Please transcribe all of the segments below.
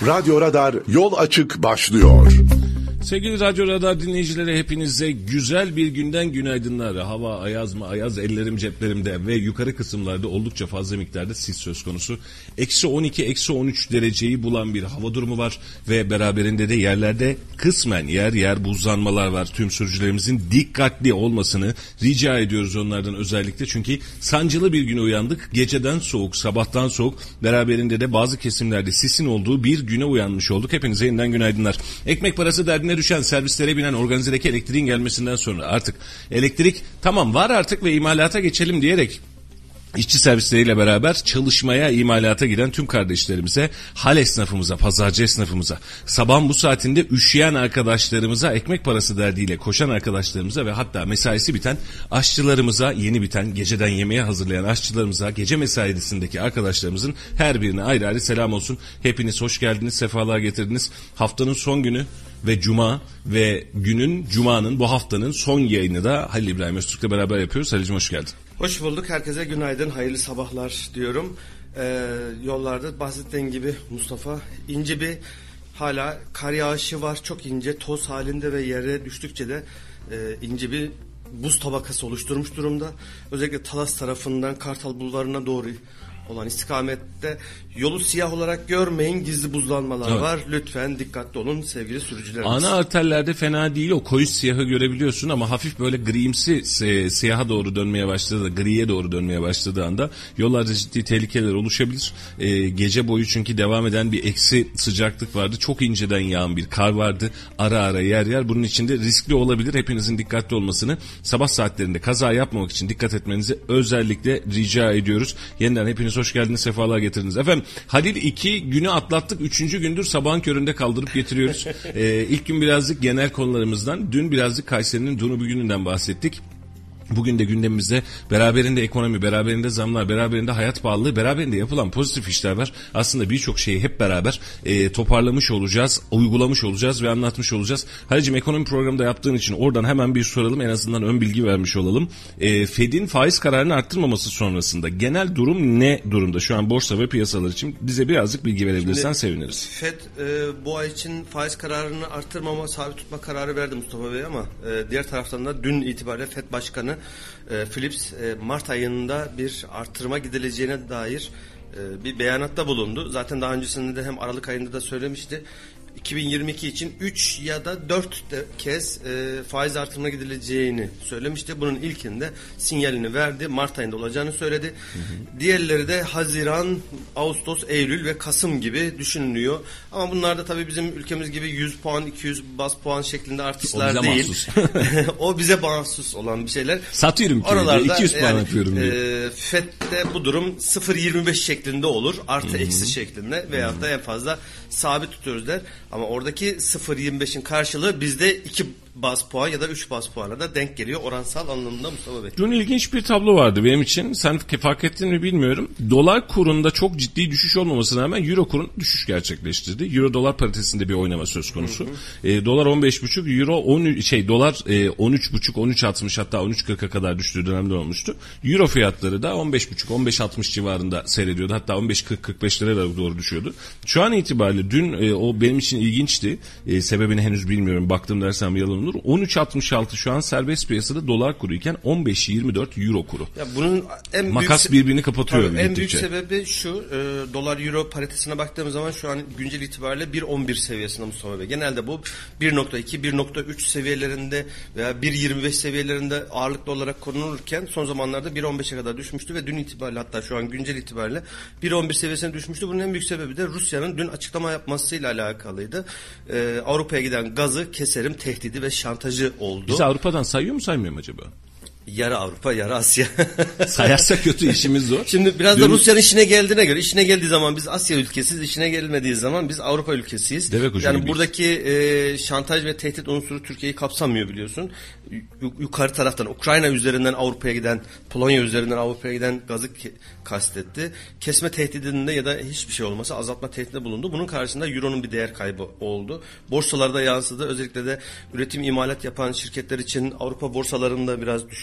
Radyo Radar Yol Açık başlıyor. Sevgili Radyo Radar dinleyicileri, hepinize güzel bir günden günaydınlar. Hava ayaz mı ayaz, ellerim ceplerimde ve yukarı kısımlarda oldukça fazla miktarda sis söz konusu. -12, -13 dereceyi bulan bir hava durumu var ve beraberinde de yerlerde kısmen yer buzlanmalar var. Tüm sürücülerimizin dikkatli olmasını rica ediyoruz onlardan özellikle. Çünkü sancılı bir güne uyandık. Geceden soğuk, sabahtan soğuk. Beraberinde de bazı kesimlerde sisin olduğu bir güne uyanmış olduk. Hepinize yeniden günaydınlar. Ekmek parası derdine düşen, servislere binen, organizedeki elektriğin gelmesinden sonra artık elektrik tamam var artık ve imalata geçelim diyerek İşçi servisleriyle beraber çalışmaya, imalata giden tüm kardeşlerimize, hal esnafımıza, pazarcı esnafımıza, sabahın bu saatinde üşüyen arkadaşlarımıza, ekmek parası derdiyle koşan arkadaşlarımıza ve hatta mesaisi biten aşçılarımıza, yeni biten, geceden yemeğe hazırlayan aşçılarımıza, gece mesaisindeki arkadaşlarımızın her birine ayrı ayrı selam olsun. Hepiniz hoş geldiniz, sefalar getirdiniz. Haftanın son günü ve Cuma ve Cuma'nın bu haftanın son yayını da Halil İbrahim Öztürk'le beraber yapıyoruz. Halil'cim hoş geldin. Hoş bulduk. Herkese günaydın, hayırlı sabahlar diyorum. Yollarda bahsettiğin gibi Mustafa, ince bir hala kar yağışı var. Çok ince, toz halinde ve yere düştükçe de ince bir buz tabakası oluşturmuş durumda. Özellikle Talas tarafından Kartal Bulvarı'na doğru olan istikamette yolu siyah olarak görmeyin, gizli buzlanmalar var. Lütfen dikkatli olun sevgili sürücülerimiz. Ana arterlerde fena değil, o koyu siyahı görebiliyorsun ama hafif böyle grimsi siyaha doğru dönmeye başladı, griye doğru dönmeye başladığı anda yollarda ciddi tehlikeler oluşabilir. Gece boyu çünkü devam eden bir eksi sıcaklık vardı. Çok inceden yağan bir kar vardı. Ara yer. Bunun için de riskli olabilir. Hepinizin dikkatli olmasını, sabah saatlerinde kaza yapmamak için dikkat etmenizi özellikle rica ediyoruz. Yeniden hepiniz hoş geldiniz, sefalar getirdiniz. Efendim, Halil 2 günü atlattık. 3. gündür sabahın köründe kaldırıp getiriyoruz. İlk gün birazcık genel konularımızdan, dün birazcık Kayseri'nin Dunubu gününden bahsettik. Bugün de gündemimizde beraberinde ekonomi, beraberinde zamlar, beraberinde hayat pahalılığı, beraberinde yapılan pozitif işler var. Aslında birçok şeyi hep beraber toparlamış olacağız, uygulamış olacağız ve anlatmış olacağız. Halicim, ekonomi programında yaptığın için oradan hemen bir soralım, en azından ön bilgi vermiş olalım. Fed'in faiz kararını arttırmaması sonrasında genel durum ne durumda? Şu an borsa ve piyasalar için bize birazcık bilgi verebilirsen seviniriz. Fed bu ay için faiz kararını arttırmama, sabit tutma kararı verdi Mustafa Bey ama diğer taraftan da dün itibariyle Fed Başkanı Phillips Mart ayında bir artırma gidileceğine dair bir beyanatta bulundu. Zaten daha öncesinde de hem Aralık ayında da söylemişti. 2022 için 3 ya da 4 kez faiz artırımına gidileceğini söylemişti. Bunun ilkinde sinyalini verdi. Mart ayında olacağını söyledi. Diğerleri de Haziran, Ağustos, Eylül ve Kasım gibi düşünülüyor. Ama bunlar da tabii bizim ülkemiz gibi 100 puan, 200 baz puan şeklinde artışlar değil. O bize mahsus olan bir şeyler. Satıyorum ki 200 puan yapıyorum diye. FED'de bu durum 0.25 şeklinde olur. Artı eksi şeklinde veyahut da en fazla sabit tutuyoruz der. Ama oradaki 0.25'in karşılığı bizde 2 baz puan ya da 3 baz puana da denk geliyor oransal anlamında Mustafa Bey. Dün ilginç bir tablo vardı benim için. Sen fark ettin mi bilmiyorum. Dolar kurunda çok ciddi düşüş olmamasına rağmen Euro kurun düşüş gerçekleştirdi. Euro dolar paritesinde bir oynama söz konusu. Dolar 15,5, Euro 13 dolar 13,5, 13,60 hatta 13,40'a kadar düştüğü dönemde olmuştu. Euro fiyatları da 15,5, 15,60 civarında seyrediyordu. Hatta 15,40-45 liraya doğru düşüyordu. Şu an itibariyle dün o benim için ilginçti. Sebebini henüz bilmiyorum. Baktım dersem yalan olur. 13.66 şu an serbest piyasada dolar kuru iken 15.24 euro kuru. Ya bunun en makas birbirini kapatıyor. Tabii, en büyük sebebi şu, dolar euro paritesine baktığımız zaman şu an güncel itibariyle 1.11 seviyesinde Mustafa Bey. Genelde bu 1.2, 1.3 seviyelerinde veya 1.25 seviyelerinde ağırlıklı olarak korunurken son zamanlarda 1.15'e kadar düşmüştü ve dün itibariyle, hatta şu an güncel itibariyle 1.11 seviyesine düşmüştü. Bunun en büyük sebebi de Rusya'nın dün açıklama yapmasıyla alakalıydı. Avrupa'ya giden gazı keserim tehdidi ve şantajı oldu. Bizi Avrupa'dan sayıyor mu saymıyor mu acaba? Yarı Avrupa, yarı Asya. Sayarsa kötü, işimiz zor. Şimdi biraz da Rusya'nın işine geldiğine göre, işine geldiği zaman biz Asya ülkesiyiz, işine gelmediği zaman biz Avrupa ülkesiyiz. Yani buradaki şantaj ve tehdit unsuru Türkiye'yi kapsamıyor biliyorsun. Yukarı taraftan Ukrayna üzerinden Avrupa'ya giden, Polonya üzerinden Avrupa'ya giden gazı kastetti. Kesme tehdidinde ya da hiçbir şey olmasa azaltma tehdidinde bulundu. Bunun karşısında Euro'nun bir değer kaybı oldu. Borsalarda yansıdı. Özellikle de üretim imalat yapan şirketler için Avrupa borsalarında biraz düşüş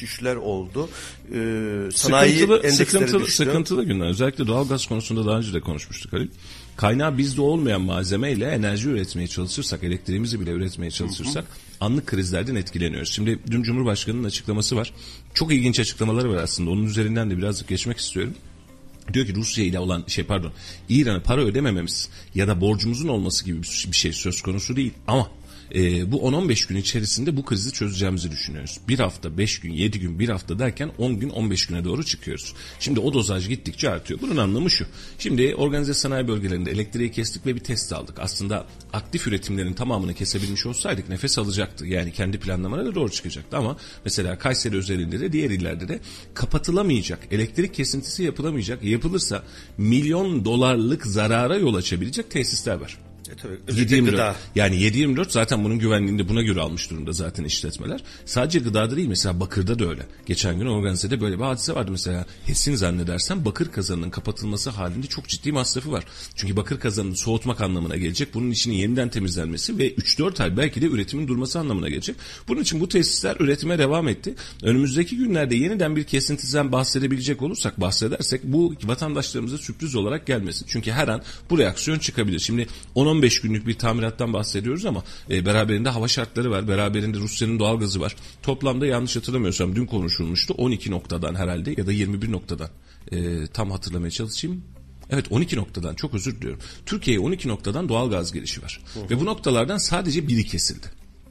düşüşler oldu. Sanayi endeksleri düştü. Sıkıntılı günler. Özellikle doğalgaz konusunda daha önce de konuşmuştuk Halil. Kaynağı bizde olmayan malzemeyle enerji üretmeye çalışırsak, elektriğimizi bile üretmeye çalışırsak anlık krizlerden etkileniyoruz. Şimdi dün Cumhurbaşkanı'nın açıklaması var. Çok ilginç açıklamaları var aslında. Onun üzerinden de birazcık geçmek istiyorum. Diyor ki Rusya ile olan İran'a para ödemememiz ya da borcumuzun olması gibi bir şey söz konusu değil. Ama bu 10-15 gün içerisinde bu krizi çözeceğimizi düşünüyoruz. Bir hafta, 5 gün, 7 gün, bir hafta derken 10 gün, 15 güne doğru çıkıyoruz. Şimdi o dozaj gittikçe artıyor. Bunun anlamı şu. Şimdi organize sanayi bölgelerinde elektriği kestik ve bir test aldık. Aslında aktif üretimlerin tamamını kesebilmiş olsaydık nefes alacaktı. Yani kendi planlamalara doğru çıkacaktı. Ama mesela Kayseri özelinde de diğer illerde de kapatılamayacak, elektrik kesintisi yapılamayacak, yapılırsa milyon dolarlık zarara yol açabilecek tesisler var. Tabii, 7/24. Yani 7/24 zaten bunun güvenliğini buna göre almış durumda zaten işletmeler. Sadece gıdada değil, mesela bakırda da öyle. Geçen gün organizede böyle bir hadise vardı mesela. HES'in zannedersem bakır kazanının kapatılması halinde çok ciddi masrafı var. Çünkü bakır kazanını soğutmak anlamına gelecek. Bunun içinin yeniden temizlenmesi ve 3-4 ay belki de üretimin durması anlamına gelecek. Bunun için bu tesisler üretime devam etti. Önümüzdeki günlerde yeniden bir kesintiden bahsedersek bu vatandaşlarımıza sürpriz olarak gelmesin. Çünkü her an bu reaksiyon çıkabilir. Şimdi 10-15 günlük bir tamirattan bahsediyoruz ama beraberinde hava şartları var. Beraberinde Rusya'nın doğalgazı var. Toplamda yanlış hatırlamıyorsam dün konuşulmuştu. 12 noktadan herhalde ya da 21 noktadan. Tam hatırlamaya çalışayım. Evet, 12 noktadan, çok özür diliyorum. Türkiye'ye 12 noktadan doğalgaz girişi var. Ve bu noktalardan sadece biri kesildi.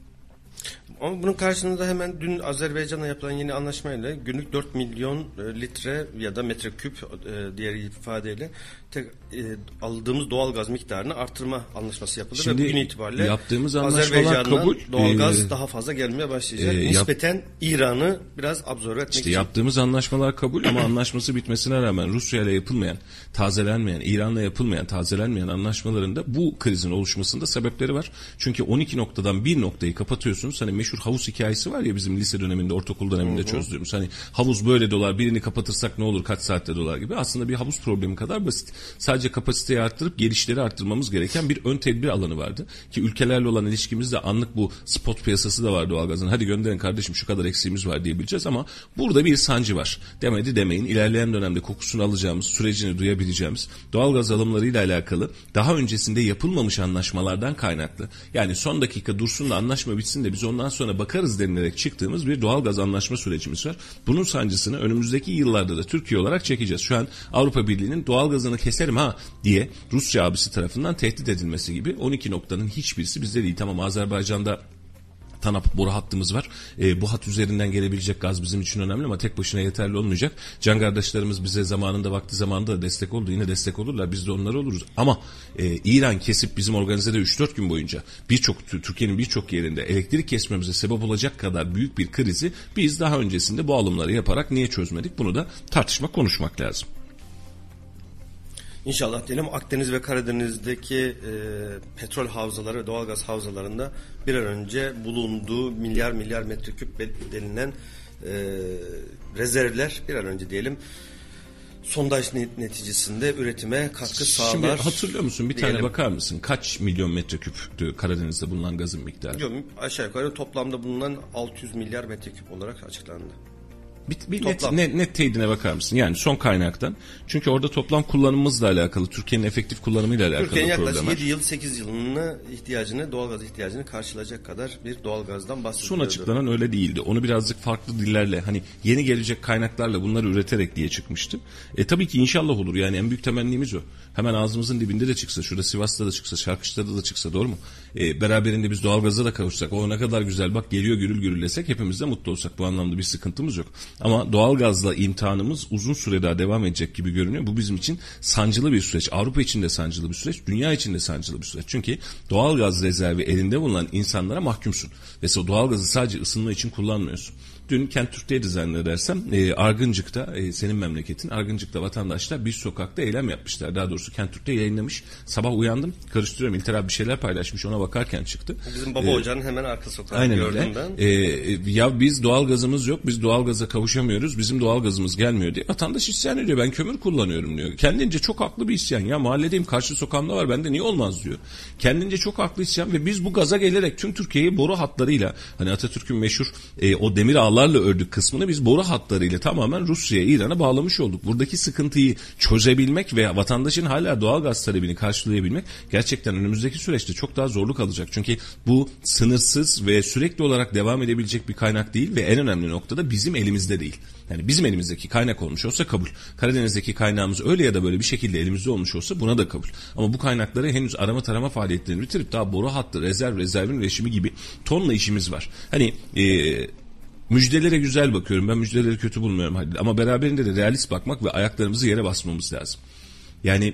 Ama bunun karşılığında hemen dün Azerbaycan'la yapılan yeni anlaşmayla günlük 4 milyon litre ya da metreküp diğer ifadeyle aldığımız doğalgaz miktarını artırma anlaşması yapıldı. Şimdi ve bugün itibariyle yaptığımız anlaşmalar kabul, doğalgaz daha fazla gelmeye başlayacak. Nispeten İran'ı biraz absorbe etmek için. Yaptığımız anlaşmalar kabul ama anlaşması bitmesine rağmen Rusya ile yapılmayan, tazelenmeyen, İran'la yapılmayan, tazelenmeyen anlaşmalarında bu krizin oluşmasında sebepleri var. Çünkü 12 noktadan bir noktayı kapatıyorsunuz. Hani meşhur havuz hikayesi var ya, bizim lise döneminde, ortaokul döneminde çözdüğümüz. Hani havuz böyle dolar, birini kapatırsak ne olur, kaç saatte dolar gibi. Aslında bir havuz problemi kadar basit. Sadece kapasiteyi arttırıp gelişleri arttırmamız gereken bir ön tedbir alanı vardı. Ki ülkelerle olan ilişkimizde anlık bu spot piyasası da var doğalgazın. Hadi gönderin kardeşim, şu kadar eksiğimiz var diyebileceğiz ama burada bir sancı var. Demedi demeyin. İlerleyen dönemde kokusunu alacağımız, sürecini duyabileceğimiz doğalgaz alımlarıyla alakalı daha öncesinde yapılmamış anlaşmalardan kaynaklı. Yani son dakika dursun da anlaşma bitsin de biz ondan sonra bakarız denilerek çıktığımız bir doğalgaz anlaşma sürecimiz var. Bunun sancısını önümüzdeki yıllarda da Türkiye olarak çekeceğiz. Şu an Avrupa Birliği'nin doğalgazını keserim ha diye Rusya abisi tarafından tehdit edilmesi gibi 12 noktanın hiçbirisi bizde değil. Tamam, Azerbaycan'da TANAP boru hattımız var. Bu hat üzerinden gelebilecek gaz bizim için önemli ama tek başına yeterli olmayacak. Can kardeşlerimiz bize zamanında, vakti zamanında destek oldu. Yine destek olurlar. Biz de onlar oluruz. Ama İran kesip bizim organizede 3-4 gün boyunca Türkiye'nin birçok yerinde elektrik kesmemize sebep olacak kadar büyük bir krizi biz daha öncesinde bu alımları yaparak niye çözmedik? Bunu da konuşmak lazım. İnşallah diyelim Akdeniz ve Karadeniz'deki petrol havzaları ve doğalgaz havzalarında bir an önce bulunduğu milyar metreküp denilen rezervler bir an önce diyelim sondaj neticesinde üretime katkı sağlar. Şimdi hatırlıyor musun? Bir tane bakar mısın? Kaç milyon metreküptü Karadeniz'de bulunan gazın miktarı? Yok, aşağı yukarı toplamda bulunan 600 milyar metreküp olarak açıklandı. Bir net teyidine bakar mısın? Yani son kaynaktan. Çünkü orada toplam kullanımımızla alakalı, Türkiye'nin efektif kullanımıyla alakalı Türkiye'nin problem var. yaklaşık 7 yıl 8 yılını doğalgaz ihtiyacını karşılayacak kadar bir doğalgazdan bahsediyordu. Son açıklanan öyle değildi. Onu birazcık farklı dillerle, hani yeni gelecek kaynaklarla bunları üreterek diye çıkmıştı. Tabii ki inşallah olur. Yani en büyük temennimiz o. Hemen ağzımızın dibinde de çıksa, şurada Sivas'ta da çıksa, Şarkışla'da da çıksa, doğru mu? Beraberinde biz doğalgaza da kavuşsak, o ne kadar güzel, bak geliyor gürül gürül desek, hepimiz de mutlu olsak. Bu anlamda bir sıkıntımız yok. Ama doğalgazla imtihanımız uzun süre daha devam edecek gibi görünüyor. Bu bizim için sancılı bir süreç. Avrupa için de sancılı bir süreç. Dünya için de sancılı bir süreç. Çünkü doğalgaz rezervi elinde bulunan insanlara mahkumsun. Ve doğalgazı sadece ısınma için kullanmıyorsun. Dün Kent Türk'teydi zannedersem, Argıncık'ta, senin memleketin Argıncık'ta vatandaşlar bir sokakta eylem yapmışlar. Daha doğrusu Kent Türk'te yayınlamış. Sabah uyandım, karıştırıyorum. İlter abi bir şeyler paylaşmış, ona bakarken çıktı. Bizim baba hocanın hemen arka sokağını aynen gördüm öyle. ben. Ya biz doğalgazımız yok, biz doğalgaza kavuşamıyoruz, bizim doğalgazımız gelmiyor diye vatandaş isyan ediyor. Ben kömür kullanıyorum diyor. Kendince çok haklı bir isyan. Ya mahalledeyim, karşı sokağımda var, bende niye olmaz diyor. Kendince çok haklı isyan ve biz bu gaza gelerek tüm Türkiye'yi boru hatlarıyla, hani Atatürk'ün meşhur o demir ağlar kanallarla ördük kısmını biz boru hatlarıyla tamamen Rusya'ya, İran'a bağlamış olduk. Buradaki sıkıntıyı çözebilmek ve vatandaşın hala doğalgaz talebini karşılayabilmek gerçekten önümüzdeki süreçte çok daha zorluk alacak. Çünkü bu sınırsız ve sürekli olarak devam edebilecek bir kaynak değil ve en önemli noktada bizim elimizde değil. Yani bizim elimizdeki kaynak olmuş olsa kabul. Karadeniz'deki kaynağımız öyle ya da böyle bir şekilde elimizde olmuş olsa buna da kabul. Ama bu kaynakları henüz arama tarama faaliyetlerini bitirip daha boru hattı, rezervin üretimi gibi tonla işimiz var. Hani müjdelere güzel bakıyorum. Ben müjdeleri kötü bulmuyorum Halil. Ama beraberinde de realist bakmak ve ayaklarımızı yere basmamız lazım. Yani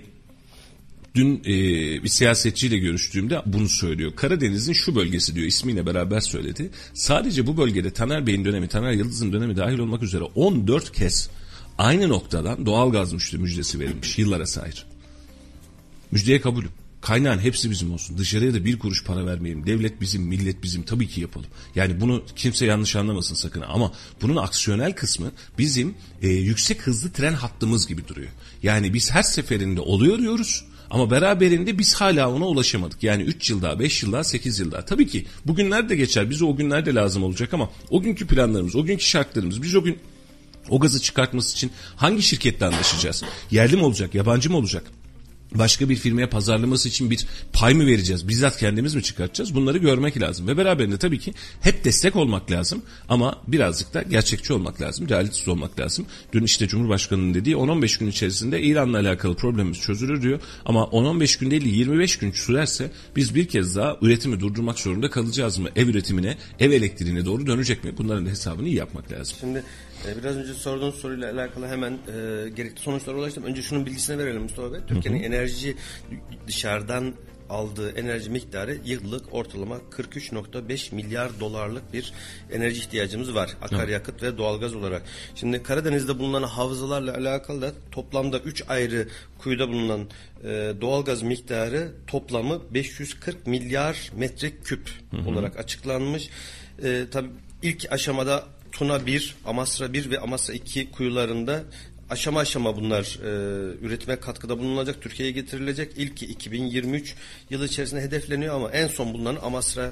dün bir siyasetçiyle görüştüğümde bunu söylüyor. Karadeniz'in şu bölgesi diyor, ismiyle beraber söyledi. Sadece bu bölgede Taner Bey'in dönemi, Taner Yıldız'ın dönemi dahil olmak üzere 14 kez aynı noktadan doğalgaz müjdesi verilmiş yıllara sahip. Müjdeye kabulüm. Kaynağın hepsi bizim olsun. Dışarıya da bir kuruş para vermeyelim. Devlet bizim, millet bizim. Tabii ki yapalım. Yani bunu kimse yanlış anlamasın sakın. Ama bunun aksiyonel kısmı bizim yüksek hızlı tren hattımız gibi duruyor. Yani biz her seferinde oluyor diyoruz. Ama beraberinde biz hala ona ulaşamadık. Yani 3 yıl daha, 5 yıl daha, 8 yıl daha. Tabii ki bugünler de geçer. Bize o günler de lazım olacak ama o günkü planlarımız, o günkü şartlarımız, biz o gün o gazı çıkartması için hangi şirketle anlaşacağız? Yerli mi olacak, yabancı mı olacak? Başka bir firmaya pazarlaması için bir pay mı vereceğiz? Bizzat kendimiz mi çıkartacağız? Bunları görmek lazım. Ve beraberinde tabii ki hep destek olmak lazım. Ama birazcık da gerçekçi olmak lazım. Realist olmak lazım. Dün işte Cumhurbaşkanı'nın dediği 10-15 gün içerisinde İran'la alakalı problemimiz çözülür diyor. Ama 10-15 gün değil 25 gün sürerse biz bir kez daha üretimi durdurmak zorunda kalacağız mı? Ev üretimine, ev elektriğine doğru dönecek mi? Bunların da hesabını iyi yapmak lazım. Şimdi biraz önce sorduğunuz soruyla alakalı hemen gerekli sonuçlara ulaştım. Önce şunun bilgisini verelim Mustafa Bey. Türkiye'nin enerji dışarıdan aldığı enerji miktarı yıllık ortalama 43.5 milyar dolarlık bir enerji ihtiyacımız var. Akaryakıt ve doğalgaz olarak. Şimdi Karadeniz'de bulunan havzalarla alakalı da toplamda 3 ayrı kuyuda bulunan doğalgaz miktarı toplamı 540 milyar metreküp olarak açıklanmış. Tabii ilk aşamada Tuna 1, Amasra 1 ve Amasra 2 kuyularında aşama aşama bunlar üretime katkıda bulunacak, Türkiye'ye getirilecek. İlki 2023 yılı içerisinde hedefleniyor ama en son bulunan Amasra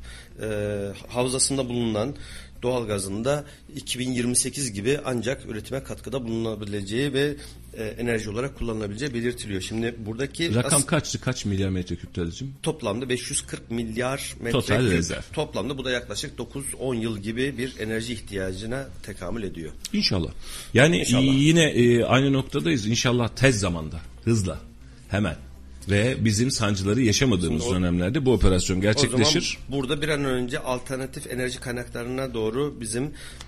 havzasında bulunan doğalgazında 2028 gibi ancak üretime katkıda bulunabileceği ve enerji olarak kullanılabileceği belirtiliyor. Şimdi buradaki rakam kaçtı? Kaç milyar metreküp dedeciğim? Toplamda 540 milyar Total metreküp. rezerv. Toplamda bu da yaklaşık 9-10 yıl gibi bir enerji ihtiyacına tekamül ediyor. İnşallah. Yani İnşallah. yine aynı noktadayız. İnşallah tez zamanda, hızla, hemen ve bizim sancıları yaşamadığımız dönemlerde bu operasyon gerçekleşir. O zaman burada bir an önce alternatif enerji kaynaklarına doğru bizim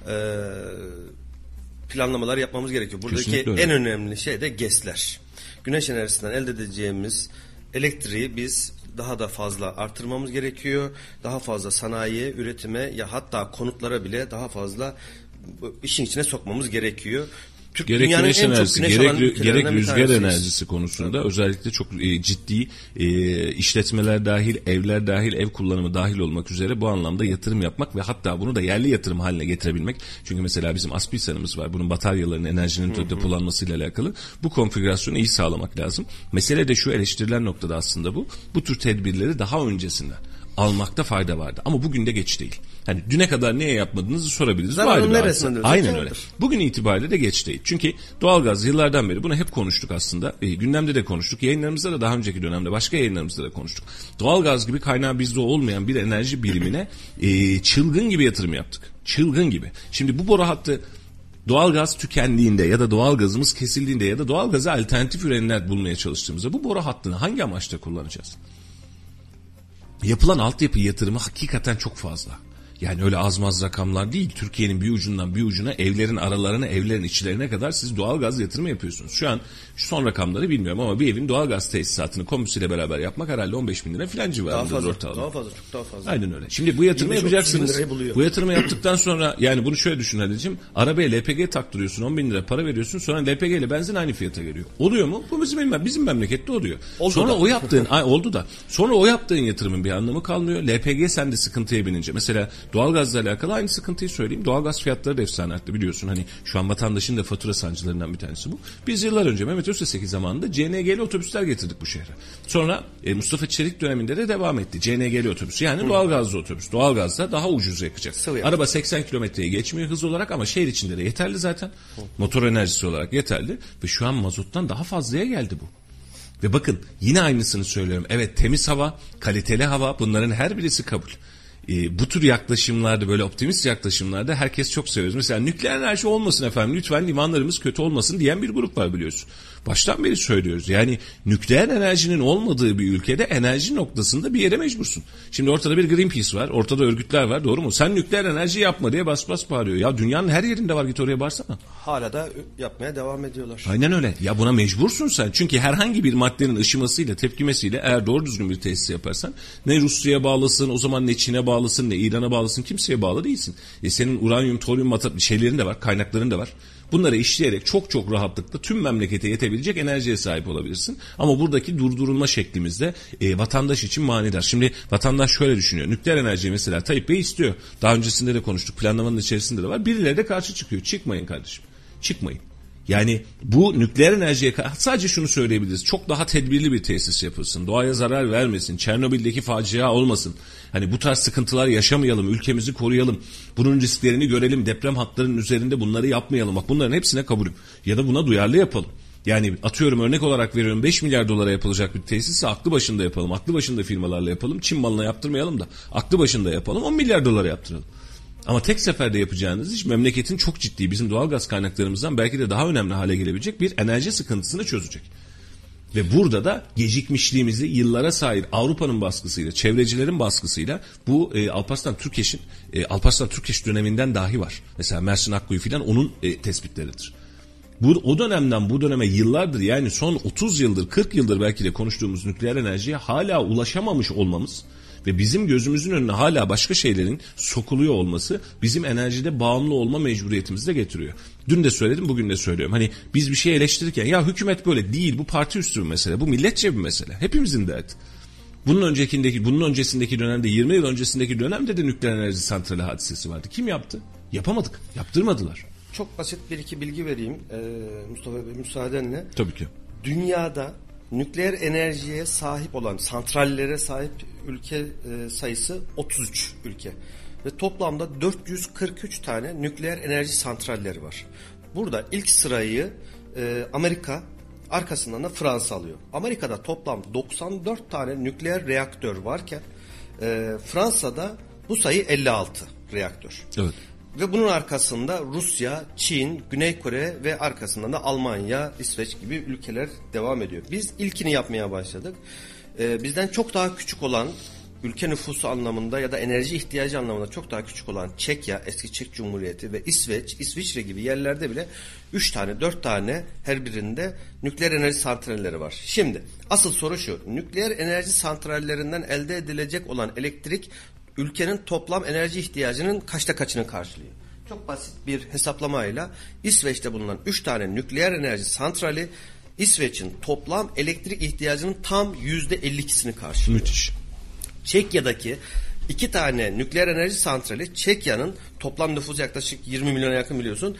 planlamalar yapmamız gerekiyor. Buradaki en önemli şey de GES'ler. Güneş enerjisinden elde edeceğimiz elektriği biz daha da fazla artırmamız gerekiyor. Daha fazla sanayiye, üretime ya hatta konutlara bile daha fazla işin içine sokmamız gerekiyor. Gerek güneş enerjisi, gerek rüzgar enerjisi konusunda özellikle çok ciddi işletmeler dahil, evler dahil, ev kullanımı dahil olmak üzere bu anlamda yatırım yapmak ve hatta bunu da yerli yatırım haline getirebilmek. Çünkü mesela bizim Aspilsan'ımız var. Bunun bataryaların enerjinin depolanmasıyla alakalı. Bu konfigürasyonu iyi sağlamak lazım. Mesele de şu, eleştirilen noktada aslında bu. Bu tür tedbirleri daha öncesinden almakta fayda vardı. Ama bugün de geç değil. Hani düne kadar niye yapmadığınızı sorabiliriz. Aynen öyle. Bugün itibariyle de geç değil. Çünkü doğalgaz yıllardan beri bunu hep konuştuk aslında. Gündemde de konuştuk. Yayınlarımızda da daha önceki dönemde başka yayınlarımızda da konuştuk. Doğalgaz gibi kaynağı bizde olmayan bir enerji birimine çılgın gibi yatırım yaptık. Çılgın gibi. Şimdi bu boru hattı doğalgaz tükendiğinde ya da doğalgazımız kesildiğinde ya da doğalgaza alternatif ürünler bulmaya çalıştığımızda bu boru hattını hangi amaçla kullanacağız? Yapılan altyapı yatırımı hakikaten çok fazla. Yani öyle az rakamlar değil. Türkiye'nin bir ucundan bir ucuna, evlerin aralarına, evlerin içlerine kadar siz doğalgaz yatırımı yapıyorsunuz. Şu an şu son rakamları bilmiyorum ama bir evin doğalgaz tesisatını kombüsüyle beraber yapmak herhalde 15 bin lira filan civarında. Daha fazla, çok daha fazla. Aynen öyle. Şimdi bu yatırımı yapacaksınız. Bu yatırımı yaptıktan sonra yani bunu şöyle düşün Halil'ciğim. Arabaya LPG taktırıyorsun, 10 bin lira para veriyorsun. Sonra LPG ile benzin aynı fiyata geliyor. Oluyor mu? Bu bizim memlekette oluyor. Sonra o yaptığın yatırımın bir anlamı kalmıyor. LPG sende sıkıntıya binince. Mesela doğalgazla alakalı aynı sıkıntıyı söyleyeyim. Doğalgaz fiyatları da efsane arttı biliyorsun. Hani şu an vatandaşın da fatura sancılarından bir tanesi bu. Biz yıllar önce Mehmet Özteseki zamanında CNG'li otobüsler getirdik bu şehre. Sonra Mustafa Çelik döneminde de devam etti. CNG'li otobüs yani doğalgazlı otobüs. Doğalgazda daha ucuz yakacak. Araba 80 kilometreyi geçmiyor hız olarak ama şehir içinde de yeterli zaten. Motor enerjisi olarak yeterli ve şu an mazottan daha fazlaya geldi bu. Ve bakın yine aynısını söylüyorum. Evet, temiz hava, kaliteli hava, bunların her birisi kabul. Bu tür yaklaşımlarda, böyle optimist yaklaşımlarda herkes çok seviyoruz. Mesela nükleer enerji olmasın efendim, lütfen limanlarımız kötü olmasın diyen bir grup var biliyorsun. Baştan beri söylüyoruz. Yani nükleer enerjinin olmadığı bir ülkede enerji noktasında bir yere mecbursun. Şimdi ortada bir Greenpeace var, ortada örgütler var, doğru mu? Sen nükleer enerji yapma diye bas bas bağırıyor. Ya dünyanın her yerinde var, git oraya bağırsana. Hala da yapmaya devam ediyorlar. Aynen öyle. Ya buna mecbursun sen. Çünkü herhangi bir maddenin ışımasıyla, tepkimesiyle eğer doğru düzgün bir tesis yaparsan ne Rusya'ya bağlısın, o zaman ne Çin'e bağlısın, ne İran'a bağlısın, kimseye bağlı değilsin. Senin uranyum, toryum şeylerin de var, kaynakların da var. Bunları işleyerek çok çok rahatlıkla tüm memlekete yetebilecek enerjiye sahip olabilirsin. Ama buradaki durdurulma şeklimizde vatandaş için manidar. Şimdi vatandaş şöyle düşünüyor. Nükleer enerjiyi mesela Tayyip Bey istiyor. Daha öncesinde de konuştuk. Planlamanın içerisinde de var. Birileri de karşı çıkıyor. Çıkmayın kardeşim. Çıkmayın. Yani bu nükleer enerjiye sadece şunu söyleyebiliriz. Çok daha tedbirli bir tesis yapılsın. Doğaya zarar vermesin. Çernobil'deki facia olmasın. Hani bu tarz sıkıntılar yaşamayalım. Ülkemizi koruyalım. Bunun risklerini görelim. Deprem hatlarının üzerinde bunları yapmayalım. Bak bunların hepsine kabulüm. Ya da buna duyarlı yapalım. Yani atıyorum, örnek olarak veriyorum, 5 milyar dolara yapılacak bir tesisi aklı başında yapalım. Aklı başında firmalarla yapalım. Çin malına yaptırmayalım da aklı başında yapalım. 10 milyar dolara yaptıralım. Ama tek seferde yapacağınız iş memleketin çok ciddi, bizim doğalgaz kaynaklarımızdan belki de daha önemli hale gelebilecek bir enerji sıkıntısını çözecek. Ve burada da gecikmişliğimizi yıllara sahip Avrupa'nın baskısıyla, çevrecilerin baskısıyla bu Alparslan Türkeş döneminden dahi var. Mesela Mersin Akkuyu filan onun tespitleridir. O dönemden bu döneme yıllardır, yani son 30 yıldır, 40 yıldır belki de konuştuğumuz nükleer enerjiye hala ulaşamamış olmamız ve bizim gözümüzün önüne hala başka şeylerin sokuluyor olması bizim enerjide bağımlı olma mecburiyetimizi de getiriyor. Dün de söyledim, bugün de söylüyorum. Hani biz bir şey eleştirirken ya hükümet böyle değil, bu parti üstü bir mesele, bu milletçe bir mesele. Hepimizin derdi. Bunun öncesindeki dönemde, 20 yıl öncesindeki dönemde de nükleer enerji santrali hadisesi vardı. Kim yaptı? Yapamadık. Yaptırmadılar. Çok basit bir iki bilgi vereyim Mustafa Bey, müsaadenle. Tabii ki. Dünyada nükleer enerjiye sahip olan, santrallere sahip ülke sayısı 33 ülke. Ve toplamda 443 tane nükleer enerji santralleri var. Burada ilk sırayı Amerika, arkasından da Fransa alıyor. Amerika'da toplam 94 tane nükleer reaktör varken Fransa'da bu sayı 56 reaktör. Evet. Ve bunun arkasında Rusya, Çin, Güney Kore ve arkasından da Almanya, İsveç gibi ülkeler devam ediyor. Biz ilkini yapmaya başladık. Bizden çok daha küçük olan, ülke nüfusu anlamında ya da enerji ihtiyacı anlamında çok daha küçük olan Çekya, eski Çek Cumhuriyeti ve İsveç, İsviçre gibi yerlerde bile 3 tane, 4 tane her birinde nükleer enerji santralleri var. Şimdi asıl soru şu: nükleer enerji santrallerinden elde edilecek olan elektrik ülkenin toplam enerji ihtiyacının kaçta kaçını karşılıyor? Çok basit bir hesaplamayla İsveç'te bulunan 3 tane nükleer enerji santrali İsveç'in toplam elektrik ihtiyacının tam %52'sini karşılıyor. Müthiş. Çekya'daki 2 tane nükleer enerji santrali Çekya'nın toplam nüfusu yaklaşık 20 milyona yakın, biliyorsun.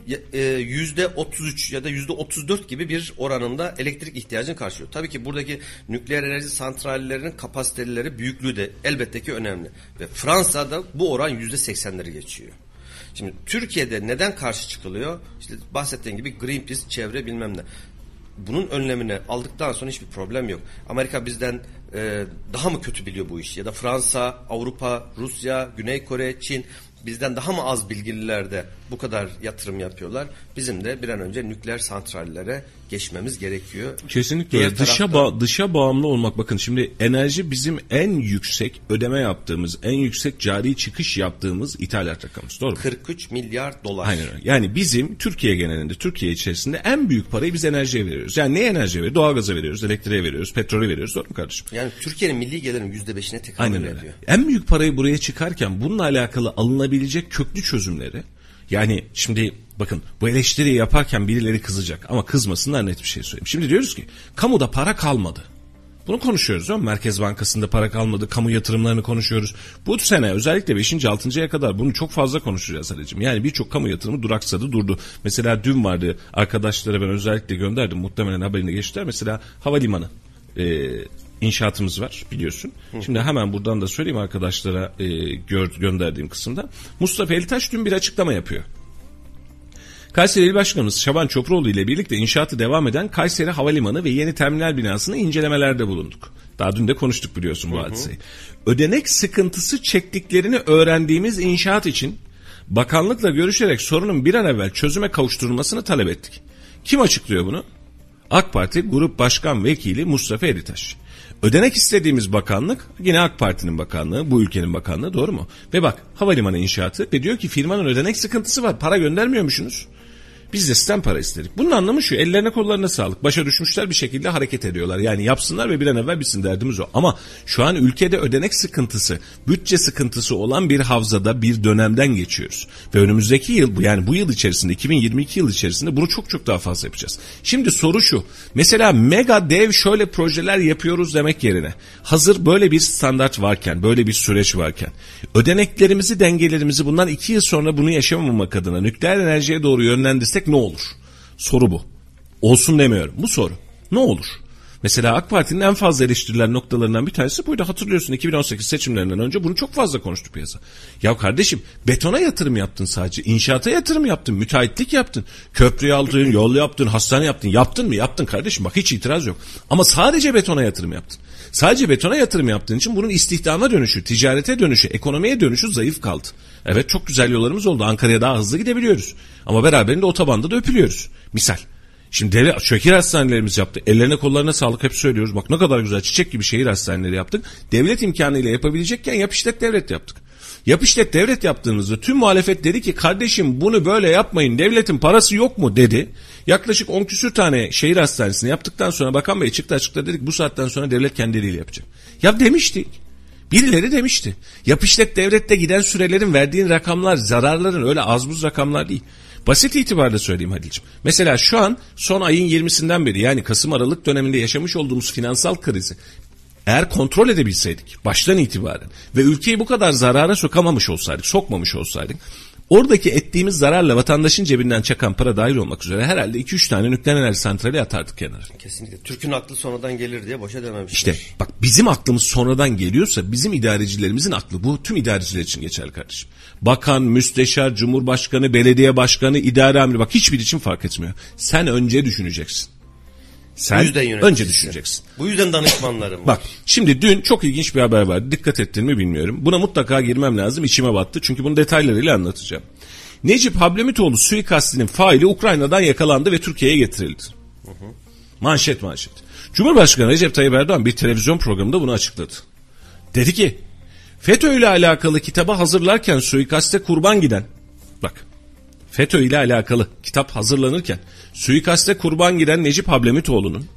%33 ya da %34 gibi bir oranında elektrik ihtiyacını karşılıyor. Tabii ki buradaki nükleer enerji santrallerinin kapasiteleri, büyüklüğü de elbette ki önemli. Ve Fransa'da bu oran %80'leri geçiyor. Şimdi Türkiye'de neden karşı çıkılıyor? İşte bahsettiğim gibi Greenpeace, çevre bilmem ne. Bunun önlemini aldıktan sonra hiçbir problem yok. Amerika bizden daha mı kötü biliyor bu işi? Ya da Fransa, Avrupa, Rusya, Güney Kore, Çin bizden daha mı az bilgililer de bu kadar yatırım yapıyorlar? Bizim de bir an önce nükleer santrallere geçmemiz gerekiyor. Kesinlikle öyle. Dışa bağımlı olmak. Bakın şimdi enerji bizim en yüksek ödeme yaptığımız, en yüksek cari çıkış yaptığımız ithalat rakamımız. Doğru mu? 43 milyar dolar. Aynen öyle. Yani bizim Türkiye genelinde, Türkiye içerisinde en büyük parayı biz enerjiye veriyoruz. Yani ne enerjiye veriyoruz? Doğalgaza veriyoruz, elektriğe veriyoruz, petrole veriyoruz. Doğru mu kardeşim? Yani Türkiye'nin milli gelirinin %5'ine tekabül ediyor. En büyük parayı buraya çıkarken bununla alakalı alınabilecek köklü çözümleri, yani şimdi bakın, bu eleştiriyi yaparken birileri kızacak ama kızmasınlar, net bir şey söyleyeyim. Şimdi diyoruz ki kamuda para kalmadı. Bunu konuşuyoruz değil mi? Merkez Bankası'nda para kalmadı, kamu yatırımlarını konuşuyoruz. Bu sene özellikle 5. 6. aya kadar bunu çok fazla konuşacağız Halicim. Yani birçok kamu yatırımı duraksadı, durdu. Mesela dün vardı, arkadaşlara ben özellikle gönderdim, muhtemelen haberini geçtiler. Mesela havalimanı inşaatımız var biliyorsun. Şimdi hemen buradan da söyleyeyim arkadaşlara gönderdiğim kısımda. Mustafa Elitaş dün bir açıklama yapıyor. Kayseri İl Başkanımız Şaban Çopuroğlu ile birlikte inşaatı devam eden Kayseri Havalimanı ve yeni terminal binasını incelemelerde bulunduk. Daha dün de konuştuk biliyorsun bu hadiseyi. Ödenek sıkıntısı çektiklerini öğrendiğimiz inşaat için bakanlıkla görüşerek sorunun bir an evvel çözüme kavuşturulmasını talep ettik. Kim açıklıyor bunu? AK Parti Grup Başkan Vekili Mustafa Elitaş. Ödenek istediğimiz bakanlık yine AK Parti'nin bakanlığı, bu ülkenin bakanlığı, doğru mu? Ve bak, havalimanı inşaatı ve diyor ki firmanın ödenek sıkıntısı var, para göndermiyormuşsunuz. Biz de sizden para istedik. Bunun anlamı şu: ellerine kollarına sağlık. Başa düşmüşler, bir şekilde hareket ediyorlar. Yani yapsınlar ve bir an evvel bitsin, derdimiz o. Ama şu an ülkede ödenek sıkıntısı, bütçe sıkıntısı olan bir havzada, bir dönemden geçiyoruz. Ve önümüzdeki yıl, yani bu yıl içerisinde, 2022 yıl içerisinde bunu çok çok daha fazla yapacağız. Şimdi soru şu: mesela mega dev şöyle projeler yapıyoruz demek yerine, hazır böyle bir standart varken, böyle bir süreç varken, ödeneklerimizi, dengelerimizi bundan 2 yıl sonra bunu yaşamamak adına nükleer enerjiye doğru yönlendirsek ne olur? Soru bu. Olsun demiyorum. Bu soru. Ne olur? Mesela AK Parti'nin en fazla eleştirilen noktalarından bir tanesi buydu. Hatırlıyorsun, 2018 seçimlerinden önce bunu çok fazla konuştu piyasa. Ya kardeşim, betona yatırım yaptın sadece. İnşaata yatırım yaptın. Müteahhitlik yaptın. Köprü aldın, yol yaptın, hastane yaptın. Yaptın mı? Yaptın kardeşim. Bak, hiç itiraz yok. Ama sadece betona yatırım yaptın. Sadece betona yatırım yaptığın için bunun istihdama dönüşü, ticarete dönüşü, ekonomiye dönüşü zayıf kaldı. Evet, çok güzel yollarımız oldu. Ankara'ya daha hızlı gidebiliyoruz. Ama beraberinde otobanda da öpülüyoruz. Misal. Şimdi devlet şehir hastanelerimiz yaptı. Ellerine kollarına sağlık, hep söylüyoruz. Bak ne kadar güzel, çiçek gibi şehir hastaneleri yaptık. Devlet imkanıyla yapabilecekken yap işlet devlet yaptık. Yap işlet devlet yaptığımızda tüm muhalefet dedi ki kardeşim bunu böyle yapmayın, devletin parası yok mu dedi. Yaklaşık 10 küsür tane şehir hastanesini yaptıktan sonra Bakan Bey çıktı açıkladı, dedik bu saatten sonra devlet kendi eliyle yapacak. Ya demiştik. Birileri demişti. Yap işlet devlette giden sürelerin verdiğin rakamlar, zararların öyle az buz rakamlar değil. Basit itibarla söyleyeyim Halil'ciğim. Mesela şu an son ayın 20'sinden beri, yani Kasım-Aralık döneminde yaşamış olduğumuz finansal krizi eğer kontrol edebilseydik baştan itibaren ve ülkeyi bu kadar zarara sokmamış olsaydık, oradaki ettiğimiz zararla vatandaşın cebinden çakan para dahil olmak üzere herhalde 2-3 tane nükleer enerji santrali atardık kenara. Kesinlikle. Türk'ün aklı sonradan gelir diye boşa dememişler. İşte bak, bizim aklımız sonradan geliyorsa bizim idarecilerimizin aklı, bu tüm idareciler için geçerli kardeşim. Bakan, müsteşar, cumhurbaşkanı, belediye başkanı, idare amiri, bak hiçbir için fark etmiyor. Sen önce düşüneceksin. Sen önce düşüneceksin. Bu yüzden danışmanlarım var. Bak şimdi dün çok ilginç bir haber vardı. Dikkat ettin mi bilmiyorum. Buna mutlaka girmem lazım. İçime battı. Çünkü bunu detaylarıyla anlatacağım. Necip Hablemitoğlu suikastinin faili Ukrayna'dan yakalandı ve Türkiye'ye getirildi. Manşet. Cumhurbaşkanı Recep Tayyip Erdoğan bir televizyon programında bunu açıkladı. Dedi ki FETÖ ile alakalı kitabı hazırlarken suikaste kurban giden, bak, FETÖ ile alakalı kitap hazırlanırken suikaste kurban giden Necip Hablemitoğlu'nun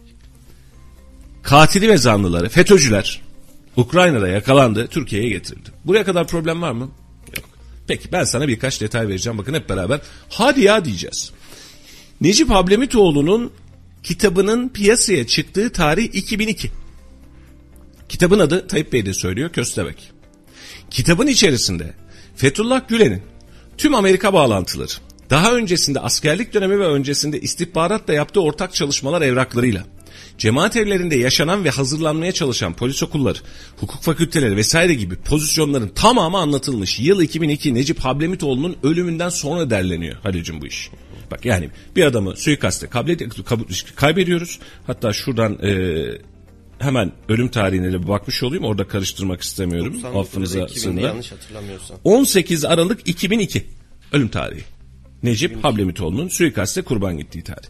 katili ve zanlıları, FETÖ'cüler Ukrayna'da yakalandı, Türkiye'ye getirildi. Buraya kadar problem var mı? Yok. Peki ben sana birkaç detay vereceğim. Bakın hep beraber hadi ya diyeceğiz. Necip Hablemitoğlu'nun kitabının piyasaya çıktığı tarih 2002. Kitabın adı, Tayyip Bey de söylüyor, Köstebek. Kitabın içerisinde Fethullah Gülen'in tüm Amerika bağlantıları, daha öncesinde askerlik dönemi ve öncesinde istihbaratla yaptığı ortak çalışmalar evraklarıyla, cemaat evlerinde yaşanan ve hazırlanmaya çalışan polis okulları, hukuk fakülteleri vesaire gibi pozisyonların tamamı anlatılmış. Yıl 2002, Necip Hablemitoğlu'nun ölümünden sonra derleniyor Halil'cim bu iş. Bak yani bir adamı suikaste kaybediyoruz. Hatta şuradan hemen ölüm tarihine de bakmış olayım. Orada karıştırmak istemiyorum. Affınıza sığınarak. 18 Aralık 2002 ölüm tarihi. Necip Hablemitoğlu'nun suikaste kurban gittiği tarih.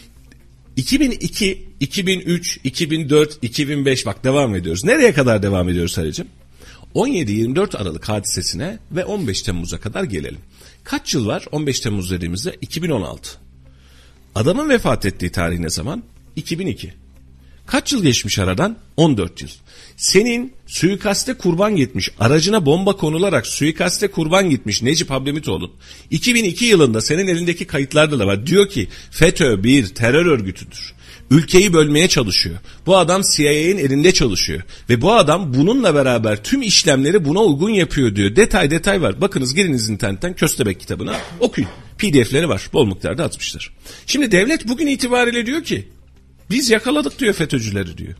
2002, 2003, 2004, 2005 bak devam ediyoruz. Nereye kadar devam ediyoruz Halil'cim? 17-24 Aralık hadisesine ve 15 Temmuz'a kadar gelelim. Kaç yıl var 15 Temmuz dediğimizde? 2016. Adamın vefat ettiği tarih ne zaman? 2002. Kaç yıl geçmiş aradan? 14 yıl. Senin suikaste kurban gitmiş, aracına bomba konularak suikaste kurban gitmiş Necip Hablemitoğlu 2002 yılında senin elindeki kayıtlarda da var. Diyor ki FETÖ bir terör örgütüdür. ülkeyi bölmeye çalışıyor. Bu adam CIA'nin elinde çalışıyor. Ve bu adam bununla beraber tüm işlemleri buna uygun yapıyor diyor. Detay var. Bakınız, giriniz internetten Köstebek kitabına okuyun. PDF'leri var. Bol miktarda atmışlar. Şimdi devlet bugün itibariyle diyor ki biz yakaladık diyor FETÖ'cüleri diyor.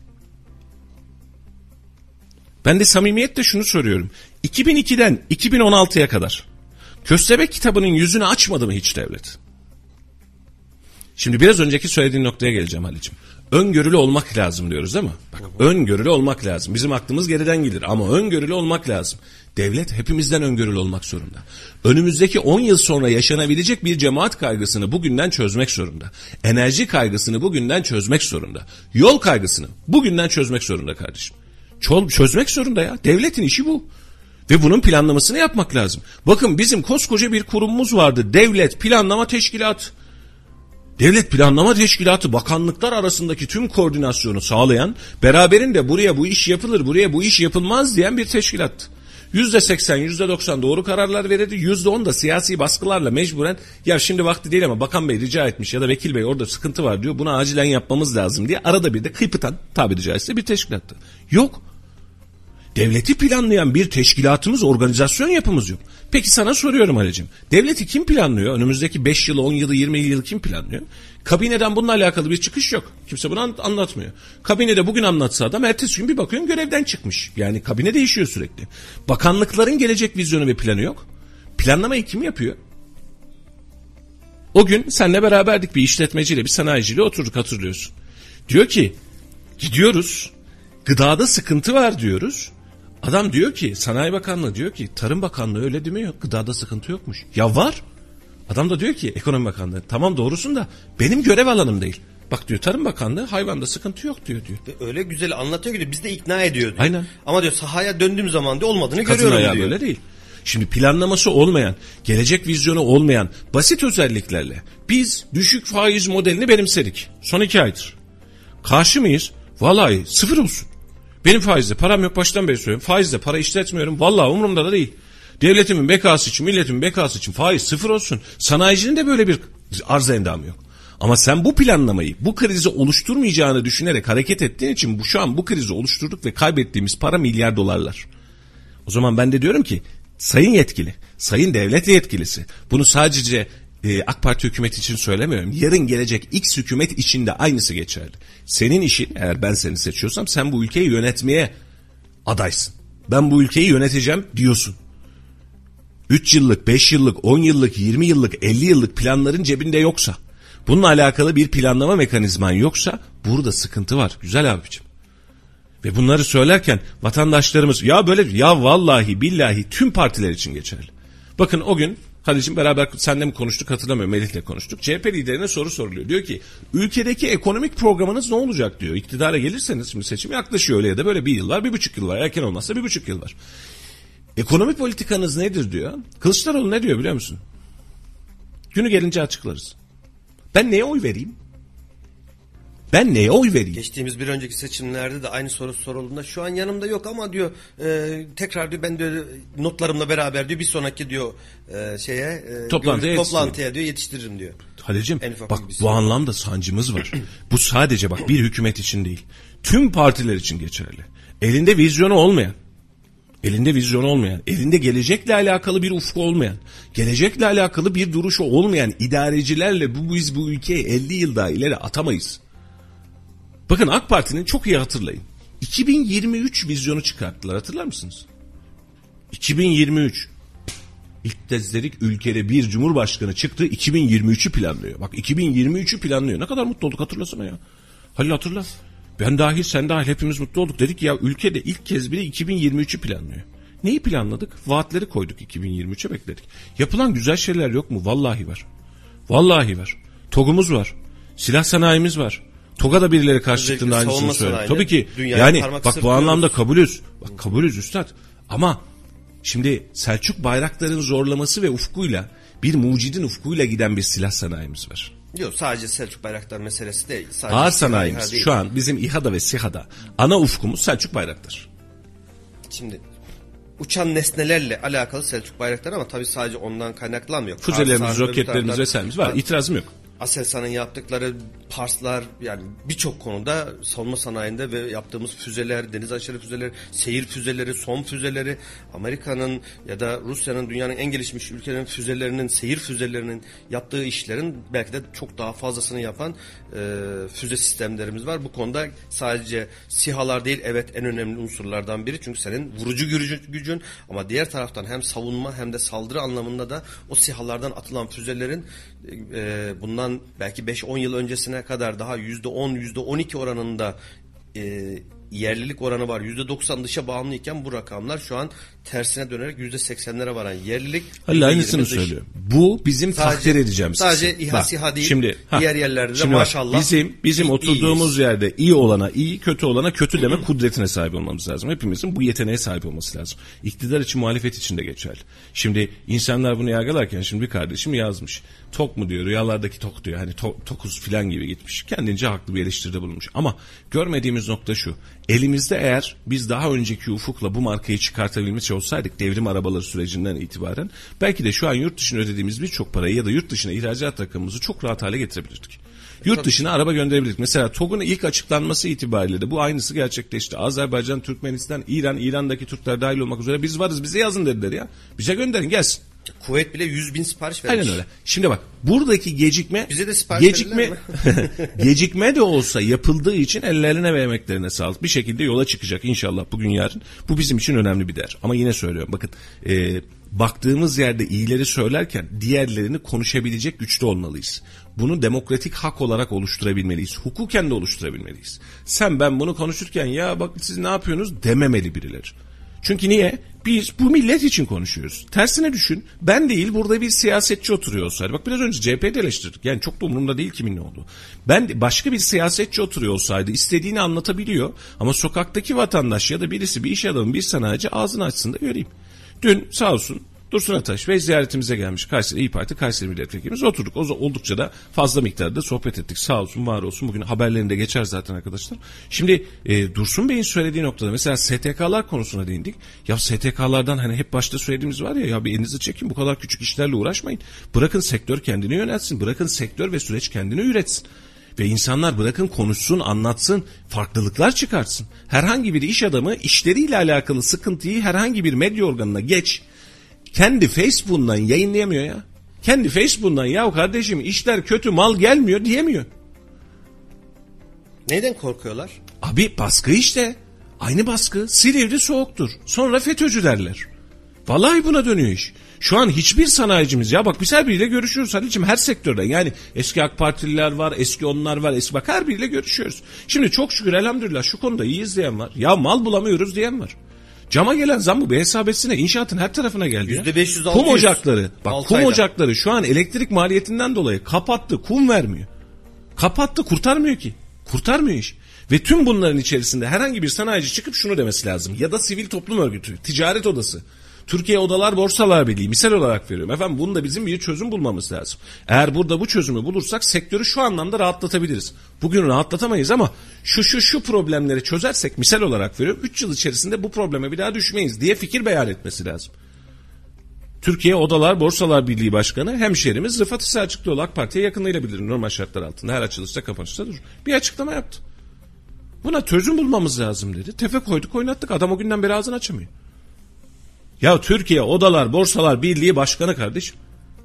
Ben de samimiyetle şunu soruyorum. 2002'den 2016'ya kadar Köstebek kitabının yüzünü açmadı mı hiç devlet? Şimdi biraz önceki söylediğin noktaya geleceğim Halicim. Öngörülü olmak lazım diyoruz değil mi? Bak, öngörülü olmak lazım. Bizim aklımız geriden gelir ama öngörülü olmak lazım. Devlet hepimizden öngörülü olmak zorunda. Önümüzdeki 10 yıl sonra yaşanabilecek bir cemaat kaygısını bugünden çözmek zorunda. Enerji kaygısını bugünden çözmek zorunda. Yol kaygısını bugünden çözmek zorunda kardeşim. Çözmek zorunda ya. Devletin işi bu. Ve bunun planlamasını yapmak lazım. Bakın, bizim koskoca bir kurumumuz vardı. Devlet Planlama Teşkilatı. Devlet Planlama Teşkilatı bakanlıklar arasındaki tüm koordinasyonu sağlayan, beraberinde buraya bu iş yapılır, buraya bu iş yapılmaz diyen bir teşkilattı. %80, %90 doğru kararlar verirdi. %10 da siyasi baskılarla mecburen ya şimdi vakti değil ama bakan bey rica etmiş ya da vekil bey orada sıkıntı var diyor. Bunu acilen yapmamız lazım diye arada bir de kıypıtan, tabiri caizse, bir teşkilattı. Yok. Devleti planlayan bir teşkilatımız, organizasyon yapımız yok. Peki sana soruyorum Halicim. Devleti kim planlıyor? Önümüzdeki 5 yılı, 10 yılı, 20 yılı kim planlıyor? Kabineden bununla alakalı bir çıkış yok. Kimse bunu anlatmıyor. Kabinede bugün anlatsa adam ertesi gün bir bakıyorsun görevden çıkmış. Yani kabine değişiyor sürekli. Bakanlıkların gelecek vizyonu ve planı yok. Planlamayı kim yapıyor? O gün seninle beraberdik, bir işletmeciyle, bir sanayiciyle oturduk, hatırlıyorsun. Diyor ki gidiyoruz, gıdada sıkıntı var diyoruz. Adam diyor ki, Sanayi Bakanlığı diyor ki, Tarım Bakanlığı öyle demiyor, gıdada sıkıntı yokmuş. Ya var. Adam da diyor ki, Ekonomi Bakanlığı, tamam doğrusun da benim görev alanım değil. Bak diyor, Tarım Bakanlığı hayvanda sıkıntı yok diyor. Öyle güzel anlatıyor ki biz de ikna ediyor diyor. Aynen. Ama diyor sahaya döndüğüm zaman diyor olmadığını Kadın görüyorum ayağı diyor. böyle değil. Şimdi planlaması olmayan, gelecek vizyonu olmayan basit özelliklerle biz düşük faiz modelini benimsedik. Son 2 aydır. Karşı mıyız? Vallahi sıfır olsun. Benim faizde param yok, baştan beri söylüyorum. Faizde para işletmiyorum. Vallahi umurumda da değil. Devletimin bekası için, milletimin bekası için faiz sıfır olsun. Sanayicinin de böyle bir arz endamı yok. Ama sen bu planlamayı, bu krizi oluşturmayacağını düşünerek hareket ettiğin için şu an bu krizi oluşturduk ve kaybettiğimiz para milyar dolarlar. O zaman ben de diyorum ki, sayın yetkili, sayın devlet yetkilisi, bunu sadece AK Parti hükümeti için söylemiyorum. Yarın gelecek X hükümet için de aynısı geçerli. Senin işin, eğer ben seni seçiyorsam, sen bu ülkeyi yönetmeye adaysın. Ben bu ülkeyi yöneteceğim diyorsun. 3 yıllık, 5 yıllık, 10 yıllık, 20 yıllık, 50 yıllık planların cebinde yoksa, bununla alakalı bir planlama mekanizman yoksa burada sıkıntı var güzel abicim. Ve bunları söylerken vatandaşlarımız ya böyle, ya vallahi billahi tüm partiler için geçerli. Bakın o gün Halicim beraber seninle mi konuştuk hatırlamıyorum, Melih'le konuştuk. CHP liderine soru soruluyor. Diyor ki ülkedeki ekonomik programınız ne olacak diyor. İktidara gelirseniz, şimdi seçim yaklaşıyor, öyle ya da böyle 1 yıl var, 1,5 yıl var. Erken olmazsa 1,5 yıl var. Ekonomik politikanız nedir diyor. Kılıçdaroğlu ne diyor biliyor musun? Günü gelince açıklarız. Ben neye oy vereyim? Ben neye oy vereyim? Geçtiğimiz bir önceki seçimlerde de aynı soru sorulduğunda şu an yanımda yok ama diyor tekrar diyor ben diyor notlarımla beraber diyor bir sonraki diyor toplantıya diyor yetiştiririm diyor. Halicim bak bu anlamda sancımız var. Bu sadece bak bir hükümet için değil. Tüm partiler için geçerli. Elinde vizyonu olmayan, elinde gelecekle alakalı bir ufku olmayan, gelecekle alakalı bir duruşu olmayan idarecilerle biz bu ülkeyi 50 yıl daha ileri atamayız. Bakın AK Parti'nin çok iyi hatırlayın. 2023 vizyonu çıkarttılar, hatırlar mısınız? 2023. İlk kez dedik ülkede bir cumhurbaşkanı çıktı 2023'ü planlıyor. Bak 2023'ü planlıyor. Ne kadar mutlu olduk hatırlasana ya. Halil hatırla. Ben dahil sen dahil hepimiz mutlu olduk. Dedik ya ülkede ilk kez biri 2023'ü planlıyor. Neyi planladık? Vaatleri koyduk 2023'e bekledik. Yapılan güzel şeyler yok mu? Vallahi var. Vallahi var. TOG'umuz var. Silah sanayimiz var. TOG'a da birileri karşı çıktığında aynısını söylüyor. Tabii ki yani bak bu anlamda kabulüz. Bak kabulüz üstad. Ama şimdi Selçuk Bayraktar'ın zorlaması ve ufkuyla, bir mucidin ufkuyla giden bir silah sanayimiz var. Yok sadece Selçuk Bayraktar meselesi değil. Sadece ağır sanayimiz şu an bizim İHA'da ve SİHA'da ana ufkumuz Selçuk Bayraktar. Şimdi uçan nesnelerle alakalı Selçuk Bayraktar ama tabii sadece ondan kaynaklanmıyor. Füzelerimiz, roketlerimiz vesairemiz var. İtirazım yok. Aselsan'ın yaptıkları Parslar, yani birçok konuda savunma sanayinde ve yaptığımız füzeler, deniz aşırı füzeler, seyir füzeleri, son füzeleri, Amerika'nın ya da Rusya'nın, dünyanın en gelişmiş ülkelerin füzelerinin, seyir füzelerinin yaptığı işlerin belki de çok daha fazlasını yapan füze sistemlerimiz var. Bu konuda sadece SİHA'lar değil, evet en önemli unsurlardan biri, çünkü senin vurucu gücün, ama diğer taraftan hem savunma hem de saldırı anlamında da o SİHA'lardan atılan füzelerin bundan belki 5-10 yıl öncesine kadar daha %10, %12 oranında yerlilik oranı var. %90 dışa bağımlıyken bu rakamlar şu an tersine dönerek %80'lere varan yerlilik. Halil aynısını söylüyor. Bu bizim takdir edeceğimiz. Sadece İHA, SİHA değil. Şimdi, diğer yerlerde de maşallah. Bizim oturduğumuz yerde iyi olana iyi, kötü olana kötü deme kudretine sahip olmamız lazım. Hepimizin bu yeteneğe sahip olması lazım. İktidar için, muhalefet için de geçerli. Şimdi insanlar bunu yargılarken şimdi bir kardeşim yazmış. Tok mu diyor, rüyalardaki tok diyor. Hani tokuz filan gibi gitmiş. Kendince haklı bir eleştiride bulunmuş. Ama görmediğimiz nokta şu. Elimizde eğer biz daha önceki ufukla bu markayı çıkartabilmiş olsaydık devrim arabaları sürecinden itibaren belki de şu an yurt dışına ödediğimiz birçok parayı ya da yurt dışına ihracat rakamımızı çok rahat hale getirebilirdik. Yurt dışına araba gönderebilirdik. Mesela TOG'un ilk açıklanması itibariyle de bu aynısı gerçekleşti. Azerbaycan, Türkmenistan, İran'daki Türkler dahil olmak üzere biz varız, bize yazın dediler ya. Bize gönderin, gelsin. Kuvvet bile 100.000 sipariş vermiş. Aynen öyle. Şimdi bak, buradaki gecikme bize de sipariş gecikme de olsa yapıldığı için ellerine ve emeklerine sağlık. Bir şekilde yola çıkacak inşallah bugün yarın. Bu bizim için önemli bir değer. Ama yine söylüyorum, bakın baktığımız yerde iyileri söylerken diğerlerini konuşabilecek güçte olmalıyız. Bunu demokratik hak olarak oluşturabilmeliyiz. Hukuken de oluşturabilmeliyiz. Sen ben bunu konuşurken ya bak siz ne yapıyorsunuz dememeli birileri. Çünkü niye? Biz bu millet için konuşuyoruz. Tersine düşün. Ben değil, burada bir siyasetçi oturuyor olsaydı. Bak biraz önce CHP'de eleştirdik. Yani çok da umurumda değil kimin ne olduğu. Ben başka bir siyasetçi oturuyor olsaydı istediğini anlatabiliyor. Ama sokaktaki vatandaş ya da birisi, bir iş adamı, bir sanayici ağzını açsın da göreyim. Dün sağ olsun Dursun Ataş Bey ziyaretimize gelmiş. Kayseri İYİ Parti Kayseri Milletvekilimiz, oturduk. Oldukça da fazla miktarda sohbet ettik. Sağ olsun, var olsun. Bugün haberlerinde geçer zaten arkadaşlar. Şimdi Dursun Bey'in söylediği noktada mesela STK'lar konusuna değindik. Ya STK'lardan hani hep başta söylediğimiz var ya bir elinizi çekin, bu kadar küçük işlerle uğraşmayın. Bırakın sektör kendini yönetsin. Bırakın sektör ve süreç kendini üretsin. Ve insanlar bırakın konuşsun, anlatsın, farklılıklar çıkartsın. Herhangi bir iş adamı işleriyle alakalı sıkıntıyı herhangi bir medya organına kendi Facebook'undan yayınlayamıyor ya. Kendi Facebook'undan ya kardeşim işler kötü, mal gelmiyor diyemiyor. Neyden korkuyorlar? Abi baskı işte. Aynı baskı. Silivri soğuktur. Sonra FETÖ'cü derler. Vallahi buna dönüyor iş. Şu an hiçbir sanayicimiz, ya bak biz her biriyle görüşüyoruz Halil'ciğim, her sektörden. Yani eski AK Partililer var, eski onlar var, bak her biriyle görüşüyoruz. Şimdi çok şükür elhamdülillah şu konuda iyiyiz diyen var. Ya mal bulamıyoruz diyen var. Cama gelen zam bu, bir hesap etsene, inşaatın her tarafına geldi. %500, kum ocakları, bak kum ocakları şu an elektrik maliyetinden dolayı kapattı, kum vermiyor. Kapattı, kurtarmıyor ki. Kurtarmıyor iş. Ve tüm bunların içerisinde herhangi bir sanayici çıkıp şunu demesi lazım. Ya da sivil toplum örgütü, ticaret odası, Türkiye Odalar Borsalar Birliği misal olarak veriyorum. Efendim bunda bizim bir çözüm bulmamız lazım. Eğer burada bu çözümü bulursak sektörü şu anlamda rahatlatabiliriz. Bugün rahatlatamayız ama şu problemleri çözersek misal olarak veriyorum 3 yıl içerisinde bu probleme bir daha düşmeyiz diye fikir beyan etmesi lazım. Türkiye Odalar Borsalar Birliği Başkanı hemşehrimiz Rıfat Selçukluoğlu AK Parti'ye yakınlığıyla bilir. Normal şartlar altında her açılışta kapanışta durur. Bir açıklama yaptı. Buna çözüm bulmamız lazım dedi. Tefe koyduk, oynattık. Adam o günden beri ağzını açamıyor. Ya Türkiye Odalar Borsalar Birliği Başkanı kardeşim.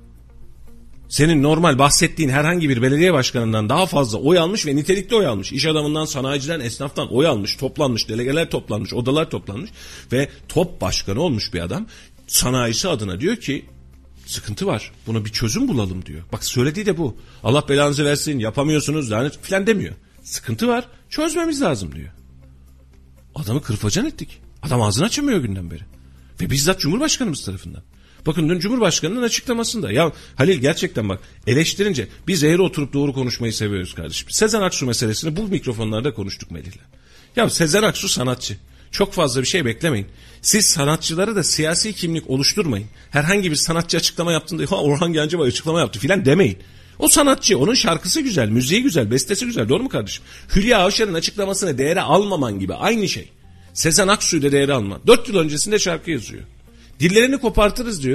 Senin normal bahsettiğin herhangi bir belediye başkanından daha fazla oy almış ve nitelikli oy almış. İş adamından, sanayiciden, esnaftan oy almış, toplanmış, delegeler toplanmış, odalar toplanmış ve top başkanı olmuş bir adam. Sanayisi adına diyor ki sıkıntı var, buna bir çözüm bulalım diyor. Bak söylediği de bu. Allah belanızı versin, yapamıyorsunuz lanet falan demiyor. Sıkıntı var, çözmemiz lazım diyor. Adamı kırpacan ettik. Adam ağzını açamıyor günden beri. Ve bizzat Cumhurbaşkanımız tarafından. Bakın dün Cumhurbaşkanı'nın açıklamasında. Ya Halil gerçekten bak eleştirince biz eğri oturup doğru konuşmayı seviyoruz kardeşim. Sezen Aksu meselesini bu mikrofonlarda konuştuk Melih'le. Ya Sezen Aksu sanatçı. Çok fazla bir şey beklemeyin. Siz sanatçılara da siyasi kimlik oluşturmayın. Herhangi bir sanatçı açıklama yaptığında Orhan Gencebay açıklama yaptı filan demeyin. O sanatçı, onun şarkısı güzel, müziği güzel, bestesi güzel, doğru mu kardeşim? Hülya Avşar'ın açıklamasını değere almaman gibi aynı şey. Sezen Aksu'yu da değere alma. 4 yıl öncesinde şarkı yazıyor. Dillerini kopartırız diyoruz.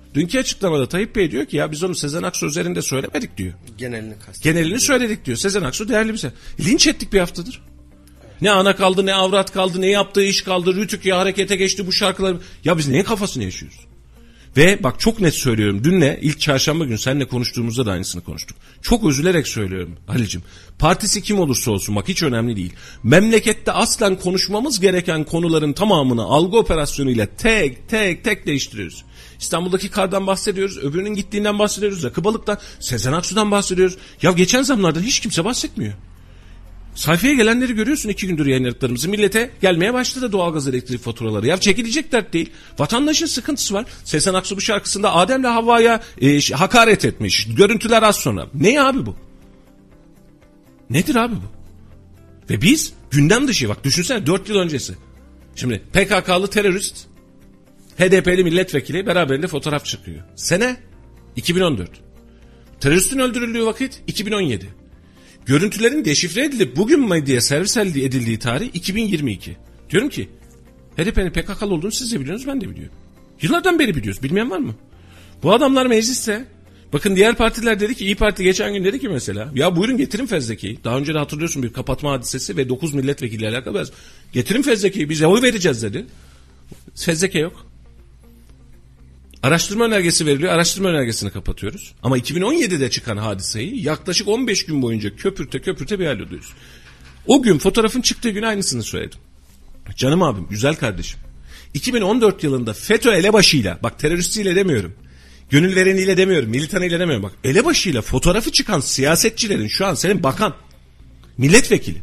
Dünkü açıklamada Tayyip Bey diyor ki ya biz onu Sezen Aksu üzerinde söylemedik diyor. Genelini söyledik diyor. Sezen Aksu değerli bir şey. Linç ettik bir haftadır. Ne ana kaldı, ne avrat kaldı, ne yaptığı iş kaldı. Rütük ya harekete geçti bu şarkılar. Ya biz neyin kafasını yaşıyoruz? Ve bak çok net söylüyorum. Dünle ilk çarşamba günü seninle konuştuğumuzda da aynısını konuştuk. Çok üzülerek söylüyorum Halil'cim. Partisi kim olursa olsun bak hiç önemli değil. Memlekette aslen konuşmamız gereken konuların tamamını algı operasyonuyla tek değiştiriyoruz. İstanbul'daki kardan bahsediyoruz. Öbürünün gittiğinden bahsediyoruz. Rakı Balık'tan, Sezen Aksu'dan bahsediyoruz. Ya geçen zamlardan hiç kimse bahsetmiyor. Sayfaya gelenleri görüyorsun 2 gündür yayınladıklarımızı. Millete gelmeye başladı doğalgaz elektrik faturaları. Ya çekilecek dert değil. Vatandaşın sıkıntısı var. Sezen Aksu bu şarkısında Adem'le Havva'ya hakaret etmiş. Görüntüler az sonra. Ne abi bu? Nedir abi bu? Ve biz gündem dışı bak düşünsene 4 yıl öncesi. Şimdi PKK'lı terörist HDP'li milletvekili beraberinde fotoğraf çıkıyor. Sene 2014. Teröristin öldürüldüğü vakit 2017. Görüntülerin deşifre edilip bugün medyaya servis edildiği tarih 2022. Diyorum ki HDP'nin PKK'lı olduğunu siz de biliyorsunuz, ben de biliyorum. Yıllardan beri biliyoruz. Bilmeyen var mı? Bu adamlar mecliste. Bakın diğer partiler dedi ki, İYİ Parti geçen gün dedi ki mesela ya buyurun getirin fezlekeyi. Daha önce de hatırlıyorsun bir kapatma hadisesi ve 9 milletvekiliyle alakalı. Getirin fezlekeyi, biz oy vereceğiz dedi. Fezleke yok. Araştırma önergesi veriliyor. Araştırma önergesini kapatıyoruz. Ama 2017'de çıkan hadiseyi yaklaşık 15 gün boyunca köpürte bir hal oluyoruz. O gün fotoğrafın çıktığı gün aynısını söyledim. Canım abim, güzel kardeşim. 2014 yılında FETÖ elebaşıyla, bak teröristiyle demiyorum. Gönül vereniyle demiyorum, militanıyla demiyorum. Bak elebaşıyla fotoğrafı çıkan siyasetçilerin şu an senin bakan, milletvekili.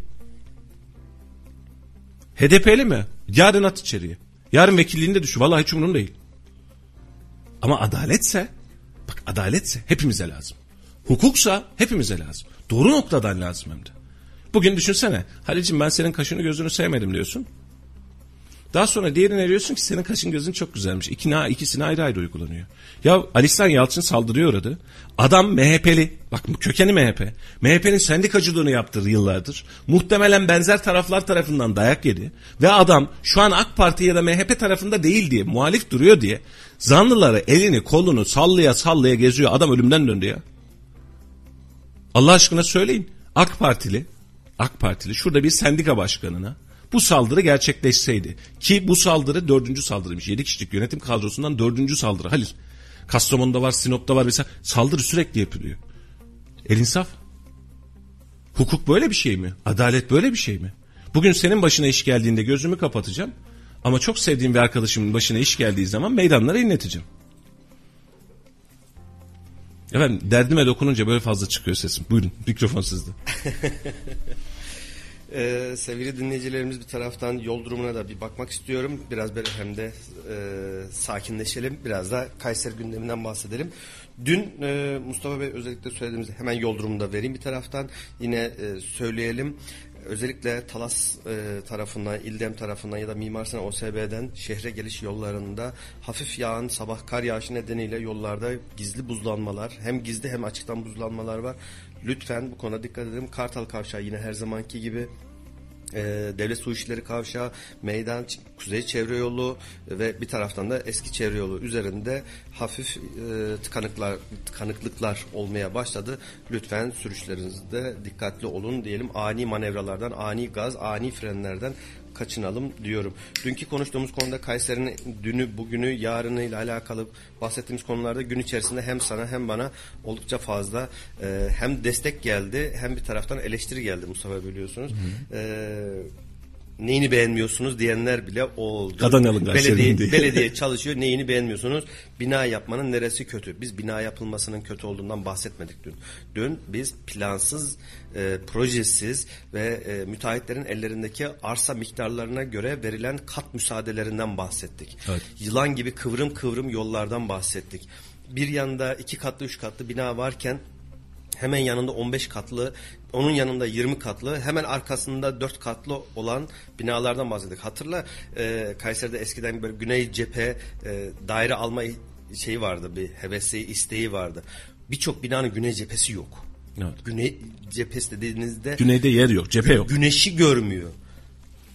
HDP'li mi? Yarın at içeriye. Yarın vekilliğinde düşür. Vallahi hiç umurumda değil. Ama adaletse, bak adaletse hepimize lazım. Hukuksa hepimize lazım. Doğru noktadan lazım hem de. Bugün düşünsene. Halil'cim ben senin kaşını gözünü sevmedim diyorsun. Daha sonra diğerine diyorsun ki senin kaşın gözün çok güzelmiş. İkisine ayrı ayrı uygulanıyor. Ya Ali İhsan Yalçın saldırıya uğradı. Adam MHP'li. Bak kökeni MHP. MHP'nin sendikacılığını yaptırdı yıllardır. Muhtemelen benzer taraflar tarafından dayak yedi. Ve adam şu an AK Parti ya da MHP tarafında değil diye, muhalif duruyor diye zanlıları elini kolunu sallaya geziyor. Adam ölümden döndü ya. Allah aşkına söyleyin. AK Partili şurada bir sendika başkanına bu saldırı gerçekleşseydi, ki bu saldırı 4. saldırıymış. 7 kişilik yönetim kadrosundan 4. saldırı Halil. Kastamonu'da var, Sinop'ta var mesela. Saldırı sürekli yapılıyor. El insaf. Hukuk böyle bir şey mi? Adalet böyle bir şey mi? Bugün senin başına iş geldiğinde gözümü kapatacağım. Ama çok sevdiğim bir arkadaşımın başına iş geldiği zaman meydanlara inleteceğim. Efendim derdime dokununca böyle fazla çıkıyor sesim. Buyurun, mikrofon sizde. Sevgili dinleyicilerimiz, bir taraftan yol durumuna da bir bakmak istiyorum. Biraz böyle hem de sakinleşelim. Biraz da Kayseri gündeminden bahsedelim. Dün Mustafa Bey özellikle söylediğimiz hemen yol durumunu da vereyim bir taraftan. Yine söyleyelim. Özellikle Talas tarafından, İldem tarafından ya da Mimar Sinan OSB'den şehre geliş yollarında hafif yağan sabah kar yağışı nedeniyle yollarda gizli buzlanmalar, hem gizli hem açıktan buzlanmalar var. Lütfen bu konuda dikkat edelim. Kartal Kavşağı yine her zamanki gibi, Devlet Su İşleri Kavşağı, Meydan, Kuzey Çevre Yolu ve bir taraftan da eski çevre yolu üzerinde hafif tıkanıklıklar olmaya başladı. Lütfen sürüşlerinizde dikkatli olun diyelim. Ani manevralardan, ani gaz, ani frenlerden kaçınalım diyorum. Dünkü konuştuğumuz konuda Kayseri'nin dünü, bugünü, yarını ile alakalı bahsettiğimiz konularda gün içerisinde hem sana hem bana oldukça fazla hem destek geldi hem bir taraftan eleştiri geldi Mustafa, biliyorsunuz. Neyini beğenmiyorsunuz diyenler bile oldu. Belediye çalışıyor, neyini beğenmiyorsunuz? Bina yapmanın neresi kötü? Biz bina yapılmasının kötü olduğundan bahsetmedik dün. Dün biz plansız, projesiz ve müteahhitlerin ellerindeki arsa miktarlarına göre verilen kat müsaadelerinden bahsettik. Evet. Yılan gibi kıvrım yollardan bahsettik. Bir yanda 2 katlı 3 katlı bina varken hemen yanında 15 katlı, onun yanında 20 katlı, hemen arkasında 4 katlı olan binalardan bahsettik. Hatırla, Kayseri'de eskiden böyle güney cephe daire alma şeyi vardı, bir hevesi, isteği vardı. Birçok binanın güney cephesi yok. Evet. Güney cephesi dediğinizde güneyde yer yok, cephe yok. Güneşi görmüyor.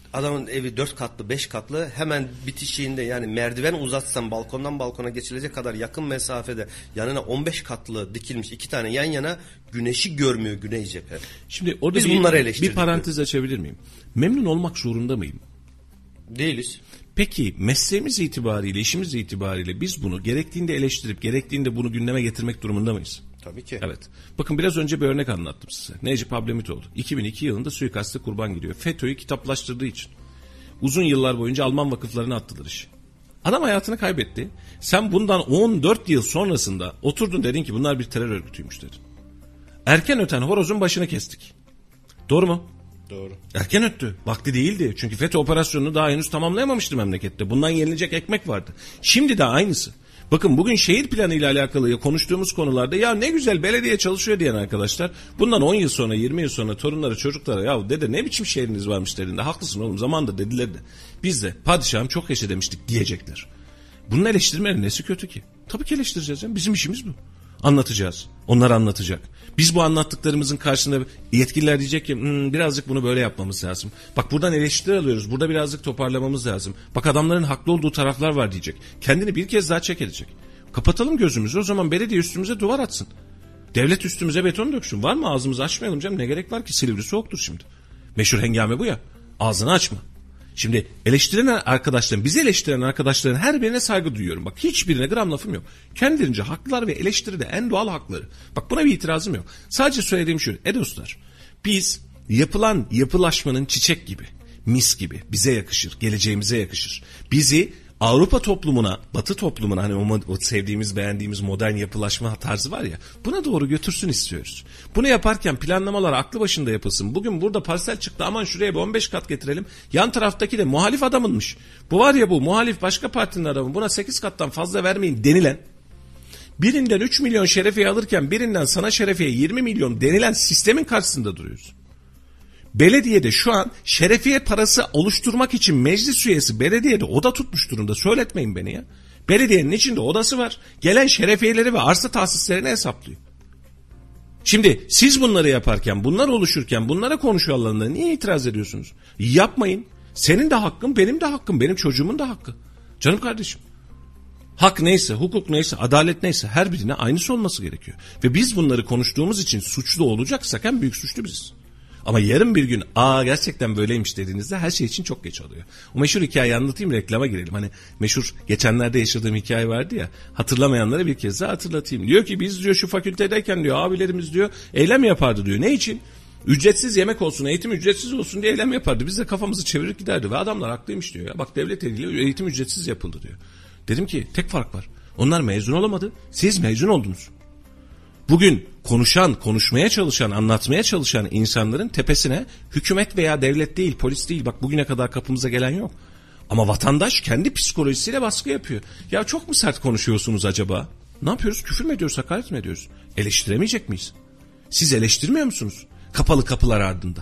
Adamın evi 4 katlı 5 katlı, hemen bitişiğinde, yani merdiven uzatsan balkondan balkona geçilecek kadar yakın mesafede yanına 15 katlı dikilmiş 2 tane yan yana, güneşi görmüyor güney cephe. Şimdi orada Biz bunları eleştirdik. bir parantez açabilir miyim? Memnun olmak zorunda mıyım? Değiliz. Peki mesleğimiz itibariyle, işimiz itibariyle biz bunu gerektiğinde eleştirip gerektiğinde bunu gündeme getirmek durumunda mıyız? Tabii ki. Evet. Bakın biraz önce bir örnek anlattım size. Necip Hablemitoğlu 2002 yılında suikaste kurban gidiyor. FETÖ'yü kitaplaştırdığı için. Uzun yıllar boyunca Alman vakıflarına attılar işi. Adam hayatını kaybetti. Sen bundan 14 yıl sonrasında oturdun, dedin ki bunlar bir terör örgütüymüş dedin. Erken öten horozun başını kestik. Doğru mu? Doğru. Erken öttü. Vakti değildi. Çünkü FETÖ operasyonunu daha henüz tamamlayamamıştı memlekette. Bundan yenilecek ekmek vardı. Şimdi de aynısı. Bakın bugün şehir planı ile alakalı konuştuğumuz konularda ya ne güzel belediye çalışıyor diyen arkadaşlar, bundan 10 yıl sonra 20 yıl sonra torunları çocuklara ya dede ne biçim şehriniz varmış dediğinde haklısın oğlum zamanında dediler de biz de padişahım çok yaşa demiştik diyecekler. Bunun eleştirmenin nesi kötü ki? Tabii ki eleştireceğiz. Yani. Bizim işimiz bu. Anlatacağız. Onlar anlatacak. Biz bu anlattıklarımızın karşısında yetkililer diyecek ki birazcık bunu böyle yapmamız lazım. Bak buradan eleştiri alıyoruz. Burada birazcık toparlamamız lazım. Bak adamların haklı olduğu taraflar var diyecek. Kendini bir kez daha çek edecek. Kapatalım gözümüzü, o zaman belediye üstümüze duvar atsın. Devlet üstümüze beton döksün. Var mı, ağzımızı açmayalım canım, ne gerek var ki, Silivri soğuktur şimdi. Meşhur hengame bu ya. Ağzını açma. Şimdi eleştiren arkadaşların, bizi eleştiren arkadaşların her birine saygı duyuyorum. Bak hiçbirine gram lafım yok. Kendilerince haklılar ve eleştiride en doğal hakları. Bak buna bir itirazım yok. Sadece söylediğim şu, dostlar, biz yapılan yapılaşmanın çiçek gibi, mis gibi, bize yakışır, geleceğimize yakışır. Bizi Avrupa toplumuna, Batı toplumuna, hani o sevdiğimiz, beğendiğimiz modern yapılaşma tarzı var ya, buna doğru götürsün istiyoruz. Bunu yaparken planlamalar aklı başında yapılsın. Bugün burada parsel çıktı, aman şuraya bir 15 kat getirelim. Yan taraftaki de muhalif adamınmış. Bu var ya, bu muhalif başka partinin adamı, buna 8 kattan fazla vermeyin denilen, birinden 3 milyon şerefiye alırken birinden sana şerefiye 20 milyon denilen sistemin karşısında duruyoruz. Belediyede şu an şerefiye parası oluşturmak için meclis üyesi belediyede oda tutmuş durumda. Söyletmeyin beni ya. Belediyenin içinde odası var. Gelen şerefiyeleri ve arsa tahsislerini hesaplıyor. Şimdi siz bunları yaparken, bunlar oluşurken, bunlara konuşuyor alanında niye itiraz ediyorsunuz? Yapmayın. Senin de hakkın, benim de hakkım, benim çocuğumun da hakkı. Canım kardeşim. Hak neyse, hukuk neyse, adalet neyse her birine aynısı olması gerekiyor. Ve biz bunları konuştuğumuz için suçlu olacaksak en büyük suçlu biziz. Ama yarın bir gün gerçekten böyleymiş dediğinizde her şey için çok geç oluyor. O meşhur hikayeyi anlatayım, reklama girelim. Hani meşhur geçenlerde yaşadığım hikaye vardı ya, hatırlamayanlara bir kez daha hatırlatayım. Diyor ki biz diyor şu fakültedeyken diyor abilerimiz diyor eylem yapardı diyor. Ne için? Ücretsiz yemek olsun, eğitim ücretsiz olsun diye eylem yapardı. Biz de kafamızı çevirip giderdi ve adamlar haklıymış diyor ya. Bak devlet eliyle eğitim ücretsiz yapıldı diyor. Dedim ki tek fark var. Onlar mezun olamadı, siz mezun oldunuz. Bugün konuşmaya çalışan, anlatmaya çalışan insanların tepesine hükümet veya devlet değil, polis değil, bak bugüne kadar kapımıza gelen yok. Ama vatandaş kendi psikolojisiyle baskı yapıyor. Ya çok mu sert konuşuyorsunuz acaba? Ne yapıyoruz? Küfür mü ediyoruz, hakaret mi ediyoruz? Eleştiremeyecek miyiz? Siz eleştirmiyor musunuz? Kapalı kapılar ardında.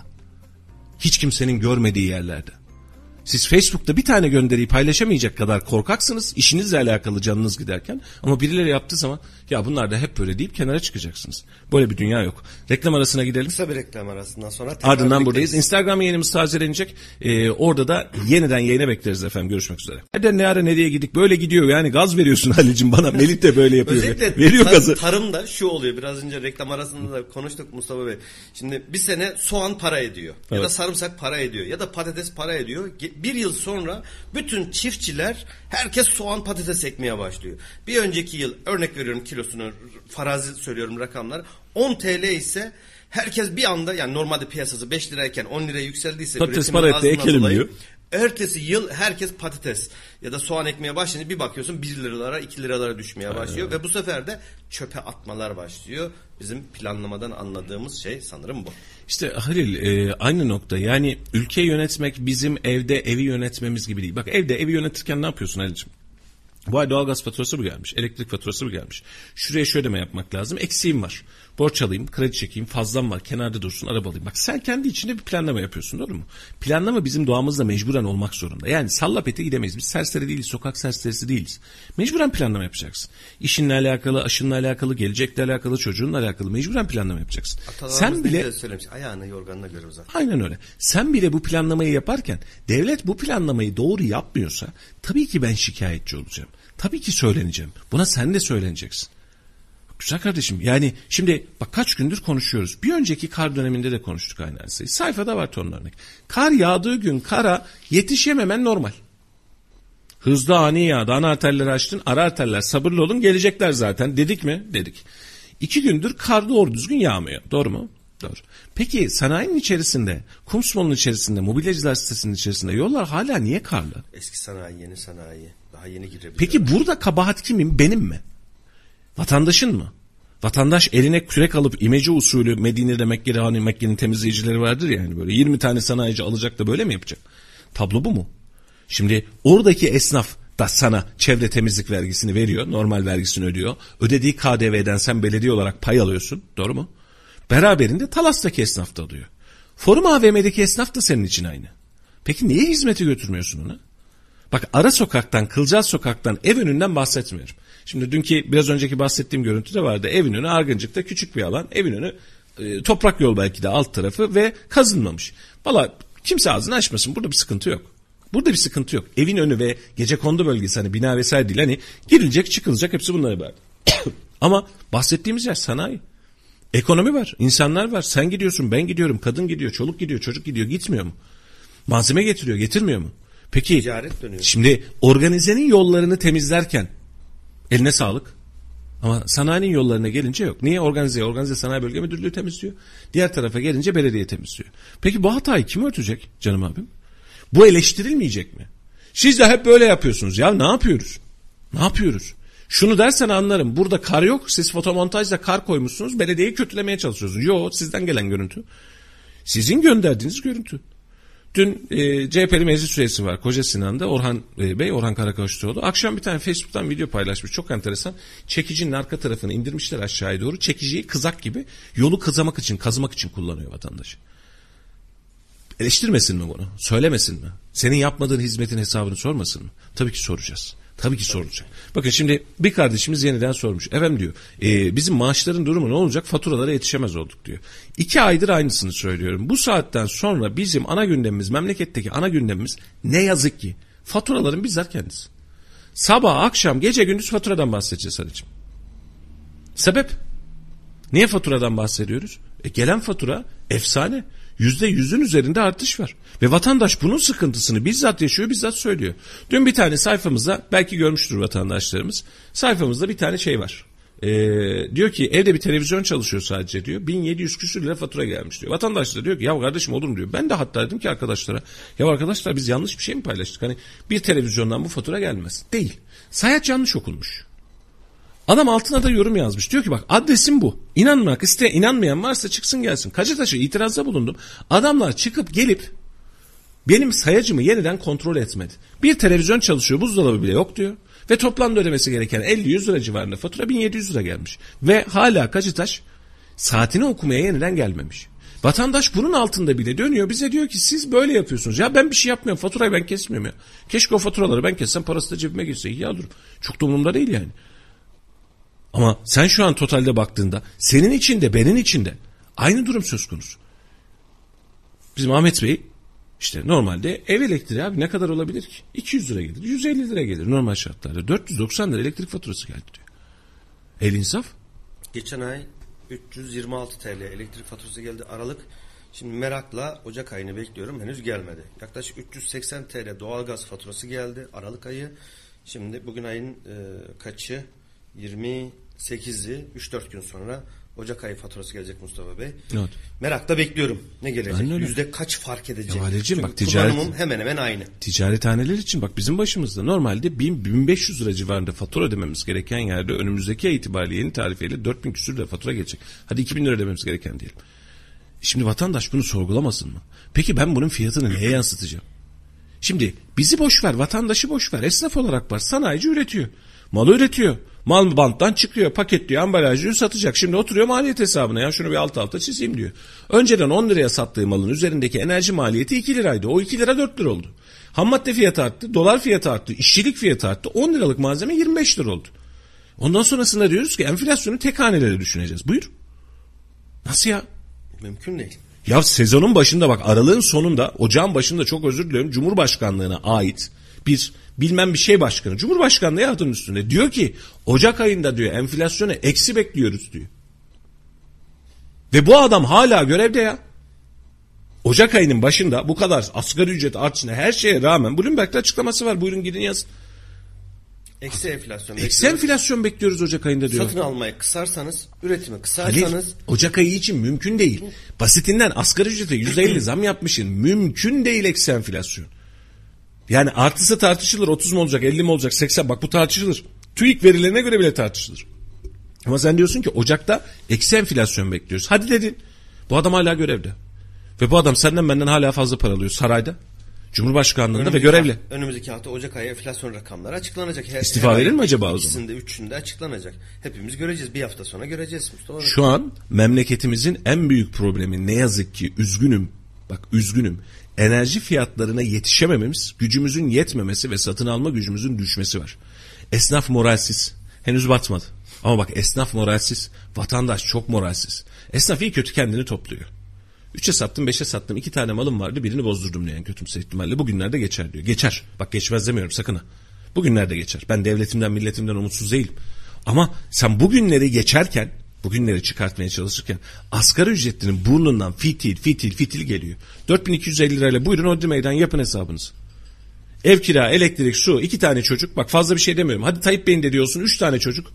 Hiç kimsenin görmediği yerlerde. Siz Facebook'ta bir tane gönderiyi paylaşamayacak kadar korkaksınız işinizle alakalı canınız giderken, ama birileri yaptığı zaman ya bunlar da hep böyle deyip kenara çıkacaksınız. Böyle bir dünya yok. Reklam arasına gidelim. Kısa bir reklam arasından sonra ardından buradayız. Instagram yayınımız tazelenecek. Orada da yeniden yayına bekleriz efendim. Görüşmek üzere. Nereden ne ara nereye gidik? Böyle gidiyor yani, gaz veriyorsun Halicim bana. Melih de böyle yapıyor. Özellikle veriyor gazı. Tarımda şu oluyor. Biraz önce reklam arasında da konuştuk Mustafa Bey. Şimdi bir sene soğan para ediyor. Evet. Ya da sarımsak para ediyor. Ya da patates para ediyor. Bir yıl sonra bütün çiftçiler, herkes soğan patates ekmeye başlıyor. Bir önceki yıl, örnek veriyorum kilosunu, farazi söylüyorum rakamlar, 10 TL ise herkes bir anda, yani normalde piyasası 5 lirayken 10 liraya yükseldiyse patates para etti ekelim diyor. Ertesi yıl herkes patates ya da soğan ekmeye başlayınca bir bakıyorsun 1 liralara 2 liralara düşmeye başlıyor. Ve bu sefer de çöpe atmalar başlıyor. Bizim planlamadan anladığımız şey sanırım bu. İşte Halil aynı nokta, yani ülke yönetmek bizim evde evi yönetmemiz gibi değil. Bak evde evi yönetirken ne yapıyorsun Halil'ciğim? Bu ay doğalgaz faturası mı gelmiş? Elektrik faturası mı gelmiş? Şuraya şu ödeme yapmak lazım. Eksiğim var. Borç alayım, kredi çekeyim, fazlam var, kenarda dursun, araba alayım. Bak sen kendi içinde bir planlama yapıyorsun, doğru mu? Planlama bizim doğamızda mecburen olmak zorunda. Yani sallapete gidemeyiz. Biz serseri değiliz, sokak serserisi değiliz. Mecburen planlama yapacaksın. İşinle alakalı, aşınla alakalı, gelecekle alakalı, çocuğunla alakalı mecburen planlama yapacaksın. Sen bile söylemiş, ayağını yorganına göre uzat. Aynen öyle. Sen bile bu planlamayı yaparken devlet bu planlamayı doğru yapmıyorsa tabii ki ben şikayetçi olacağım. Tabii ki söyleneceğim. Buna sen de söyleneceksin. Güzel kardeşim, yani şimdi bak kaç gündür konuşuyoruz. Bir önceki kar döneminde de konuştuk aynı hadisayı. Sayfada var ton örnek. Kar yağdığı gün kara yetişememen normal. Hızlı ani yağdı, ana arterleri açtın, ara arterler sabırlı olun, gelecekler zaten dedik mi? Dedik. 2 gündür kar doğru düzgün yağmıyor, doğru mu? Doğru. Peki sanayinin içerisinde, Kumsmon'un içerisinde, mobilyacılar sitesinin içerisinde yollar hala niye karlı? Eski sanayi, yeni sanayi, daha yeni girebiliyor. Peki burada kabahat kimin, benim mi? Vatandaşın mı? Vatandaş eline kürek alıp imece usulü Medine'de Mekke'de hani Mekke'nin temizleyicileri vardır ya, yani böyle 20 tane sanayici alacak da böyle mi yapacak? Tablo bu mu? Şimdi oradaki esnaf da sana çevre temizlik vergisini veriyor, normal vergisini ödüyor. Ödediği KDV'den sen belediye olarak pay alıyorsun, doğru mu? Beraberinde Talas'taki esnaf da alıyor. Forum AVM'deki esnaf da senin için aynı. Peki niye hizmeti götürmüyorsun ona? Bak ara sokaktan, Kılcal sokaktan, ev önünden bahsetmiyorum. Şimdi dünkü biraz önceki bahsettiğim görüntüde vardı. Evin önü Argıncık'ta küçük bir alan. Evin önü toprak yol belki de alt tarafı ve kazınmamış. Valla kimse ağzını açmasın, burada bir sıkıntı yok. Burada bir sıkıntı yok. Evin önü ve gecekondu bölgesi hani bina vesaire değil. Hani girilecek çıkılacak hepsi bunlara ibaret. Ama bahsettiğimiz yer sanayi. Ekonomi var, insanlar var. Sen gidiyorsun, ben gidiyorum, kadın gidiyor, çoluk gidiyor, çocuk gidiyor, gitmiyor mu? Malzeme getiriyor, getirmiyor mu? Peki şimdi organizenin yollarını temizlerken eline sağlık. Ama sanayinin yollarına gelince yok. Niye? Organize Sanayi Bölge Müdürlüğü temizliyor. Diğer tarafa gelince belediye temizliyor. Peki bu hatayı kim örtecek canım abim? Bu eleştirilmeyecek mi? Siz de hep böyle yapıyorsunuz. Ya ne yapıyoruz? Ne yapıyoruz? Şunu dersen anlarım. Burada kar yok. Siz fotomontajla kar koymuşsunuz. Belediyeyi kötülemeye çalışıyorsunuz. Yok, sizden gelen görüntü. Sizin gönderdiğiniz görüntü. Dün CHP'li meclis üyesi var Koca Sinan'da Orhan Bey, Orhan Karakaşlıoğlu. Akşam bir tane Facebook'tan video paylaşmış. Çok enteresan. Çekicinin arka tarafını indirmişler aşağıya doğru. Çekiciyi kızak gibi yolu kazmak için kullanıyor vatandaş. Eleştirmesin mi bunu? Söylemesin mi? Senin yapmadığın hizmetin hesabını sormasın mı? Tabii ki soracağız. Tabii ki sorulacak. Bakın şimdi bir kardeşimiz yeniden sormuş. Efendim diyor, bizim maaşların durumu ne olacak? Faturalara yetişemez olduk diyor. 2 aydır aynısını söylüyorum. Bu saatten sonra bizim ana gündemimiz, memleketteki ana gündemimiz ne yazık ki faturaların bizzat kendisi. Sabah, akşam, gece gündüz faturadan bahsedeceğiz Halicim. Sebep? Niye faturadan bahsediyoruz? Gelen fatura efsane. %100'ün üzerinde artış var. Ve vatandaş bunun sıkıntısını bizzat yaşıyor, bizzat söylüyor. Dün bir tane sayfamızda, belki görmüştür vatandaşlarımız, sayfamızda bir tane şey var. Diyor ki evde bir televizyon çalışıyor sadece diyor. 1700 küsür lira fatura gelmiş diyor. Vatandaş da diyor ki ya kardeşim olur mu diyor. Ben de hatta dedim ki arkadaşlara, ya arkadaşlar biz yanlış bir şey mi paylaştık? Hani bir televizyondan bu fatura gelmez. Değil. Sayaç yanlış okunmuş. Adam altına da yorum yazmış. Diyor ki bak adresim bu. İnanmak isteyen, inanmayan varsa çıksın gelsin. Kacataş'a itirazda bulundum. Adamlar çıkıp gelip benim sayacımı yeniden kontrol etmedi. Bir televizyon çalışıyor, buzdolabı bile yok diyor. Ve toplamda ödemesi gereken 50-100 lira civarında fatura 1700 lira gelmiş. Ve hala Kacataş saatini okumaya yeniden gelmemiş. Vatandaş bunun altında bile dönüyor bize diyor ki siz böyle yapıyorsunuz. Ya ben bir şey yapmıyorum, faturayı ben kesmiyorum ya. Keşke o faturaları ben kessem, parası da cebime girse iyi olur. Çok da umurumda değil yani. Ama sen şu an totalde baktığında senin için de benim için de aynı durum söz konusu. Bizim Ahmet Bey işte normalde ev elektriği abi ne kadar olabilir ki? 200 lira gelir, 150 lira gelir normal şartlarda. 490 lira elektrik faturası geldi diyor. El insaf. Geçen ay 326 TL elektrik faturası geldi Aralık. Şimdi merakla Ocak ayını bekliyorum, henüz gelmedi. Yaklaşık 380 TL doğalgaz faturası geldi Aralık ayı. Şimdi bugün ayın kaçı? 28'i 3-4 gün sonra Ocak ayı faturası gelecek Mustafa Bey. Evet. Merakla bekliyorum. Ne gelecek? Yüzde kaç fark edecek? Ya Halicim, bak kullanımım hemen hemen aynı. Ticarethaneler için bak bizim başımızda normalde 1000-1500 lira civarında fatura ödememiz gereken yerde önümüzdeki ay itibariyle yeni tarifiyle 4000 küsür lira fatura gelecek. Hadi 2000 lira ödememiz gereken diyelim. Şimdi vatandaş bunu sorgulamasın mı? Peki ben bunun fiyatını neye yansıtacağım? Şimdi bizi boş ver, vatandaşı boş ver. Esnaf olarak var, sanayici üretiyor. Malı üretiyor. Mal banttan çıkıyor, paketliyor, ambalajlıyor, satacak. Şimdi oturuyor maliyet hesabına, ya şunu bir alt alta çizeyim diyor. Önceden 10 liraya sattığı malın üzerindeki enerji maliyeti 2 liraydı. O 2 lira 4 lira oldu. Ham madde fiyatı arttı, dolar fiyatı arttı, işçilik fiyatı arttı. 10 liralık malzeme 25 lira oldu. Ondan sonrasında diyoruz ki enflasyonu tek hanelere düşüneceğiz. Buyur. Nasıl ya? Mümkün değil. Ya sezonun başında bak, aralığın sonunda, ocağın başında, çok özür diliyorum, Cumhurbaşkanlığına ait bir bilmem bir şey başkanı, Cumhurbaşkanlığı adının üstünde diyor ki Ocak ayında diyor enflasyonu eksi bekliyoruz diyor. Ve bu adam hala görevde ya. Ocak ayının başında bu kadar asgari ücret artışına, her şeye rağmen Bloomberg'de açıklaması var, buyurun gidin yazın. Eksi enflasyon Eksi enflasyon bekliyoruz Ocak ayında diyor. Satın almayı kısarsanız, üretimi kısarsanız. Halil, Ocak ayı için mümkün değil. Basitinden asgari ücrete %50 zam yapmışsın. Mümkün değil eksi enflasyon. Yani artısı tartışılır. 30 mu olacak, 50 mi olacak, 80, bak bu tartışılır. TÜİK verilerine göre bile tartışılır. Ama sen diyorsun ki Ocak'ta eksi enflasyon bekliyoruz. Hadi dedin. Bu adam hala görevde. Ve bu adam senden benden hala fazla para alıyor sarayda, Cumhurbaşkanlığında ve görevli. Önümüzdeki hafta Ocak ayı enflasyon rakamları açıklanacak. İstifa verir mi acaba o zaman? İkisinde, üçünde açıklanacak. Hepimiz göreceğiz. Bir hafta sonra göreceğiz. Mustafa Şu an memleketimizin en büyük problemi, ne yazık ki üzgünüm, enerji fiyatlarına yetişemememiz, gücümüzün yetmemesi ve satın alma gücümüzün düşmesi var. Esnaf moralsiz. Henüz batmadı. Ama bak, esnaf moralsiz, vatandaş çok moralsiz. Esnaf iyi kötü kendini topluyor. 3'e sattım, 5'e sattım, 2 tane malım vardı, birini bozdurdum diye en kötümse ihtimalle. Bugünlerde geçer diyor. Geçer. Bak geçmez demiyorum sakın ha. Bugünlerde geçer. Ben devletimden, milletimden umutsuz değilim. Ama sen bugünleri geçerken, bugünleri çıkartmaya çalışırken asgari ücretlinin burnundan fitil geliyor. 4250 lirayla buyurun Odri Meydan yapın hesabınızı. Ev kira, elektrik, su, 2 tane çocuk. Bak fazla bir şey demiyorum. Hadi Tayyip Bey'in de diyorsun 3 tane çocuk.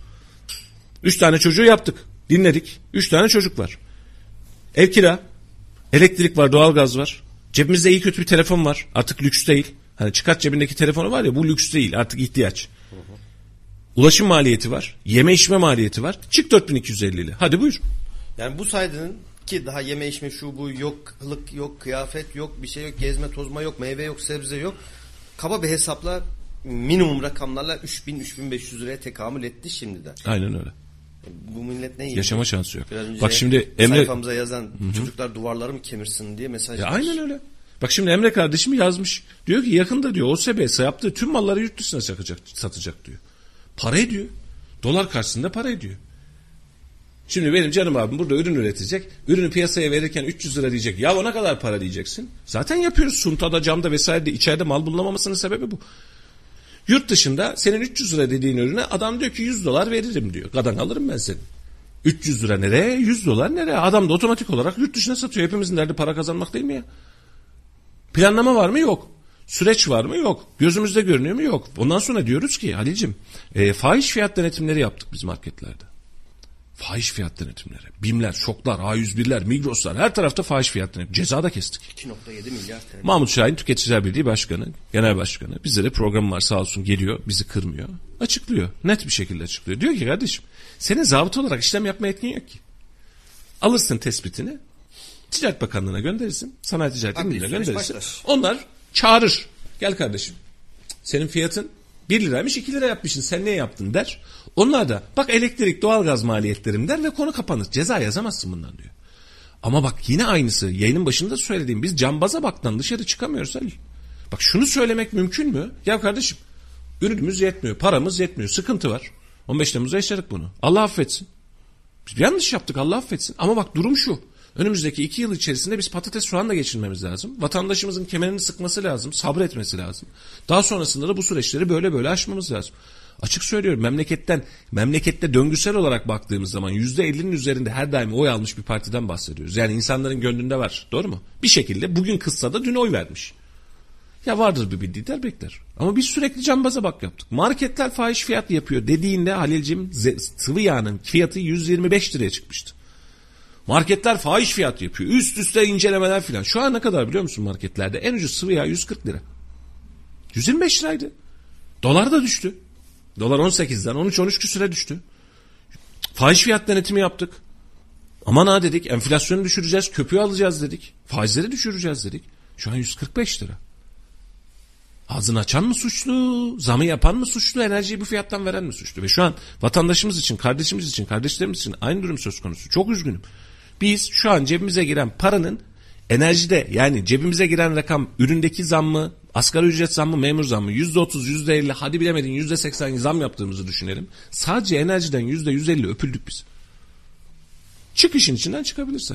3 tane çocuğu yaptık. Dinledik. 3 tane çocuk var. Ev kira, elektrik var, doğalgaz var. Cebimizde iyi kötü bir telefon var. Artık lüks değil. Hani çıkart cebindeki telefonu var ya, bu lüks değil. Artık ihtiyaç. Ulaşım maliyeti var. Yeme içme maliyeti var. Çık 4250 ile. Hadi buyur. Yani bu saydığın ki daha yeme içme şu bu yok, kılık yok, kıyafet yok, bir şey yok, gezme tozma yok, meyve yok, sebze yok. Kaba bir hesapla minimum rakamlarla 3000-3500 liraya tekamül etti şimdiden. Aynen öyle. Bu millet ne yiyor? Yaşama şansı yok. Biraz önce bak şimdi Emre sayfamıza yazan çocuklar duvarları mı kemirsin diye mesaj ya vermiş. aynen öyle. Bak şimdi Emre kardeşim yazmış. Diyor ki yakında diyor OSB yaptığı tüm malları yurt dışına satacak diyor. Para ediyor. Dolar karşısında para ediyor. Şimdi benim canım abim burada ürün üretecek. Ürünü piyasaya verirken 300 lira diyecek. Ya ona kadar para diyeceksin. Zaten yapıyoruz. Suntada, camda vesaire, içeride mal bulunamamasının sebebi bu. Yurt dışında senin 300 lira dediğin ürüne adam diyor ki 100 dolar veririm diyor. Kadan alırım ben seni. 300 lira nereye? 100 dolar nereye? Adam da otomatik olarak yurt dışına satıyor. Hepimizin derdi para kazanmak değil mi ya? Planlama var mı? Yok. Süreç var mı? Yok. Gözümüzde görünüyor mu? Yok. Ondan sonra diyoruz ki Halil'cim fahiş fiyat denetimleri yaptık biz marketlerde. Fahiş fiyat denetimleri. BİM'ler, Şoklar, A101'ler, Migros'lar, her tarafta fahiş fiyat denetimleri. Ceza da kestik. 2.7 milyar TL. Mahmut Şahin Tüketiciler Birliği Başkanı, Genel Başkanı. Bizde de program var sağ olsun, geliyor, bizi kırmıyor. Açıklıyor. Net bir şekilde açıklıyor. Diyor ki kardeşim, senin zabıt olarak işlem yapma yetkin yok ki. Alırsın tespitini, Ticaret Bakanlığı'na gönderirsin, Sanayi Ticaret Müdürlüğü'ne gönderirsin. Başlar. Onlar çağırır. Gel kardeşim, senin fiyatın 1 liraymış 2 lira yapmışsın, sen ne yaptın der. Onlar da bak elektrik, doğalgaz maliyetlerim der ve konu kapanır. Ceza yazamazsın bundan diyor. Ama bak yine aynısı, yayının başında söylediğim, biz cambaza baktan dışarı çıkamıyoruz Halil. Bak şunu söylemek mümkün mü? Ya kardeşim, ürünümüz yetmiyor, paramız yetmiyor, sıkıntı var. 15 Temmuz'da yaşadık bunu. Allah affetsin. Biz yanlış yaptık, Allah affetsin. Ama bak durum şu. Önümüzdeki 2 yıl içerisinde biz patates soğanla geçinmemiz lazım. Vatandaşımızın kemerini sıkması lazım, sabretmesi lazım. Daha sonrasında da bu süreçleri böyle aşmamız lazım. Açık söylüyorum, memlekette döngüsel olarak baktığımız zaman %50'nin üzerinde her daim oy almış bir partiden bahsediyoruz. Yani insanların gönlünde var, doğru mu? Bir şekilde bugün kızsa da dün oy vermiş. Ya vardır bir bildiği der bekler. Ama biz sürekli cambaza bak yaptık. Marketler fahiş fiyat yapıyor dediğinde Halil'cim sıvı yağının fiyatı 125 liraya çıkmıştı. Marketler fahiş fiyat yapıyor. Üst üste incelemeler filan. Şu an ne kadar biliyor musun marketlerde? En ucuz sıvı yağ 140 lira. 125 liraydı. Dolar da düştü. Dolar 18'den 13 küsüre düştü. Fahiş fiyat denetimi yaptık. Aman ha dedik, enflasyonu düşüreceğiz, köpüğü alacağız dedik. Faizleri düşüreceğiz dedik. Şu an 145 lira. Ağzını açan mı suçlu? Zamı yapan mı suçlu? Enerjiyi bu fiyattan veren mi suçlu? Ve şu an vatandaşımız için, kardeşimiz için, kardeşlerimiz için aynı durum söz konusu. Çok üzgünüm. Biz şu an cebimize giren paranın enerjide, yani cebimize giren rakam üründeki zam mı, asgari ücret zam mı, memur zam mı? %30, %50, hadi bilemedin %80 zam yaptığımızı düşünelim. Sadece enerjiden %150 öpüldük biz. Çık işin içinden çıkabilirsen.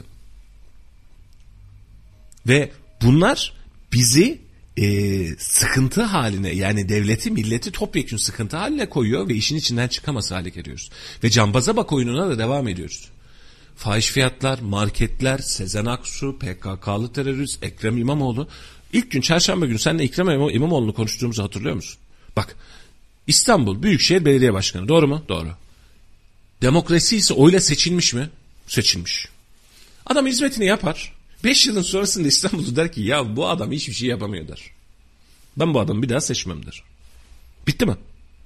Ve bunlar bizi sıkıntı haline, yani devleti, milleti topyekün sıkıntı haline koyuyor ve işin içinden çıkamaz hale geliyoruz. Ve cambaza bak oyununa da devam ediyoruz. Fahiş fiyatlar, marketler, Sezen Aksu, PKK'lı terörist, Ekrem İmamoğlu. İlk gün çarşamba günü seninle Ekrem İmamoğlu'nu konuştuğumuzu hatırlıyor musun? Bak, İstanbul Büyükşehir Belediye Başkanı, doğru mu? Doğru. Demokrasi ise oyla seçilmiş mi? Seçilmiş. Adam hizmetini yapar. 5 yılın sonrasında İstanbul'da der ki ya bu adam hiçbir şey yapamıyor der. Ben bu adamı bir daha seçmem der. Bitti mi?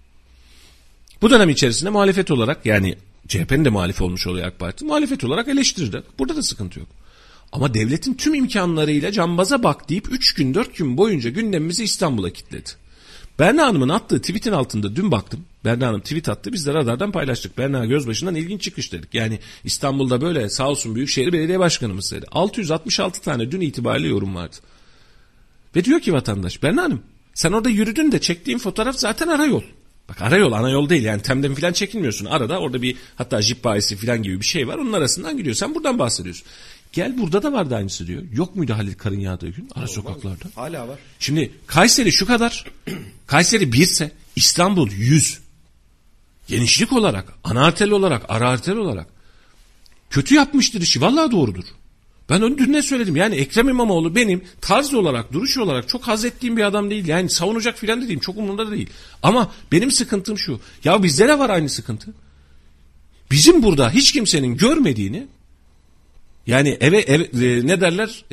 Bu dönem içerisinde muhalefet olarak, yani CHP'nin de muhalif olmuş oluyor AK Parti, muhalefet olarak eleştirdi. Burada da sıkıntı yok. Ama devletin tüm imkanlarıyla cambaza bak deyip 3 gün 4 gün boyunca gündemimizi İstanbul'a kilitledi. Berna Hanım'ın attığı tweetin altında dün baktım. Berna Hanım tweet attı, biz de radardan paylaştık. Berna Gözbaşı'ndan ilginç çıkış dedik. Yani İstanbul'da böyle, sağ olsun Büyükşehir Belediye Başkanımız dedi. 666 tane dün itibariyle yorum vardı. Ve diyor ki vatandaş, Berna Hanım sen orada yürüdün de çektiğin fotoğraf zaten arayol. Bak arayol, ana yol değil, yani Tem'den falan çekilmiyorsun. Arada orada bir, hatta jip bayisi falan gibi bir şey var, onun arasından gidiyor. Sen buradan bahsediyorsun. Gel burada da vardı aynısı diyor. Yok muydu Halil Karın yağdığı gün ara sokaklarda? Hala var. Şimdi Kayseri şu kadar. Kayseri 1 ise İstanbul 100. Genişlik olarak, ana arter olarak, ara arter olarak kötü yapmıştır işi. Vallahi doğrudur. Ben onu dün ne söyledim? Yani Ekrem İmamoğlu benim tarz olarak, duruş olarak çok haz ettiğim bir adam değil. Yani savunacak filan dediğim çok umurumda da değil. Ama benim sıkıntım şu. Ya bizde de var aynı sıkıntı. Bizim burada hiç kimsenin görmediğini, yani ne derler?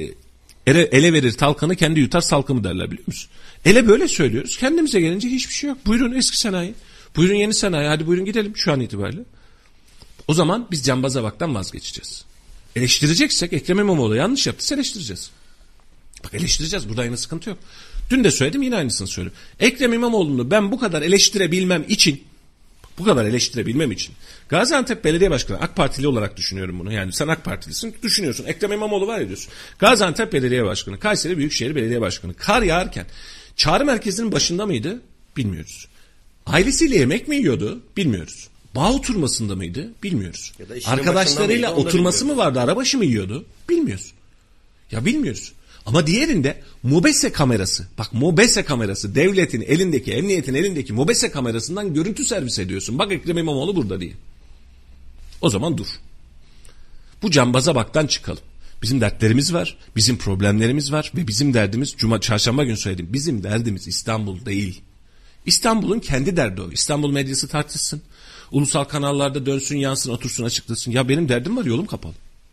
Ele verir talkanı, kendi yutar salkımı derler, biliyor musun? Ele böyle söylüyoruz. Kendimize gelince hiçbir şey yok. Buyurun eski sanayi. Buyurun yeni sanayi. Hadi buyurun gidelim şu an itibariyle. O zaman biz cambaza baktan vazgeçeceğiz. Eleştireceksek Ekrem İmamoğlu yanlış yaptıysa eleştireceğiz. Bak eleştireceğiz. Burada aynı sıkıntı yok. Dün de söyledim, yine aynısını söylüyorum. Ekrem İmamoğlu'nu ben bu kadar eleştirebilmem için Gaziantep Belediye Başkanı, AK Partili olarak düşünüyorum bunu. Yani sen AK Partilisin, düşünüyorsun. Ekrem İmamoğlu var ya diyorsun. Gaziantep Belediye Başkanı, Kayseri Büyükşehir Belediye Başkanı. Kar yağarken çağrı merkezinin başında mıydı? Bilmiyoruz. Ailesiyle yemek mi yiyordu? Bilmiyoruz. Bağ oturmasında mıydı? Bilmiyoruz. Arkadaşlarıyla oturması mı vardı? Arabaşı mı yiyordu? Bilmiyoruz. Ya bilmiyoruz. Ama diğerinde MOBESE kamerası. Bak MOBESE kamerası. Devletin elindeki, emniyetin elindeki MOBESE kamerasından görüntü servis ediyorsun. Bak Ekrem İmamoğlu burada diye. O zaman dur. Bu cambaza baktan çıkalım. Bizim dertlerimiz var. Bizim problemlerimiz var. Ve bizim derdimiz, çarşamba günü söyledim. Bizim derdimiz İstanbul değil. İstanbul'un kendi derdi o. İstanbul medyası tartışsın. Ulusal kanallarda dönsün, yansın, otursun, açıklasın. Ya benim derdim var, yolum kapalı.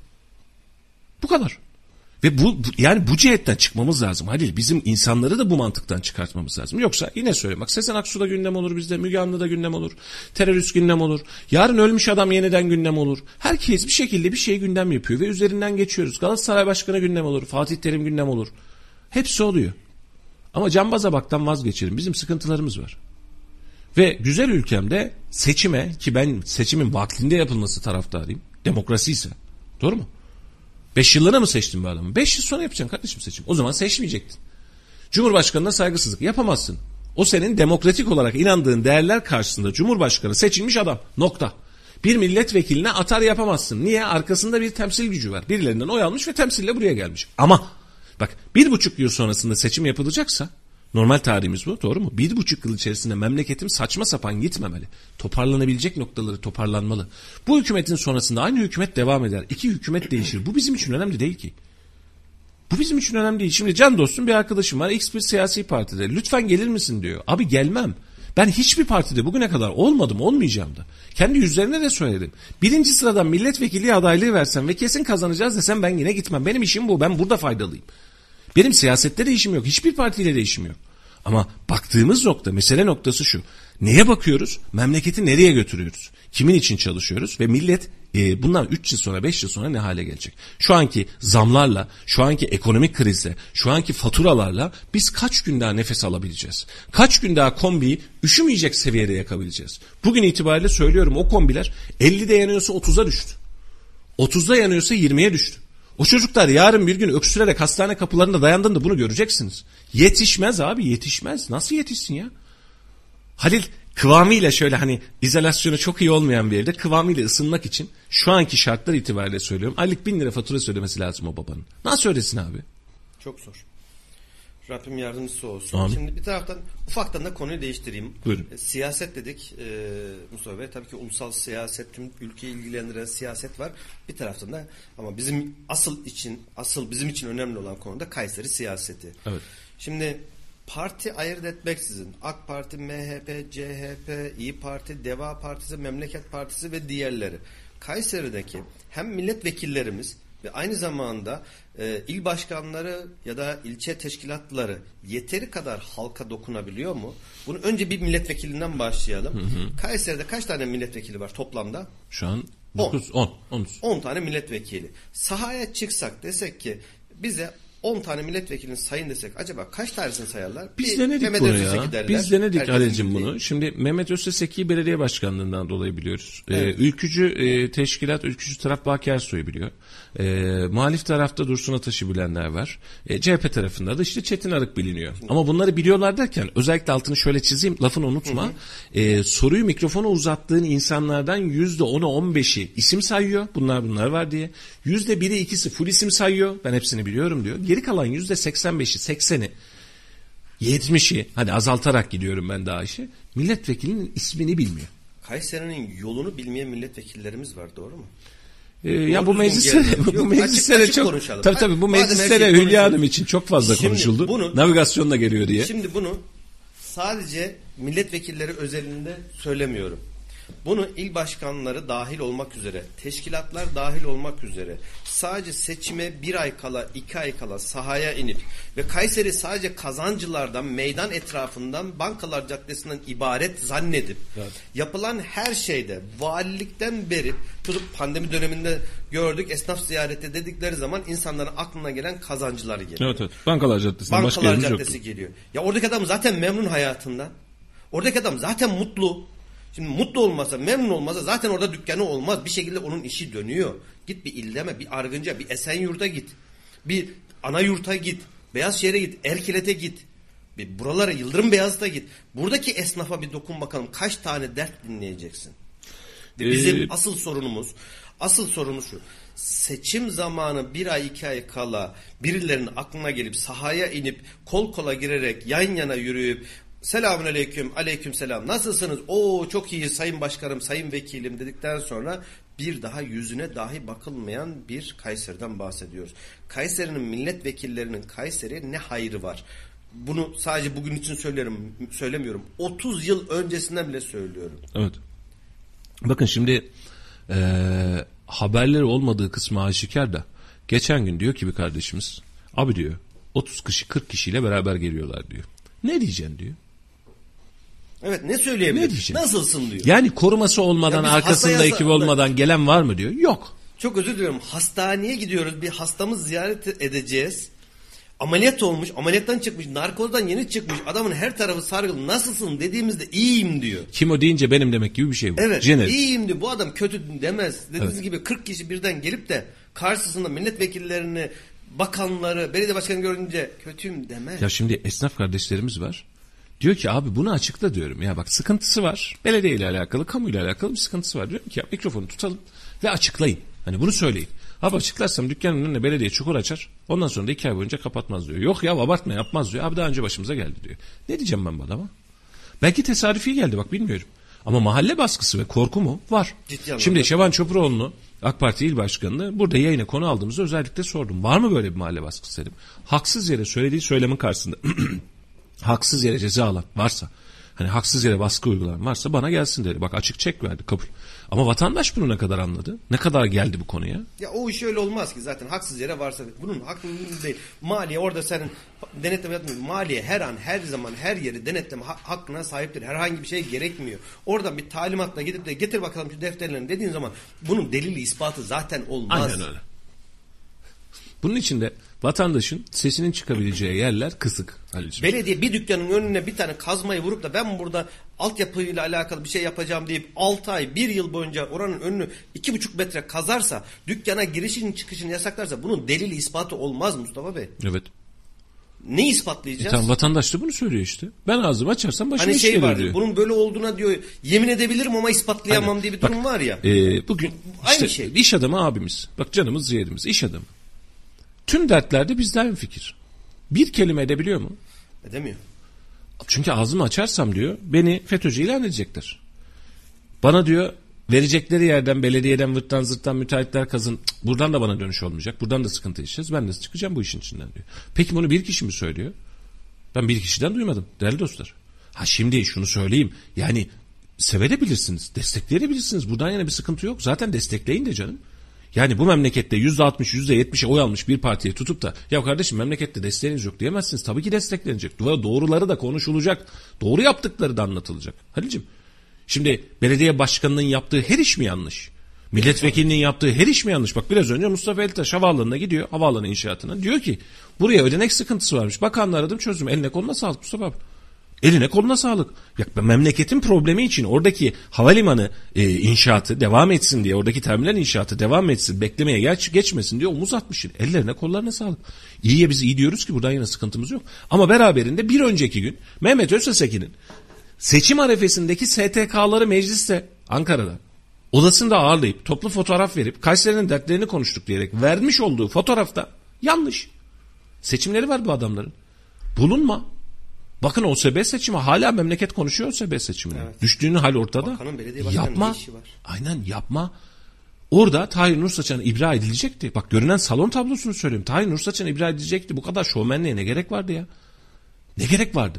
Bu kadar. Ve yani bu cihetten çıkmamız lazım. Halil, bizim insanları da bu mantıktan çıkartmamız lazım. Yoksa yine söyleyeyim, bak Sezen Aksu da gündem olur bizde, Müge Anlı da gündem olur, terörist gündem olur, yarın ölmüş adam yeniden gündem olur. Herkes bir şekilde bir şey gündem yapıyor ve üzerinden geçiyoruz. Galatasaray Başkanı gündem olur, Fatih Terim gündem olur. Hepsi oluyor. Ama cambaza baktan vazgeçelim. Bizim sıkıntılarımız var. Ve güzel ülkemde seçime, ki ben seçimin vaktinde yapılması taraftarıyım. Demokrasi ise. Doğru mu? 5 yıllığına mı seçtin bu adamı? 5 yıl sonra yapacaksın kardeşim seçim. O zaman seçmeyecektin. Cumhurbaşkanına saygısızlık yapamazsın. O senin demokratik olarak inandığın değerler karşısında Cumhurbaşkanı seçilmiş adam. Nokta. Bir milletvekiline atar yapamazsın. Niye? Arkasında bir temsil gücü var. Birilerinden oy almış ve temsille buraya gelmiş. Ama bak 1,5 yıl sonrasında seçim yapılacaksa, normal tarihimiz bu, doğru mu? 1,5 yıl içerisinde memleketim saçma sapan gitmemeli. Toparlanabilecek noktaları toparlanmalı. Bu hükümetin sonrasında aynı hükümet devam eder. 2 hükümet değişir. Bu bizim için önemli değil ki. Bu bizim için önemli değil. Şimdi can dostum bir arkadaşım var, X bir siyasi partide. Lütfen gelir misin diyor. Abi gelmem. Ben hiçbir partide bugüne kadar olmadım, olmayacağım da. Kendi yüzlerine de söyledim. 1. sıradan milletvekilliği adaylığı versen ve kesin kazanacağız desem ben yine gitmem. Benim işim bu. Ben burada faydalıyım. Benim siyasette de işim yok. Hiçbir partiyle de işim yok. Ama baktığımız nokta, mesele noktası şu. Neye bakıyoruz? Memleketi nereye götürüyoruz? Kimin için çalışıyoruz? Ve millet bundan 3 yıl sonra 5 yıl sonra ne hale gelecek? Şu anki zamlarla, şu anki ekonomik krizle, şu anki faturalarla biz kaç gün daha nefes alabileceğiz? Kaç gün daha kombiyi üşümeyecek seviyede yakabileceğiz? Bugün itibariyle söylüyorum, o kombiler 50'de yanıyorsa 30'a düştü. 30'da yanıyorsa 20'ye düştü. O çocuklar yarın bir gün öksürerek hastane kapılarında dayandığında bunu göreceksiniz. Yetişmez abi, yetişmez. Nasıl yetişsin ya? Halil kıvamıyla şöyle, hani izolasyonu çok iyi olmayan bir evde kıvamıyla ısınmak için şu anki şartlar itibariyle söylüyorum. Aylık 1000 lira fatura söylemesi lazım o babanın. Nasıl ödesin abi? Çok zor. Rabbim yardımcısı olsun. Amin. Şimdi bir taraftan ufaktan da konuyu değiştireyim. Buyurun. Siyaset dedik Mustafa Bey. Tabii ki ulusal siyaset, tüm ülkeyi ilgilendiren siyaset var. Bir taraftan da ama asıl bizim için önemli olan konu da Kayseri siyaseti. Evet. Şimdi parti ayırt etmeksizin AK Parti, MHP, CHP, İyi Parti, Deva Partisi, Memleket Partisi ve diğerleri. Kayseri'deki hem milletvekillerimiz ve aynı zamanda il başkanları ya da ilçe teşkilatları yeteri kadar halka dokunabiliyor mu? Bunu önce bir milletvekilinden başlayalım. Kayseri'de kaç tane milletvekili var toplamda? Şu an 10 tane milletvekili. Sahaya çıksak desek ki bize 10 tane milletvekilini sayın desek acaba kaç tanesini sayarlar? Biz denedik bunu ya. Biz denedik Halil'cim bunu. Şimdi Mehmet Özteseki'yi belediye başkanlığından dolayı biliyoruz. Evet. Ülkücü teşkilat, ülkücü taraf Baki Ersoy'u biliyor. Muhalif tarafta Dursun Ataş'ı bilenler var. CHP tarafında da işte Çetin Arık biliniyor. Ama bunları biliyorlar derken özellikle altını şöyle çizeyim, lafını unutma. Soruyu mikrofona uzattığın insanlardan %10'u 15'i isim sayıyor. Bunlar var diye. %1'i 2'si full isim sayıyor. Ben hepsini biliyorum diyor. Geri kalan %85'i, 80'i, 70'i, hadi azaltarak gidiyorum ben daha işe, milletvekilinin ismini bilmiyor. Kayseri'nin yolunu bilmeyen milletvekillerimiz var, doğru mu? Ya bu meclislere çok tabii bu meclislere Hülya Hanım için çok fazla konuşuldu. Navigasyonla geliyor diye. Şimdi bunu sadece milletvekilleri özelinde söylemiyorum. Bunu il başkanları dahil olmak üzere, teşkilatlar dahil olmak üzere sadece seçime 1 ay kala, 2 ay kala sahaya inip ve Kayseri sadece kazancılardan, meydan etrafından, Bankalar Caddesi'nden ibaret zannedip yapılan her şeyde valilikten beri tutup pandemi döneminde gördük, esnaf ziyareti dedikleri zaman insanların aklına gelen kazancılar geliyor. Evet. Bankalar Caddesi'nden Bankalar Caddesi geliyor. Ya oradaki adam zaten memnun hayatından. Oradaki adam zaten mutlu. Şimdi mutlu olmasa, memnun olmasa zaten orada dükkanı olmaz. Bir şekilde onun işi dönüyor. Git bir İldem'e, bir Argınca, bir Esenyurt'a git. Bir Anayurt'a git. Beyazşehir'e git. Erkilet'e git. Bir buralara, Yıldırım Beyazıt'a git. Buradaki esnafa bir dokun bakalım. Kaç tane dert dinleyeceksin? Bizim asıl sorunumuz şu. Seçim zamanı 1 ay 2 ay kala birilerinin aklına gelip sahaya inip kol kola girerek yan yana yürüyüp selamun aleyküm, aleyküm selam, nasılsınız? Oo çok iyi sayın başkanım, sayın vekilim dedikten sonra bir daha yüzüne dahi bakılmayan bir Kayseri'den bahsediyoruz. Kayseri'nin milletvekillerinin Kayseri'ye ne hayrı var? Bunu sadece bugün için söylemiyorum. 30 yıl öncesinden bile söylüyorum. Evet. Bakın şimdi haberleri olmadığı kısmı aşikar da geçen gün diyor ki bir kardeşimiz, abi diyor 30 kişi 40 kişiyle beraber geliyorlar diyor. Ne diyeceksin diyor. Evet, ne söyleyebilir? Nasılsın diyor. Yani koruması olmadan, arkasında ekip olmadan gelen var mı diyor. Yok. Çok özür diliyorum. Hastaneye gidiyoruz. Bir hastamız ziyaret edeceğiz. Ameliyat olmuş. Ameliyattan çıkmış. Narkozdan yeni çıkmış. Adamın her tarafı sargılı. Nasılsın dediğimizde iyiyim diyor. Kim o deyince benim demek gibi bir şey bu. Evet. Jenerik. İyiyim diyor. Bu adam kötü demez. Dediğiniz gibi 40 kişi birden gelip de karşısında milletvekillerini, bakanları, belediye başkanı görünce kötüyüm demez. Ya şimdi esnaf kardeşlerimiz var. Diyor ki abi bunu açıkla diyorum. Ya bak sıkıntısı var. Belediye ile alakalı, kamuyla alakalı bir sıkıntısı var. Diyorum ki ya mikrofonu tutalım ve açıklayın. Hani bunu söyleyin. Abi açıklarsam dükkanın önüne belediye çukur açar. Ondan sonra da 2 ay boyunca kapatmaz diyor. Yok ya abartma, yapmaz diyor. Abi daha önce başımıza geldi diyor. Ne diyeceğim ben bu adama? Belki tesadüfi geldi bak, bilmiyorum. Ama mahalle baskısı ve korku mu? Var. Şimdi Şaban Çopuroğlu'nu, AK Parti İl Başkanı'nı burada yayına konu aldığımızda özellikle sordum. Var mı böyle bir mahalle baskısı dedim. Haksız yere söylediği söylemin karşısında haksız yere ceza alan varsa, Hani haksız yere baskı uygulanan varsa bana gelsin dedi. Bak açık çek verdi, kabul. Ama vatandaş bunu ne kadar anladı? Ne kadar geldi bu konuya? Ya o iş öyle olmaz ki zaten haksız yere varsa bunun hakkı değil. Maliye orada senin denetleme yapmıyor. Maliye her an her zaman her yeri denetleme hakkına sahiptir. Herhangi bir şey gerekmiyor. Oradan bir talimatla gidip de getir bakalım şu defterlerini dediğin zaman bunun delili ispatı zaten olmaz. Aynen öyle. Bunun için de vatandaşın sesinin çıkabileceği yerler kısık. Belediye bir dükkanın önüne bir tane kazmayı vurup da ben burada altyapıyla alakalı bir şey yapacağım deyip 6 ay 1 yıl boyunca oranın önünü 2,5 metre kazarsa, dükkana girişin çıkışını yasaklarsa bunun delili ispatı olmaz Mustafa Bey. Evet. Ne ispatlayacağız? Tamam, vatandaş da bunu söylüyor işte. Ben ağzımı açarsam başıma hani iş gelir var diyor. Bunun böyle olduğuna diyor yemin edebilirim ama ispatlayamam Aynen. diye bir durum var ya. Bugün aynı işte şey. iş adamı abimiz. Bak canımız ciğerimiz, iş adamı. Tüm dertlerde bizden fikir. Bir kelime edebiliyor mu? Edemiyor. Çünkü ağzımı açarsam diyor beni FETÖ'cü ilan edecekler. Bana diyor verecekleri yerden, belediyeden, vırttan zırttan müteahhitler kazın. Buradan da bana dönüş olmayacak. Buradan da sıkıntı yaşayacağız. Ben nasıl çıkacağım bu işin içinden diyor. Peki bunu bir kişi mi söylüyor? Ben bir kişiden duymadım değerli dostlar. Ha şimdi şunu söyleyeyim. Yani sevebilirsiniz, destekleyebilirsiniz. Buradan yana bir sıkıntı yok. Zaten destekleyin de canım. Yani bu memlekette %60, %70'e oy almış bir partiye tutup da ya kardeşim memlekette desteğiniz yok diyemezsiniz. Tabii ki desteklenecek. Doğruları da konuşulacak. Doğru yaptıkları da anlatılacak. Halil'cim şimdi belediye başkanının yaptığı her iş mi yanlış? Milletvekilinin yaptığı her iş mi yanlış? Bak biraz önce Mustafa Eltaş havaalanına gidiyor. Havaalanı inşaatına. Diyor ki buraya ödenek sıkıntısı varmış. Bakanla aradım çözdüm. Eline koluna sağlık Mustafa abi. Eline koluna sağlık. Ya memleketin problemi için oradaki havalimanı inşaatı devam etsin diye, oradaki terminal inşaatı devam etsin, beklemeye geçmesin diye omuz atmışsın. Ellerine kollarına sağlık. İyiye biz iyi diyoruz ki buradan yine sıkıntımız yok. Ama beraberinde bir önceki gün Mehmet Öztesekin'in seçim arefesindeki STK'ları mecliste Ankara'da odasında ağırlayıp toplu fotoğraf verip Kayseri'nin dertlerini konuştuk diyerek vermiş olduğu fotoğrafta yanlış. Seçimleri var bu adamların. Bulunma. Bakın OSB seçimi hala memleket konuşuyor OSB seçimini. Evet. Düştüğünün hal ortada. Bakanın belediye başkanının ne işi var? Aynen yapma. Orada Tahir Nursaçan ibra edilecekti. Bak görünen salon tablosunu söylüyorum. Tahir Nursaçan ibra edilecekti. Bu kadar şovmenliğe ne gerek vardı ya? Ne gerek vardı?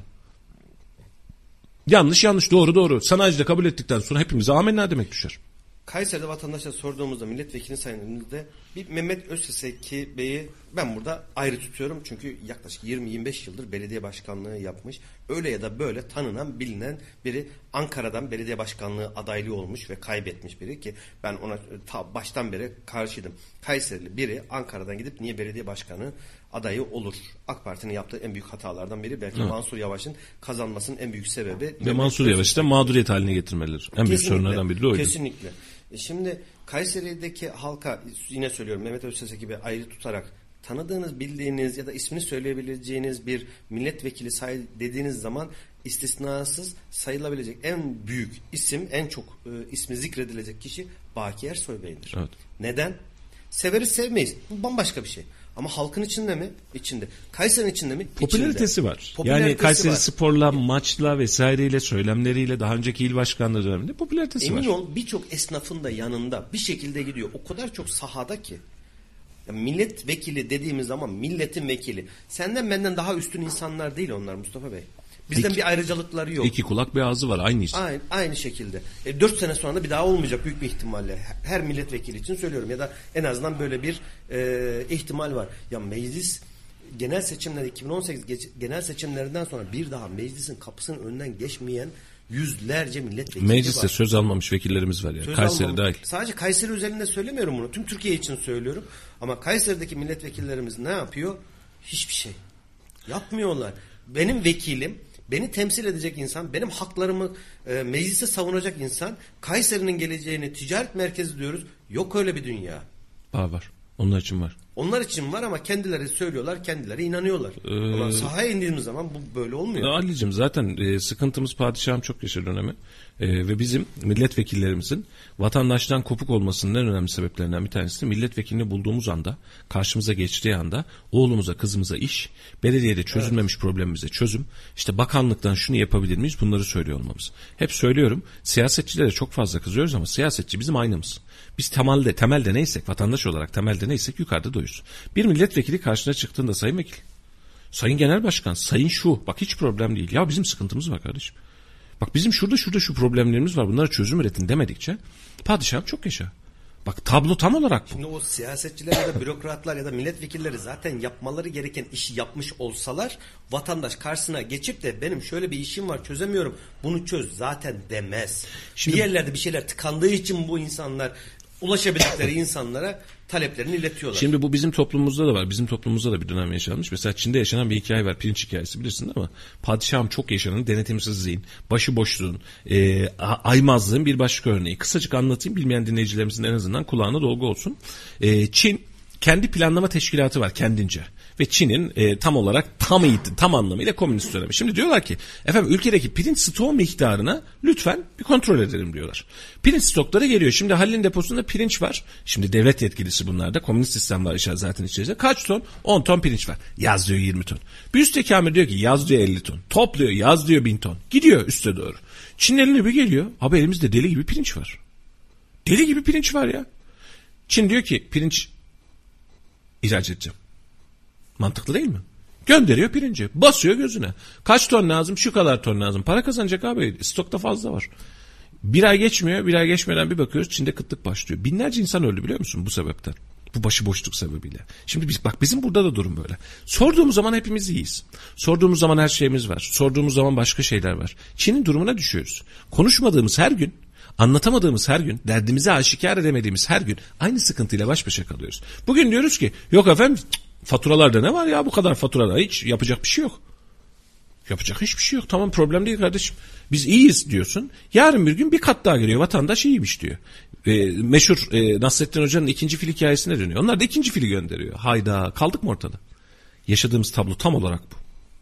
Yanlış doğru. Sanayicide kabul ettikten sonra hepimize amenna demek düşer. Kayseri'de vatandaşa sorduğumuzda milletvekili sayımızda bir Mehmet Özteseki Bey'i ben burada ayrı tutuyorum. Çünkü yaklaşık 20-25 yıldır belediye başkanlığı yapmış. Öyle ya da böyle tanınan, bilinen biri. Ankara'dan belediye başkanlığı adaylığı olmuş ve kaybetmiş biri ki ben ona baştan beri karşıydım. Kayserili biri Ankara'dan gidip niye belediye başkanı adayı olur? AK Parti'nin yaptığı en büyük hatalardan biri. Belki Mansur Yavaş'ın kazanmasının en büyük sebebi. Ve Mansur Yavaş'ı da mağduriyet haline getirmeleri. En büyük sorunlardan biri de oydu. Kesinlikle. Şimdi Kayseri'deki halka yine söylüyorum Mehmet Özteseki gibi ayrı tutarak tanıdığınız, bildiğiniz ya da ismini söyleyebileceğiniz bir milletvekili dediğiniz zaman istisnasız sayılabilecek en büyük isim, en çok ismi zikredilecek kişi Baki Ersoy Bey'dir. Evet. Neden? Severiz sevmeyiz. Bu bambaşka bir şey. Ama halkın içinde mi? İçinde. Kayseri'nin içinde mi? Popülaritesi var. Yani Kayseri var. Sporla, maçla vesaireyle, söylemleriyle daha önceki il başkanları döneminde popülaritesi var. Emin ol birçok esnafın da yanında bir şekilde gidiyor. O kadar çok sahada ki. Ya milletvekili dediğimiz zaman milletin vekili. Senden benden daha üstün insanlar değil onlar Mustafa Bey. Bizden bir ayrıcalıkları yok. İki kulak bir ağzı var aynı iş. Aynı şekilde. 4 sene sonra da bir daha olmayacak büyük bir ihtimalle. Her milletvekili için söylüyorum ya da en azından böyle bir ihtimal var. Ya meclis genel seçimler 2018 genel seçimlerinden sonra bir daha meclisin kapısının önünden geçmeyen yüzlerce milletvekili Mecliste var. söz almamış vekillerimiz var ya. Kayseri dahil. Sadece Kayseri özelinde söylemiyorum bunu. Tüm Türkiye için söylüyorum. Ama Kayseri'deki milletvekillerimiz ne yapıyor? Hiçbir şey. Yapmıyorlar. Benim vekilim, beni temsil edecek insan, benim haklarımı meclise savunacak insan, Kayseri'nin geleceğini ticaret merkezi diyoruz. Yok öyle bir dünya. Var. Onlar için var. Onlar için var ama kendileri söylüyorlar, kendileri inanıyorlar. Ama sahaya indiğimiz zaman bu böyle olmuyor. Ali'cim zaten sıkıntımız padişahım çok yaşa dönemi. Ve bizim milletvekillerimizin vatandaştan kopuk olmasının en önemli sebeplerinden bir tanesi de milletvekilini bulduğumuz anda, karşımıza geçtiği anda oğlumuza kızımıza iş, belediyede çözülmemiş problemimize çözüm, işte bakanlıktan şunu yapabilir miyiz bunları söylüyor olmamız. Hep söylüyorum siyasetçilere çok fazla kızıyoruz ama siyasetçi bizim aynımız. Biz temelde neysek, vatandaş olarak temelde neysek yukarıda doyuz. Bir milletvekili karşına çıktığında sayın vekil, sayın genel başkan, sayın şu, bak hiç problem değil. Ya bizim sıkıntımız var kardeşim. Bak bizim şurada şu problemlerimiz var. Bunlara çözüm üretin demedikçe padişahım çok yaşa. Bak tablo tam olarak bu. Şimdi o siyasetçiler ya da bürokratlar ya da milletvekilleri zaten yapmaları gereken işi yapmış olsalar vatandaş karşısına geçip de benim şöyle bir işim var çözemiyorum bunu çöz zaten demez. Şimdi, bir yerlerde bir şeyler tıkandığı için bu insanlar ulaşabildikleri insanlara taleplerini iletiyorlar. Şimdi bu bizim toplumumuzda da var. Bizim toplumumuzda da bir dönem yaşanmış. Mesela Çin'de yaşanan bir hikaye var. Pirinç hikayesi bilirsin ama padişahım çok yaşanan denetimsizliğin, başıboşluğun, aymazlığın bir başka örneği. Kısacık anlatayım bilmeyen dinleyicilerimizin en azından kulağına dolgu olsun. Çin kendi planlama teşkilatı var kendince. Ve Çin'in tam olarak tam anlamıyla komünist dönemi. Şimdi diyorlar ki efendim ülkedeki pirinç stoğu miktarına lütfen bir kontrol edelim diyorlar. Pirinç stokları geliyor. Şimdi Halil'in deposunda pirinç var. Şimdi devlet yetkilisi bunlarda. Komünist sistem var zaten içerisinde. Kaç ton? 10 ton pirinç var. Yaz diyor 20 ton. Bir üstteki amir diyor ki yaz diyor 50 ton. Topluyor yaz diyor 1000 ton. Gidiyor üste doğru. Çin'in eline bir geliyor. Abi elimizde deli gibi pirinç var. Deli gibi pirinç var ya. Çin diyor ki pirinç ihraç edeceğim. Mantıklı değil mi? Gönderiyor pirinci. Basıyor gözüne. Kaç ton lazım? Şu kadar ton lazım. Para kazanacak abi. Stokta fazla var. Bir ay geçmiyor. Bir ay geçmeden bir bakıyoruz Çin'de kıtlık başlıyor. Binlerce insan öldü biliyor musun bu sebepten? Bu başıboşluk sebebiyle. Şimdi bizim burada da durum böyle. Sorduğumuz zaman hepimiz iyiyiz. Sorduğumuz zaman her şeyimiz var. Sorduğumuz zaman başka şeyler var. Çin'in durumuna düşüyoruz. Konuşmadığımız her gün, anlatamadığımız her gün, derdimizi aşikar edemediğimiz her gün aynı sıkıntıyla baş başa kalıyoruz. Bugün diyoruz ki yok efendim faturalarda ne var ya bu kadar faturada hiç yapacak bir şey yok. Yapacak hiçbir şey yok. Tamam problem değil kardeşim. Biz iyiyiz diyorsun. Yarın bir gün bir kat daha geliyor. Vatandaş iyiymiş diyor. Meşhur Nasrettin Hoca'nın 2. fil hikayesine dönüyor. Onlar da 2. fili gönderiyor. Hayda kaldık mı ortada? Yaşadığımız tablo tam olarak bu.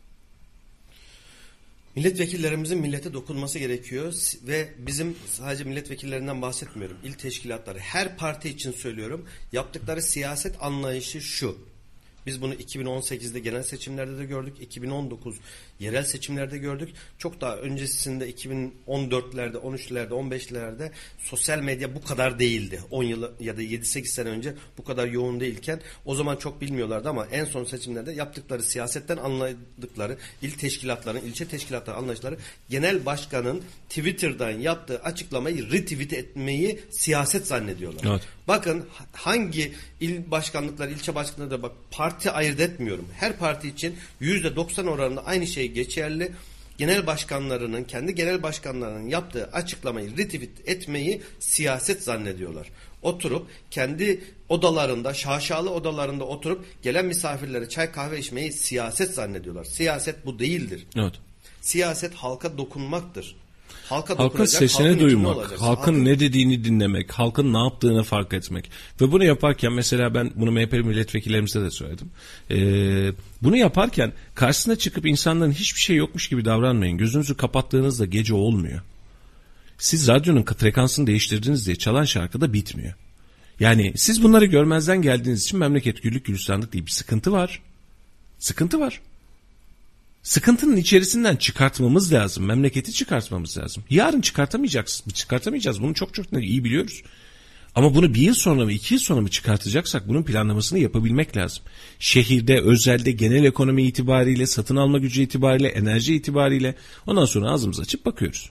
Milletvekillerimizin millete dokunması gerekiyor ve bizim sadece milletvekillerinden bahsetmiyorum. İl teşkilatları her parti için söylüyorum. Yaptıkları siyaset anlayışı şu. Biz bunu 2018'de genel seçimlerde de gördük. 2019 yerel seçimlerde gördük. Çok daha öncesinde 2014'lerde, 13'lerde, 15'lerde sosyal medya bu kadar değildi. 10 yıl ya da 7-8 sene önce bu kadar yoğun değilken o zaman çok bilmiyorlardı ama en son seçimlerde yaptıkları siyasetten anladıkları il teşkilatlarının, ilçe teşkilatları anlayışları genel başkanın Twitter'dan yaptığı açıklamayı retweet etmeyi siyaset zannediyorlar. Evet. Bakın hangi il başkanlıkları, ilçe başkanlıkları da bak parti ayırt etmiyorum. Her parti için %90 oranında aynı şey geçerli. Genel başkanlarının, kendi genel başkanlarının yaptığı açıklamayı retweet etmeyi siyaset zannediyorlar. Oturup kendi odalarında, şaşalı odalarında oturup gelen misafirlere çay kahve içmeyi siyaset zannediyorlar. Siyaset bu değildir. Evet. Siyaset halka dokunmaktır. Halkın sesini duymak, halkın ne dediğini dinlemek, halkın ne yaptığını fark etmek. Ve bunu yaparken mesela ben bunu MHP milletvekillerimize de söyledim. Bunu yaparken karşısına çıkıp insanların hiçbir şey yokmuş gibi davranmayın. Gözünüzü kapattığınızda gece olmuyor. Siz radyonun frekansını değiştirdiniz diye çalan şarkı da bitmiyor. Yani siz bunları görmezden geldiğiniz için memleket güllük gülistanlık değil. Bir sıkıntı var. Sıkıntı var. Sıkıntının içerisinden çıkartmamız lazım. Memleketi çıkartmamız lazım. Yarın çıkartamayacağız. Bunu çok iyi biliyoruz. Ama bunu 1 yıl sonra mı 2 yıl sonra mı çıkartacaksak bunun planlamasını yapabilmek lazım. Şehirde, özelde, genel ekonomi itibariyle, satın alma gücü itibariyle, enerji itibariyle ondan sonra ağzımızı açıp bakıyoruz.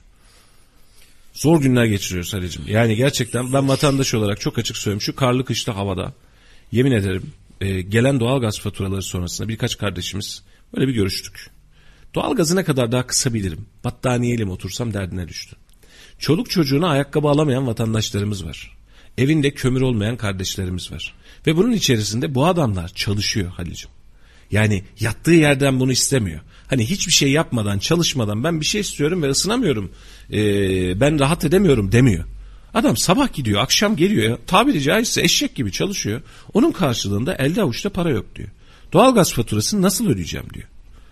Zor günler geçiriyoruz Halil'cim. Yani gerçekten ben vatandaş olarak çok açık söyleyeyim. Şu karlı kışlı havada yemin ederim gelen doğalgaz faturaları sonrasında birkaç kardeşimiz böyle bir görüştük. Doğalgazı ne kadar daha kısabilirim? Battaniyeyle mi otursam derdine düştü. Çoluk çocuğuna ayakkabı alamayan vatandaşlarımız var. Evinde kömür olmayan kardeşlerimiz var. Ve bunun içerisinde bu adamlar çalışıyor Halil'cim. Yani yattığı yerden bunu istemiyor. Hani hiçbir şey yapmadan, çalışmadan ben bir şey istiyorum ve ısınamıyorum. Ben rahat edemiyorum demiyor. Adam sabah gidiyor, akşam geliyor. Tabiri caizse eşek gibi çalışıyor. Onun karşılığında elde avuçta para yok diyor. Doğalgaz faturasını nasıl ödeyeceğim diyor.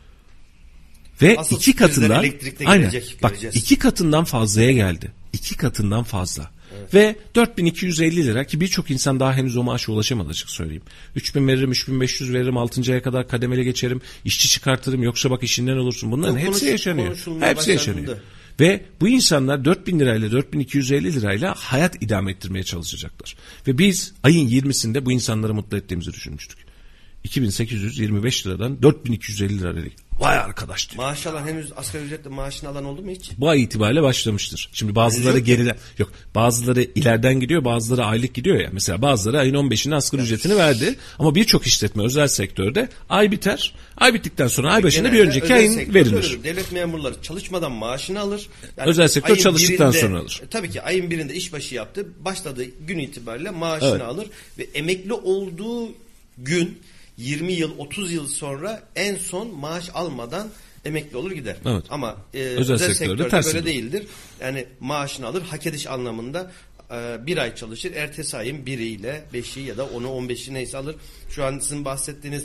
Ve asıl 2 katından aynen bak göreceğiz. 2 katından fazlaya geldi. 2 katından fazla. Evet. Ve 4250 lira ki birçok insan daha henüz o maaşa ulaşamadı açık söyleyeyim. 3000 veririm, 3500 veririm, 6. aya kadar kademeli geçerim, işçi çıkartırım yoksa bak işinden olursun. Bunların hepsi yaşanıyor. Hepsi yaşanıyor. Ve bu insanlar 4000 lirayla 4250 lirayla hayat idame ettirmeye çalışacaklar. Ve biz ayın 20'sinde bu insanları mutlu ettiğimizi düşünmüştük. 2825 liradan 4250 liraya Vay arkadaş diyor. Maaş alan, henüz asgari ücretle maaşını alan oldu mu hiç? Bu ay itibariyle başlamıştır. Şimdi bazıları geriden, yok bazıları ileriden gidiyor, bazıları aylık gidiyor ya. Mesela bazıları ayın 15'inde asgari ücretini verdi. Ama birçok işletme özel sektörde ay biter. Ay bittikten sonra ay başında bir önceki ayın verilir. Devlet memurları çalışmadan maaşını alır. Yani özel sektör çalıştıktan sonra alır. Tabii ki ayın birinde işbaşı yaptı. Başladığı gün itibariyle maaşını alır. Ve emekli olduğu gün 20 yıl 30 yıl sonra en son maaş almadan emekli olur gider. Evet. Ama özel sektörde böyle değildir. Yani maaşını alır, hak ediş anlamında bir ay çalışır. Ertesi ayın 1'iyle 5'i ya da 10'u 15'i neyse alır. Şu an sizin bahsettiğiniz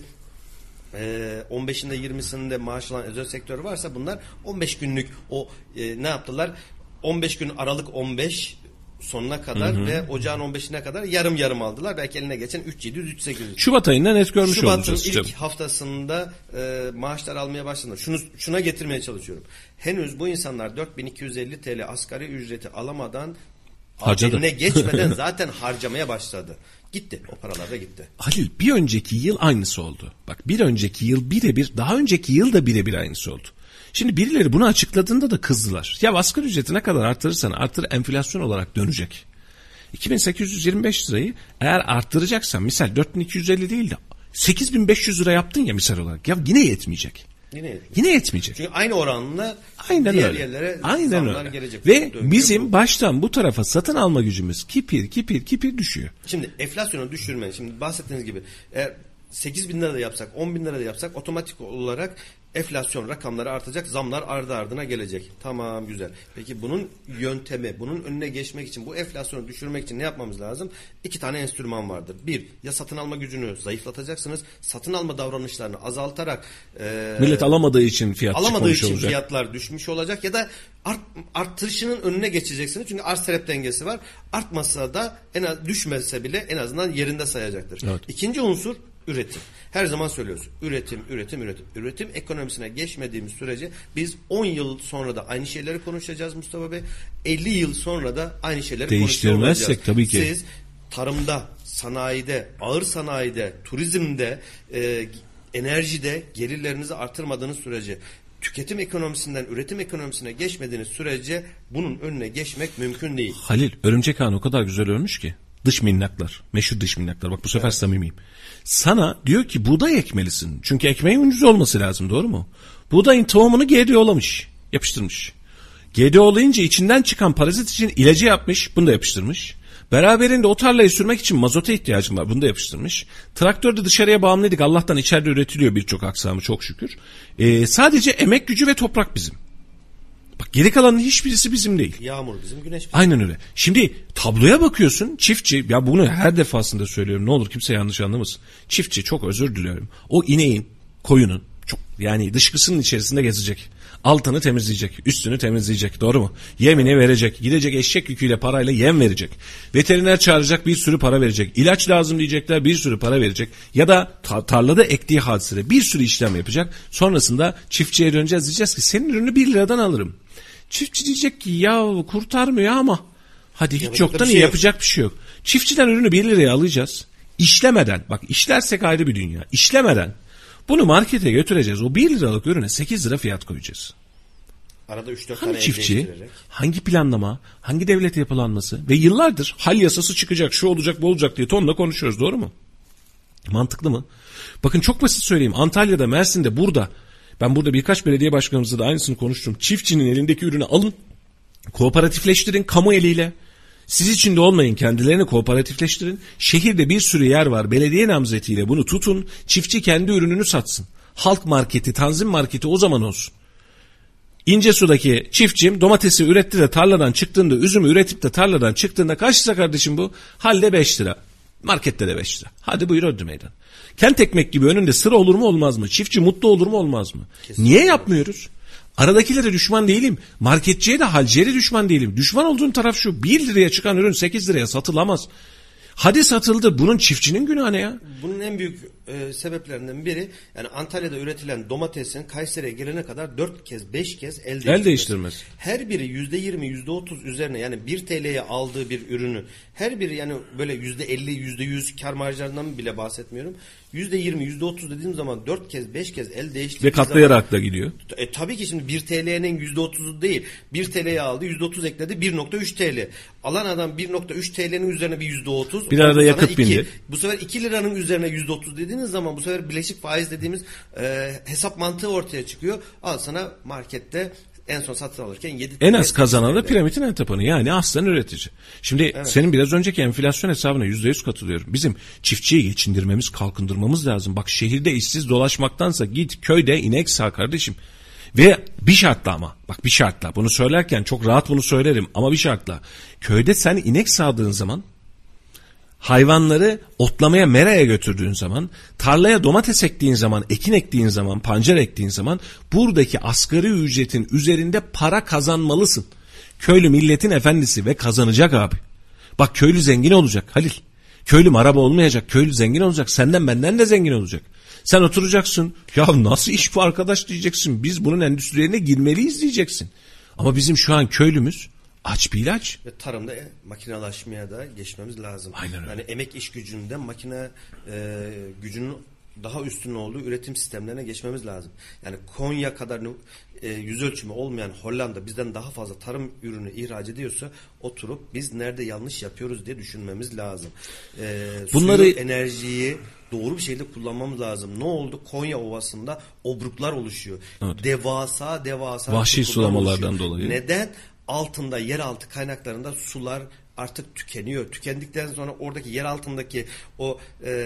15'inde 20'sinde maaş alan özel sektör varsa bunlar 15 günlük ne yaptılar? 15 gün Aralık 15 sonuna kadar ve ocağın 15'ine kadar yarım yarım aldılar. Belki eline geçen 3.700-3.800. Şubat ayında net görmüş olacağız. Şubat'ın ilk haftasında maaşlar almaya başladılar. Şuna getirmeye çalışıyorum. Henüz bu insanlar 4250 TL asgari ücreti alamadan, eline geçmeden zaten harcamaya başladı. Gitti. O paralar da gitti. Halil, bir önceki yıl aynısı oldu. Bak, bir önceki yıl birebir, daha önceki yıl da birebir aynısı oldu. Şimdi birileri bunu açıkladığında da kızdılar. Ya asgari ücreti ne kadar artırırsan artır, enflasyon olarak dönecek. 2825 lirayı eğer arttıracaksan, misal 4250 değil de 8500 lira yaptın ya misal olarak. Ya yine yetmeyecek. Yine yetmeyecek. Çünkü aynı oranla diğer yerlere zamlar gelecek. Ve bizim baştan bu tarafa satın alma gücümüz kipir düşüyor. Şimdi enflasyonu düşürme. Şimdi bahsettiğiniz gibi 8 bin lira da yapsak, 10 bin lira da yapsak otomatik olarak enflasyon rakamları artacak, zamlar ardı ardına gelecek. Tamam, güzel. Peki bunun yöntemi, bunun önüne geçmek için, bu enflasyonu düşürmek için ne yapmamız lazım? 2 tane enstrüman vardır. Bir, ya satın alma gücünü zayıflatacaksınız. Satın alma davranışlarını azaltarak millet alamadığı için fiyatlar düşmüş olacak ya da artışının önüne geçeceksiniz. Çünkü arz talep dengesi var. Artmasa da düşmese bile en azından yerinde sayacaktır. Evet. İkinci unsur üretim. Her zaman söylüyoruz. Üretim ekonomisine geçmediğimiz sürece biz 10 yıl sonra da aynı şeyleri konuşacağız Mustafa Bey. 50 yıl sonra da aynı şeyleri değiştirmezsek tabii ki. Siz tarımda, sanayide, ağır sanayide, turizmde, enerjide gelirlerinizi artırmadığınız sürece, tüketim ekonomisinden üretim ekonomisine geçmediğiniz sürece bunun önüne geçmek mümkün değil. Halil, Örümcek Ağa'nın o kadar güzel ölmüş ki. Dış minnaklar. Meşhur dış minnaklar. Bak bu sefer samimiyim. Sana diyor ki buğday ekmelisin. Çünkü ekmeğin ucuz olması lazım, doğru mu? Buğdayın tohumunu GDO'lamış. Yapıştırmış. GDO'layınca içinden çıkan parazit için ilacı yapmış. Bunu da yapıştırmış. Beraberinde o tarlayı sürmek için mazota ihtiyacım var. Bunu da yapıştırmış. Traktörde dışarıya bağımlıydık. Allah'tan içeride üretiliyor birçok aksamı, çok şükür. Sadece emek gücü ve toprak bizim. Bak, geri kalanın hiçbirisi bizim değil. Yağmur bizim, güneş bizim. Aynen öyle. Şimdi tabloya bakıyorsun, çiftçi, ya bunu her defasında söylüyorum, ne olur kimse yanlış anlamasın. Çiftçi, çok özür diliyorum, o ineğin, koyunun çok, yani dışkısının içerisinde gezecek. Altını temizleyecek, üstünü temizleyecek, doğru mu? Yemini verecek, gidecek eşek yüküyle parayla yem verecek. Veteriner çağıracak, bir sürü para verecek. İlaç lazım diyecekler, bir sürü para verecek. Ya da tarlada ektiği hadisede bir sürü işlem yapacak. Sonrasında çiftçiye döneceğiz, diyeceğiz ki senin ürünü 1 liradan alırım. Çiftçi diyecek ki ya kurtarmıyor ama hadi hiç yoktan iyi, yapacak bir şey yok. Çiftçiden ürünü 1 liraya alacağız. İşlemeden, bak işlersek ayrı bir dünya. İşlemeden bunu markete götüreceğiz. O 1 liralık ürüne 8 lira fiyat koyacağız. Arada 3-4 hangi tane çiftçi, hangi planlama, hangi devlet yapılanması ve yıllardır hal yasası çıkacak, şu olacak, bu olacak diye tonla konuşuyoruz, doğru mu? Mantıklı mı? Bakın çok basit söyleyeyim. Antalya'da, Mersin'de, burada, ben burada birkaç belediye başkanımızla da aynısını konuştum. Çiftçinin elindeki ürünü alın, kooperatifleştirin kamu eliyle. Siz içinde olmayın, kendilerini kooperatifleştirin. Şehirde bir sürü yer var, belediye namzetiyle bunu tutun. Çiftçi kendi ürününü satsın. Halk marketi, tanzim marketi o zaman olsun. İncesu'daki çiftçim domatesi üretti de tarladan çıktığında, üzümü üretip de tarladan çıktığında kaç lira kardeşim bu? Halde 5 lira. Markette de 5 lira. Hadi buyur ödü meydan. Kent ekmek gibi önünde sıra olur mu olmaz mı? Çiftçi mutlu olur mu olmaz mı? Kesinlikle. Niye yapmıyoruz? Aradakilere düşman değilim. Marketçiye de halciye de düşman değilim. Düşman olduğum taraf şu: 1 liraya çıkan ürün 8 liraya satılamaz. Hadi satıldı. Bunun çiftçinin günahı ne ya? Bunun en büyük sebeplerinden biri, yani Antalya'da üretilen domatesin Kayseri'ye gelene kadar 4 kez 5 kez El değiştirmez. Her biri %20 %30 üzerine, yani 1 TL'ye aldığı bir ürünü her biri, yani böyle %50 %100 kar marjlarından bile bahsetmiyorum. %20 %30 dediğim zaman 4 kez 5 kez el değiştirdiği ve katlayarak da gidiyor. Tabii ki şimdi 1 TL'nin %30'u değil. 1 TL'ye aldı, %30 ekledi, 1.3 TL. Alan adam 1.3 TL'nin üzerine bir %30. Bir arada yakıt bindi. Bu sefer 2 liranın üzerine %30 dediğiniz zaman bu sefer bileşik faiz dediğimiz hesap mantığı ortaya çıkıyor. Al sana markette en son satın alırken 7 TL. En az kazanan da piramidin en tapanı, yani aslen üretici. Şimdi senin biraz önceki enflasyon hesabına %100 katılıyorum. Bizim çiftçiyi geçindirmemiz, kalkındırmamız lazım. Bak, şehirde işsiz dolaşmaktansa git köyde inek sağ kardeşim. Ve bir şartla, ama bak bir şartla, bunu söylerken çok rahat bunu söylerim ama bir şartla. Köyde sen inek sağdığın zaman, hayvanları otlamaya, meraya götürdüğün zaman, tarlaya domates ektiğin zaman, ekin ektiğin zaman, pancar ektiğin zaman buradaki asgari ücretin üzerinde para kazanmalısın. Köylü milletin efendisi ve kazanacak abi. Bak, köylü zengin olacak Halil. Köylü maraba olmayacak, köylü zengin olacak. Senden benden de zengin olacak. Sen oturacaksın, ya nasıl iş bu arkadaş diyeceksin. Biz bunun endüstrilerine girmeliyiz diyeceksin. Ama bizim şu an köylümüz aç bir ilaç. Ve tarımda makinalaşmaya da geçmemiz lazım. Aynen öyle. Yani emek iş gücünden makine gücünün daha üstün olduğu üretim sistemlerine geçmemiz lazım. Yani Konya kadar yüz ölçümü olmayan Hollanda bizden daha fazla tarım ürünü ihraç ediyorsa, oturup biz nerede yanlış yapıyoruz diye düşünmemiz lazım. Bunları, suyu, enerjiyi doğru bir şekilde kullanmamız lazım. Ne oldu? Konya Ovası'nda obruklar oluşuyor. Evet. Devasa vahşi sulamalardan dolayı. Neden? Altında, yeraltı kaynaklarında sular artık tükeniyor. Tükendikten sonra oradaki yer altındaki o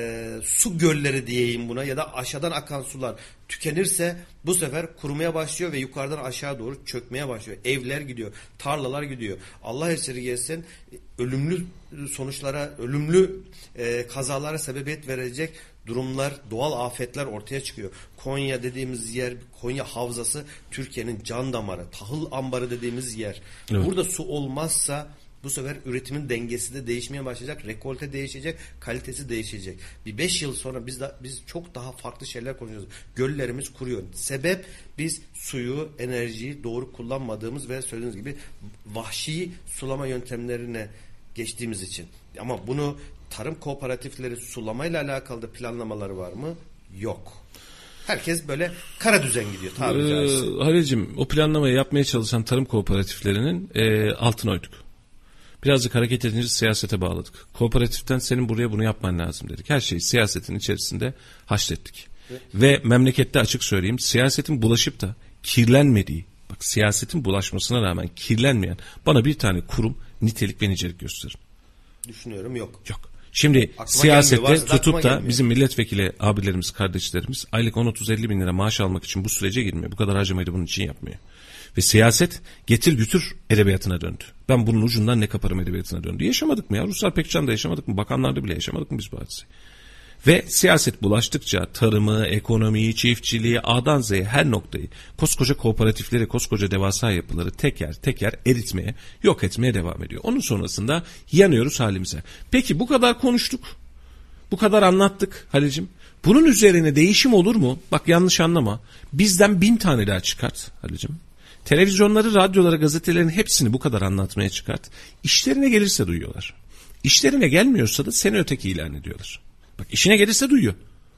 su gölleri diyeyim buna, ya da aşağıdan akan sular tükenirse bu sefer kurumaya başlıyor ve yukarıdan aşağı doğru çökmeye başlıyor. Evler gidiyor, tarlalar gidiyor. Allah esirgesin, ölümlü sonuçlara, ölümlü kazalara sebebiyet verecek durumlar, doğal afetler ortaya çıkıyor. Konya dediğimiz yer, Konya Havzası Türkiye'nin can damarı, tahıl ambarı dediğimiz yer. Evet. Burada su olmazsa bu sefer üretimin dengesi de değişmeye başlayacak, rekolte değişecek, kalitesi değişecek. Bir 5 yıl sonra biz çok daha farklı şeyler konuşuyoruz. Göllerimiz kuruyor. Sebep, biz suyu, enerjiyi doğru kullanmadığımız ve söylediğiniz gibi vahşi sulama yöntemlerine geçtiğimiz için. Ama bunu tarım kooperatifleri sulamayla alakalı da planlamaları var mı? Yok. Herkes böyle kara düzen gidiyor. Halil'cim, o planlamayı yapmaya çalışan tarım kooperatiflerinin altına oyduk. Birazcık hareket edince siyasete bağladık. Kooperatiften senin buraya bunu yapman lazım dedik. Her şeyi siyasetin içerisinde haşlettik. Evet. Ve memlekette açık söyleyeyim, siyasetin bulaşıp da kirlenmediği, bak siyasetin bulaşmasına rağmen kirlenmeyen bana bir tane kurum, nitelik ve nicelik gösterin. Düşünüyorum, yok. Yok. Şimdi aklıma siyasette tutup da bizim milletvekili abilerimiz, kardeşlerimiz aylık 10-30-50 bin lira maaş almak için bu sürece girmiyor. Bu kadar harcamayı da bunun için yapmıyor. Ve siyaset getir götür edebiyatına döndü. Ben bunun ucundan ne kaparım edebiyatına döndü. Yaşamadık mı ya? Ruslar Pekcan'da yaşamadık mı? Bakanlarda bile yaşamadık mı biz bu hadiseyi? Ve siyaset bulaştıkça tarımı, ekonomiyi, çiftçiliği, A'dan Z'ye her noktayı, koskoca kooperatifleri, koskoca devasa yapıları teker teker eritmeye, yok etmeye devam ediyor. Onun sonrasında yanıyoruz halimize. Peki bu kadar konuştuk, bu kadar anlattık Halil'cim. Bunun üzerine değişim olur mu? Bak yanlış anlama. Bizden 1000 tane daha çıkart Halil'cim. Televizyonları, radyoları, gazetelerin hepsini bu kadar anlatmaya çıkart. İşlerine gelirse duyuyorlar. İşlerine gelmiyorsa da seni öteki ilan ediyorlar. Bak, işine gelirse duyuyor.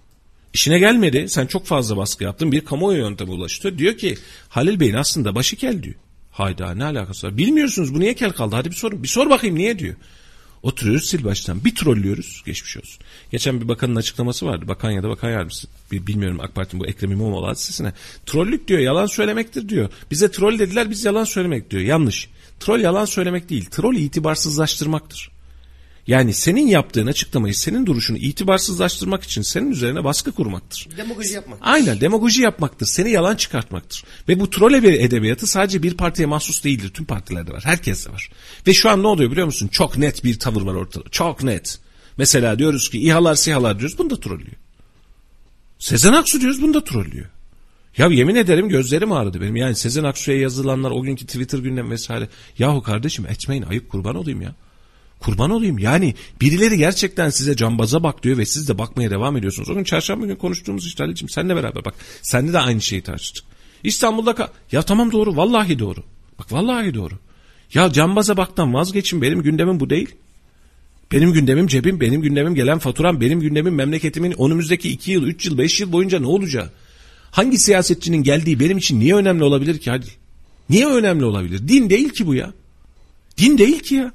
İşine gelmedi, sen çok fazla baskı yaptın, bir kamuoyu yöntemi ulaştı. Diyor ki Halil Bey'in aslında başı kel diyor. Hayda, ne alakası var? Bilmiyorsunuz bu niye kel kaldı, hadi bir sorun. Bir sor bakayım niye diyor. Oturuyoruz sil baştan, bir trollüyoruz, geçmiş olsun. Geçen bir bakanın açıklaması vardı, bakan ya da bakan yardımcısı, bilmiyorum AK Parti'nin bu Ekrem İmamoğlu hadisesine. Trollük diyor, yalan söylemektir diyor. Bize troll dediler, biz yalan söylemek diyor. Yanlış. Troll yalan söylemek değil, troll itibarsızlaştırmaktır. Yani senin yaptığın açıklamayı, senin duruşunu itibarsızlaştırmak için senin üzerine baskı kurmaktır. Demagoji yapmaktır. Aynen, demagoji yapmaktır. Seni yalan çıkartmaktır. Ve bu troll edebiyatı sadece bir partiye mahsus değildir. Tüm partilerde var. Herkeste var. Ve şu an ne oluyor biliyor musun? Çok net bir tavır var ortada. Çok net. Mesela diyoruz ki İHA'lar SİHA'lar diyoruz. Bunu da trollüyor. Sezen Aksu diyoruz. Bunu da trollüyor. Ya yemin ederim gözlerim ağrıdı benim. Yani Sezen Aksu'ya yazılanlar, o günkü Twitter gündem vesaire. Yahu kardeşim etmeyin, ayıp, kurban olayım ya. Kurban olayım. Yani birileri gerçekten size cambaza bak diyor ve siz de bakmaya devam ediyorsunuz. O gün çarşamba günü konuştuğumuz işte Ali'cim seninle beraber bak. Seninle de aynı şeyi tartıştık. İstanbul'da ya tamam doğru, vallahi doğru. Bak vallahi doğru. Ya cambaza baktan vazgeçin, benim gündemim bu değil. Benim gündemim cebim, benim gündemim gelen faturam, benim gündemim memleketimin önümüzdeki 2 yıl, 3 yıl, 5 yıl boyunca ne olacağı. Hangi siyasetçinin geldiği benim için niye önemli olabilir ki hadi? Niye önemli olabilir? Din değil ki bu ya. Din değil ki ya.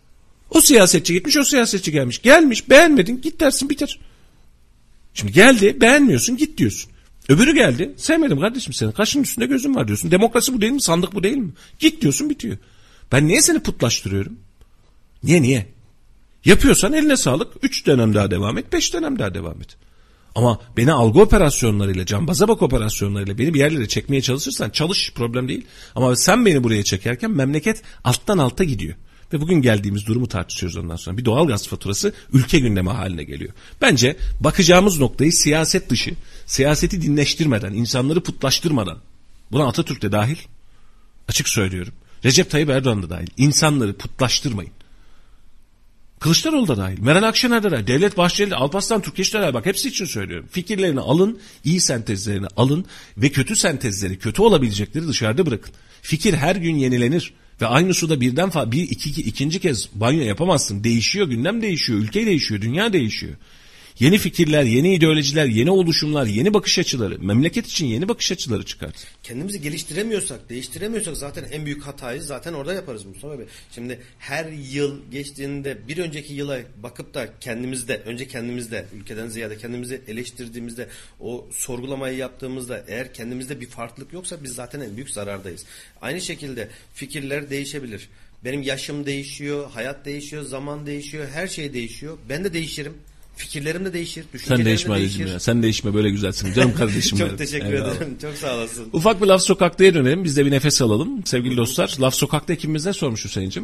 O siyasetçi gitmiş, o siyasetçi gelmiş. Gelmiş, beğenmedin, git dersin, biter. Şimdi geldi, beğenmiyorsun, git diyorsun. Öbürü geldi, sevmedim kardeşim seni. Kaşın üstünde gözüm var diyorsun. Demokrasi bu değil mi? Sandık bu değil mi? Git diyorsun, bitiyor. Ben niye seni putlaştırıyorum? Niye? Yapıyorsan eline sağlık. 3 dönem daha devam et, 5 dönem daha devam et. Ama beni algı operasyonlarıyla, cambaza bak operasyonlarıyla beni bir yerlere çekmeye çalışırsan çalış, problem değil. Ama sen beni buraya çekerken memleket alttan alta gidiyor. Ve bugün geldiğimiz durumu tartışıyoruz ondan sonra. Bir doğalgaz faturası ülke gündemi haline geliyor. Bence bakacağımız noktayı siyaset dışı, siyaseti dinleştirmeden, insanları putlaştırmadan, buna Atatürk de dahil, açık söylüyorum. Recep Tayyip Erdoğan da dahil. İnsanları putlaştırmayın. Kılıçdaroğlu da dahil, Meral Akşener de dahil, Devlet Bahçeli, Alparslan Türkeş de dahil. Bak hepsi için söylüyorum. Fikirlerini alın, iyi sentezlerini alın ve kötü sentezleri, kötü olabilecekleri dışarıda bırakın. Fikir her gün yenilenir ve aynı suda birden fazla, ikinci kez banyo yapamazsın. Değişiyor, gündem değişiyor, ülke değişiyor, dünya değişiyor. Yeni fikirler, yeni ideolojiler, yeni oluşumlar, yeni bakış açıları, memleket için yeni bakış açıları çıkart. Kendimizi geliştiremiyorsak, değiştiremiyorsak zaten en büyük hatayı zaten orada yaparız Mustafa Bey. Şimdi her yıl geçtiğinde bir önceki yıla bakıp da önce kendimizde, ülkeden ziyade kendimizi eleştirdiğimizde, o sorgulamayı yaptığımızda eğer kendimizde bir farklılık yoksa biz zaten en büyük zarardayız. Aynı şekilde fikirler değişebilir. Benim yaşım değişiyor, hayat değişiyor, zaman değişiyor, her şey değişiyor. Ben de değişirim. Fikirlerim de değişir, düşüncelerim de değişir. Sen değişme Ali'cim ya. Sen değişme, böyle güzelsin. Canım kardeşim. Çok teşekkür ederim. Çok sağ olasın. Ufak bir Laf Sokak'ta'ya dönelim. Biz de bir nefes alalım. Sevgili dostlar. Laf Sokak'ta ekibimiz ne sormuş Hüseyin'cim?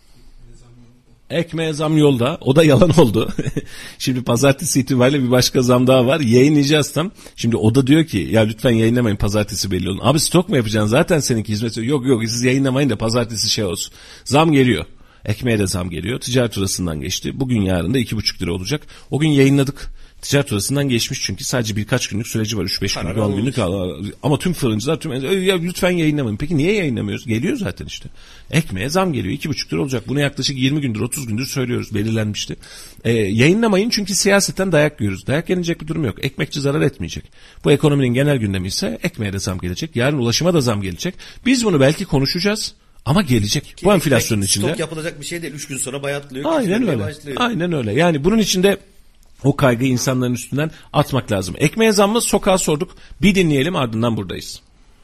Ekmeğe zam yolda. O da yalan oldu. Şimdi pazartesi itibariyle bir başka zam daha var. Yayınlayacağız tam. Şimdi o da diyor ki ya lütfen yayınlamayın, pazartesi belli olun. Abi stok mu yapacaksın? Zaten seninki hizmet. Yok siz yayınlamayın da pazartesi şey olsun. Zam geliyor. Ekmeğe de zam geliyor. Ticaret odasından geçti. Bugün yarın da 2,5 lira olacak. O gün yayınladık. Ticaret odasından geçmiş çünkü sadece birkaç günlük süreci var. 3-5 günlük, 10 günlük. Ama tüm fırıncılar ya lütfen yayınlamayın. Peki niye yayınlamıyoruz? Geliyor zaten işte. Ekmeğe zam geliyor. 2,5 lira olacak. Bunu yaklaşık 20 gündür 30 gündür söylüyoruz. Belirlenmişti. Yayınlamayın çünkü siyasetten dayak yiyoruz. Dayak yenilecek bir durum yok. Ekmekçi zarar etmeyecek. Bu ekonominin genel gündemi ise ekmeğe de zam gelecek. Yarın ulaşıma da zam gelecek. Biz bunu belki konuşacağız. Ama gelecek. Bu enflasyonun içinde. Stok yapılacak bir şey değil. 3 gün sonra bayatlıyor. Aynen öyle. Aynen öyle. Yani bunun içinde o kaygıyı insanların üstünden atmak lazım. Ekmeğe zammı sokağa sorduk. Bir dinleyelim, ardından buradayız.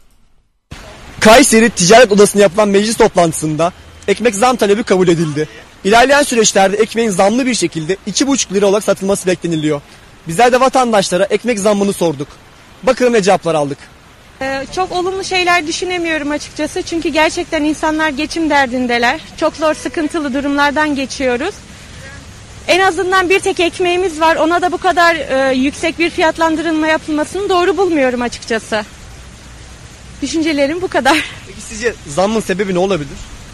Kayseri Ticaret Odası'nda yapılan meclis toplantısında ekmek zam talebi kabul edildi. İlerleyen süreçlerde ekmeğin zamlı bir şekilde 2,5 lira olarak satılması bekleniliyor. Bizler de vatandaşlara ekmek zammını sorduk. Bakalım ne cevaplar aldık. Çok olumlu şeyler düşünemiyorum açıkçası. Çünkü gerçekten insanlar geçim derdindeler. Çok zor, sıkıntılı durumlardan geçiyoruz. En azından bir tek ekmeğimiz var. Ona da bu kadar yüksek bir fiyatlandırılma yapılmasını doğru bulmuyorum açıkçası. Düşüncelerim bu kadar. Peki sizce zammın sebebi ne olabilir?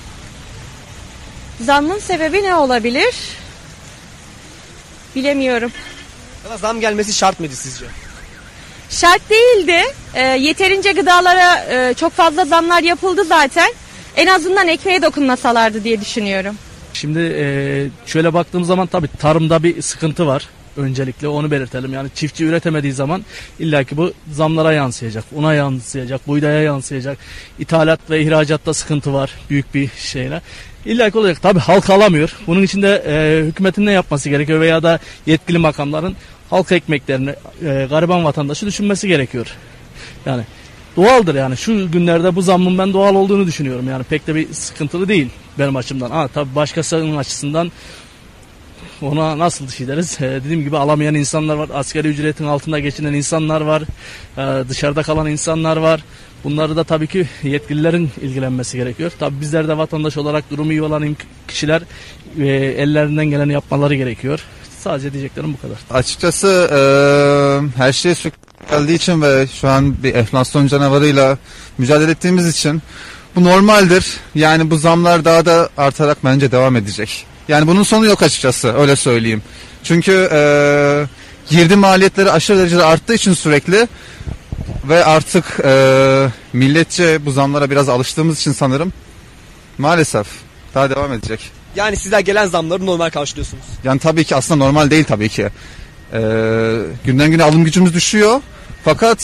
Zammın sebebi ne olabilir? Bilemiyorum. Ya da zam gelmesi şart mıydı sizce? Şart değildi. Yeterince gıdalara çok fazla zamlar yapıldı zaten. En azından ekmeğe dokunmasalardı diye düşünüyorum. Şimdi şöyle baktığımız zaman tabii tarımda bir sıkıntı var. Öncelikle onu belirtelim. Yani çiftçi üretemediği zaman illaki bu zamlara yansıyacak. Una yansıyacak, buğdaya yansıyacak. İthalat ve ihracatta sıkıntı var büyük bir şeyle. İllaki olacak. Tabii halk alamıyor. Bunun için de hükümetin ne yapması gerekiyor veya da yetkili makamların halk ekmeklerini gariban vatandaşı düşünmesi gerekiyor. Yani doğaldır yani. Şu günlerde bu zammın ben doğal olduğunu düşünüyorum. Yani pek de bir sıkıntılı değil benim açımdan. Tabii başkasının açısından ona nasıl şey deriz? Dediğim gibi alamayan insanlar var. Asgari ücretin altında geçinen insanlar var. Dışarıda kalan insanlar var. Bunları da tabii ki yetkililerin ilgilenmesi gerekiyor. Tabii bizler de vatandaş olarak durumu iyi olan kişiler ellerinden geleni yapmaları gerekiyor. Sadece diyeceklerim bu kadar. Açıkçası her şey geldiği için ve şu an bir enflasyon canavarıyla mücadele ettiğimiz için bu normaldir. Yani bu zamlar daha da artarak bence devam edecek. Yani bunun sonu yok açıkçası, öyle söyleyeyim. Çünkü girdi maliyetleri aşırı derecede arttığı için sürekli ve artık milletçe bu zamlara biraz alıştığımız için sanırım maalesef daha devam edecek. Yani sizler gelen zamları normal karşılıyorsunuz. Yani tabii ki aslında normal değil tabii ki. Günden güne alım gücümüz düşüyor. Fakat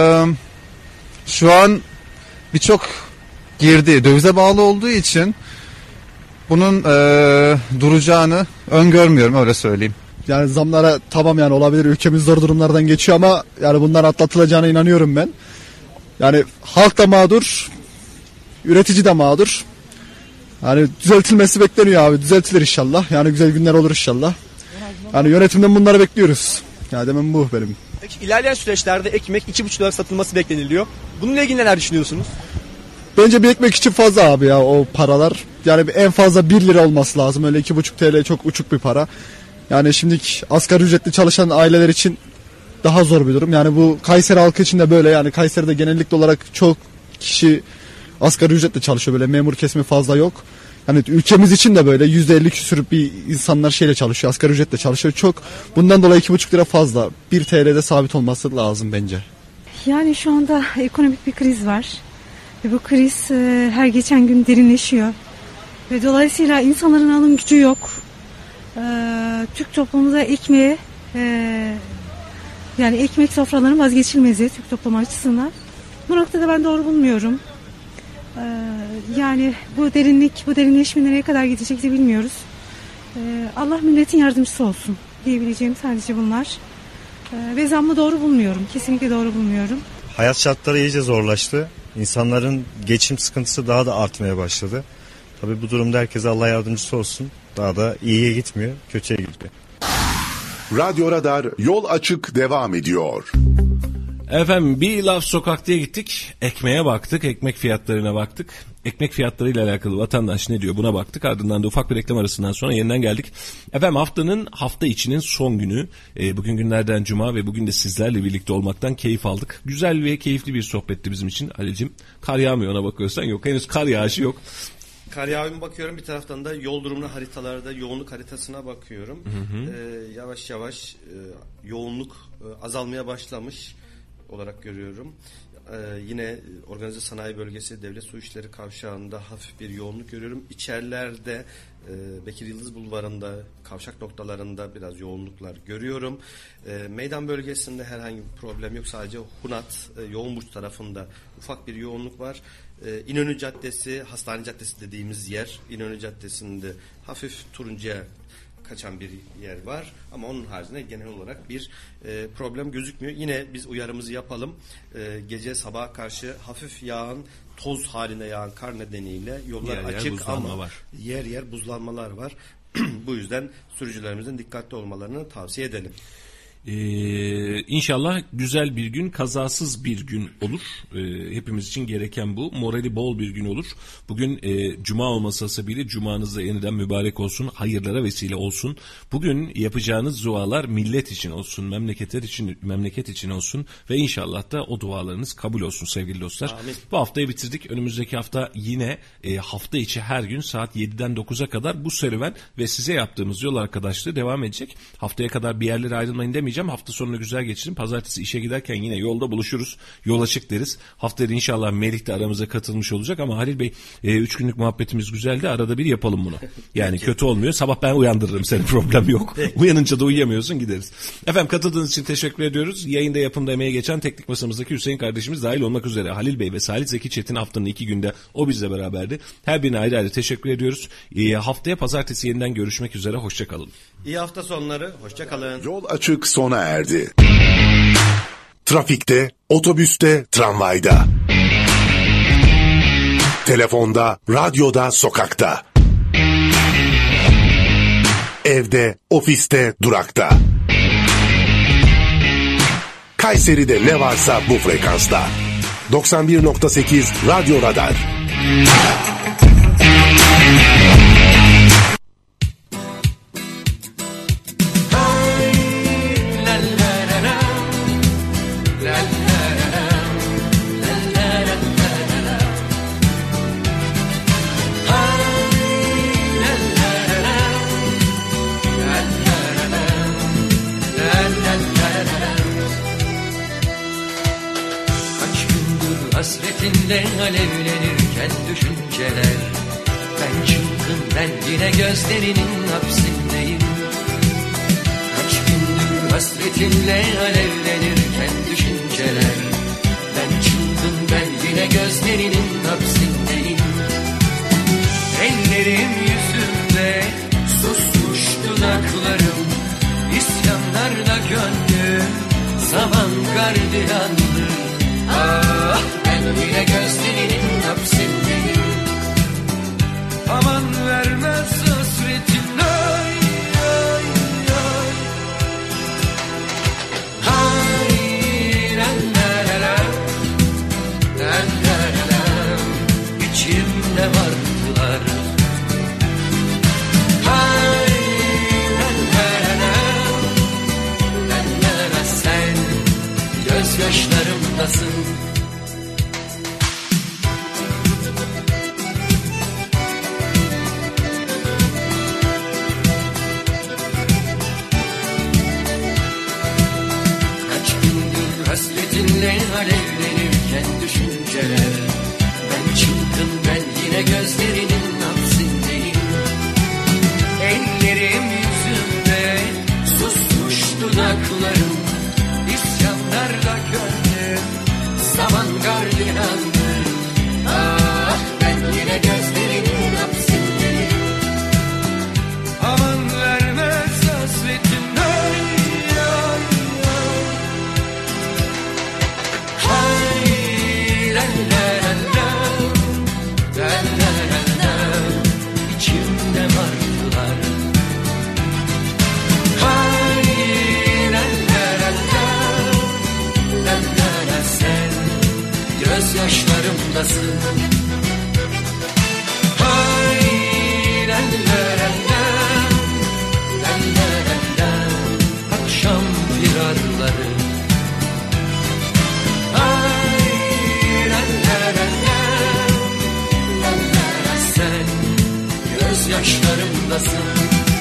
şu an birçok girdi dövize bağlı olduğu için bunun duracağını öngörmüyorum, öyle söyleyeyim. Yani zamlara tamam yani olabilir, ülkemiz zor durumlardan geçiyor ama yani bundan atlatılacağına inanıyorum ben. Yani halk da mağdur, üretici de mağdur. Yani düzeltilmesi bekleniyor abi, düzeltilir inşallah. Yani güzel günler olur inşallah. Yani yönetimden bunları bekliyoruz. Yani demem bu benim. Peki ilerleyen süreçlerde ekmek 2,5 lira satılması bekleniliyor. Bununla ilgili neler düşünüyorsunuz? Bence bir ekmek için fazla abi ya o paralar. Yani en fazla 1 lira olması lazım. Öyle 2,5 TL çok uçuk bir para. Yani şimdiki asgari ücretli çalışan aileler için daha zor bir durum. Yani bu Kayseri halkı için de böyle. Yani Kayseri'de genellikle olarak çok kişi asgari ücretle çalışıyor. Böyle memur kesimi fazla yok. Yani ülkemiz için de böyle %50 küsür bir insanlar şeyle çalışıyor. Asgari ücretle çalışıyor. Çok bundan dolayı 2,5 lira fazla. 1 TL'de sabit olması lazım bence. Yani şu anda ekonomik bir kriz var. Ve bu kriz her geçen gün derinleşiyor. Ve dolayısıyla insanların alım gücü yok. Türk toplumunda ekmeğe yani ekmek sofralarının vazgeçilmezi Türk toplumu açısından. Bu noktada ben doğru bulmuyorum. Yani bu derinleşme nereye kadar gidecek de bilmiyoruz. Allah milletin yardımcısı olsun diyebileceğim sadece bunlar. Ve zammı doğru bulmuyorum. Kesinlikle doğru bulmuyorum. Hayat şartları iyice zorlaştı. İnsanların geçim sıkıntısı daha da artmaya başladı. Tabii bu durumda herkese Allah yardımcısı olsun. Daha da iyiye gitmiyor, kötüye gidiyor. Radyo Radar yol açık devam ediyor. Efendim bir laf sokakta gittik, ekmeğe baktık, ekmek fiyatlarına baktık. Ekmek fiyatlarıyla alakalı vatandaş ne diyor buna baktık. Ardından da ufak bir reklam arasından sonra yeniden geldik. Efendim hafta içinin son günü. Bugün günlerden cuma ve bugün de sizlerle birlikte olmaktan keyif aldık. Güzel ve keyifli bir sohbetti bizim için Halil'cim. Kar yağmıyor ona bakıyorsan, yok henüz kar yağışı yok. Kar yağmına bakıyorum, bir taraftan da yol durumuna haritalarda yoğunluk haritasına bakıyorum. Yavaş yavaş yoğunluk azalmaya başlamış olarak görüyorum. Yine organize sanayi bölgesi devlet su işleri kavşağında hafif bir yoğunluk görüyorum. İçerilerde Bekir Yıldız Bulvarı'nda kavşak noktalarında biraz yoğunluklar görüyorum. Meydan bölgesinde herhangi bir problem yok. Sadece Hunat Yoğunburç tarafında ufak bir yoğunluk var. İnönü Caddesi, Hastane Caddesi dediğimiz yer, İnönü Caddesi'nde hafif turuncuya kaçan bir yer var ama onun haricinde genel olarak bir problem gözükmüyor. Yine biz uyarımızı yapalım. Gece sabaha karşı hafif yağan, toz halinde yağan kar nedeniyle yollar yer açık ama var. yer yer buzlanmalar var. Bu yüzden sürücülerimizin dikkatli olmalarını tavsiye edelim. İnşallah güzel bir gün, kazasız bir gün olur. Hepimiz için gereken bu. Morali bol bir gün olur. Bugün cuma olması hasebiyle cumanız da yeniden mübarek olsun. Hayırlara vesile olsun. Bugün yapacağınız dualar millet için olsun, memleket için olsun ve inşallah da o dualarınız kabul olsun sevgili dostlar. Amin. Bu haftayı bitirdik. Önümüzdeki hafta yine hafta içi her gün saat 7'den 9'a kadar bu serüven ve size yaptığımız yol arkadaşlığı devam edecek. Haftaya kadar bir yerlere ayrılmayın demeyeceğim. Hafta sonunu güzel geçirin. Pazartesi işe giderken yine yolda buluşuruz. Yol açık deriz. Haftaya inşallah Melih de aramıza katılmış olacak ama Halil Bey 3 günlük muhabbetimiz güzeldi. Arada bir yapalım bunu. Yani kötü olmuyor. Sabah ben uyandırırım seni. Problem yok. Uyanınca da uyuyamıyorsun, gideriz. Efendim katıldığınız için teşekkür ediyoruz. Yayında yapımda emeği geçen teknik masamızdaki Hüseyin kardeşimiz dahil olmak üzere Halil Bey ve Salih Zeki Çetin haftanın 2 günde o bizle beraberdi. Her birine ayrı ayrı teşekkür ediyoruz. Haftaya pazartesi yeniden görüşmek üzere. Hoşça kalın. İyi hafta sonları. Hoşça kalın. Yol açık sona erdi. Trafikte, otobüste, tramvayda. Telefonda, radyoda, sokakta. Evde, ofiste, durakta. Kayseri'de ne varsa bu frekansta. 91.8 Radyo Radar. hasretinle alevlenirken düşünceler. Ben çılgın, ben yine gözlerinin hapsindeyim. Kaç gündür hasretinle alevlenirken düşünceler. Ben çılgın, ben yine gözlerinin hapsindeyim. Ellerim yüzümde, susmuş dudaklarım, isyanlarla gönlüm, zaman gardiyandır. Ah, ben yine gözlerinin hapsindeyim. Aman vermez hasretin, ay ay ay. Hay la la la la, la la la la. İçimde vardılar. Hay la la la la, la la la. Sen gözyaşlarımdasın. Alevlenirken düşünceler. Ben çılgın, ben yine gözlerinin hapsindeyim. Ellerim yüzümde, susmuş dudaklarım, isyanlarla gönlüm, zaman gardiyandır. Ah, ben yine gözlerinin hapsindeyim. Aman vermez hasretin, ay ay ay. Hay la la la la, la la la la. İçimde vardılar. Hay la la la la, la la la. Sen gözyaşlarımdasın. Hay la la la la, la la la la. Akşam firarları. Sen gözyaşlarımdasın.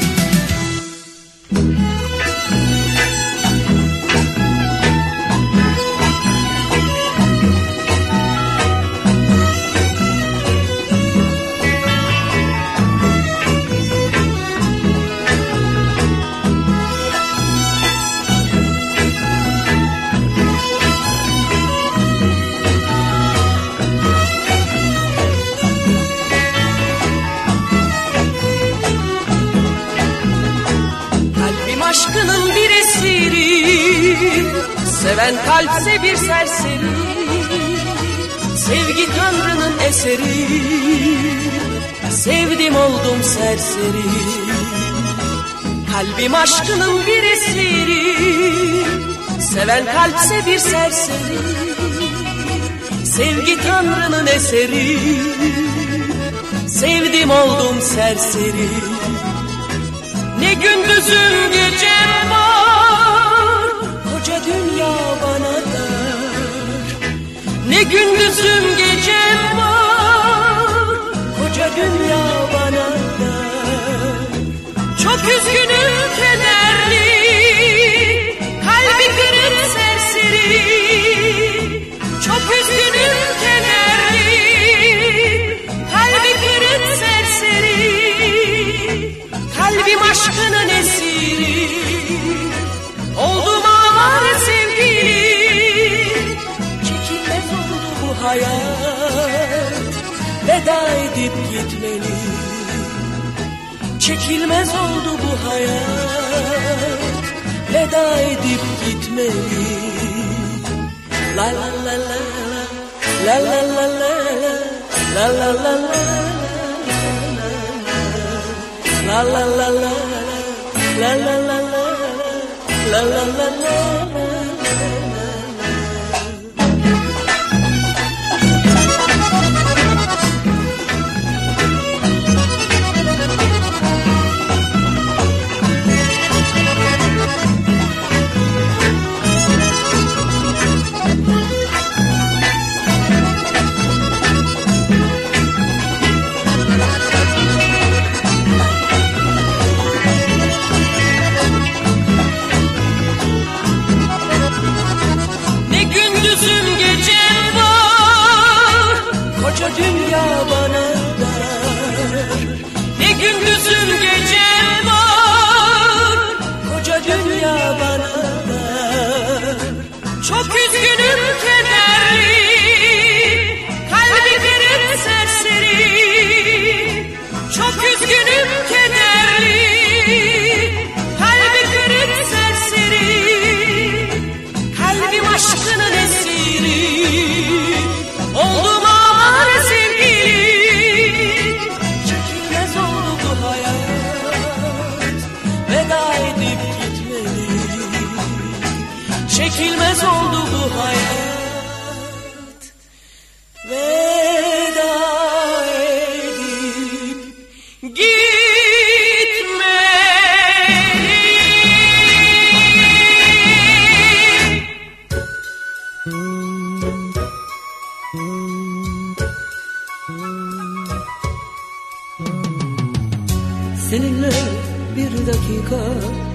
Aşkının bir esiri, seven kalpse bir serseri. Sevgi Tanrı'nın eseri, sevdim oldum serseri. Kalbim aşkının bir esiri, seven kalpse bir serseri. Sevgi Tanrı'nın eseri, sevdim oldum serseri. Ne gündüzüm gecem var, koca dünya bana dar. Ne gündüzüm gecem var, koca dünya bana dar. Çok üzgünüm, kederli, kalbi kırık serseri. Çok üzgünüm, kederli, kalbi kırık serseri. Kalbim aşkının esiri, oldum ağlar sevgili. Çekilmez oldu bu hayat, veda edip gitmeli. Çekilmez oldu bu hayat, veda edip gitmeli. La la la la la, la la la la, la la la la. La la la la, la la la la, la la la la. geçilmez oldu bu hayat. Veda edip seninle bir dakika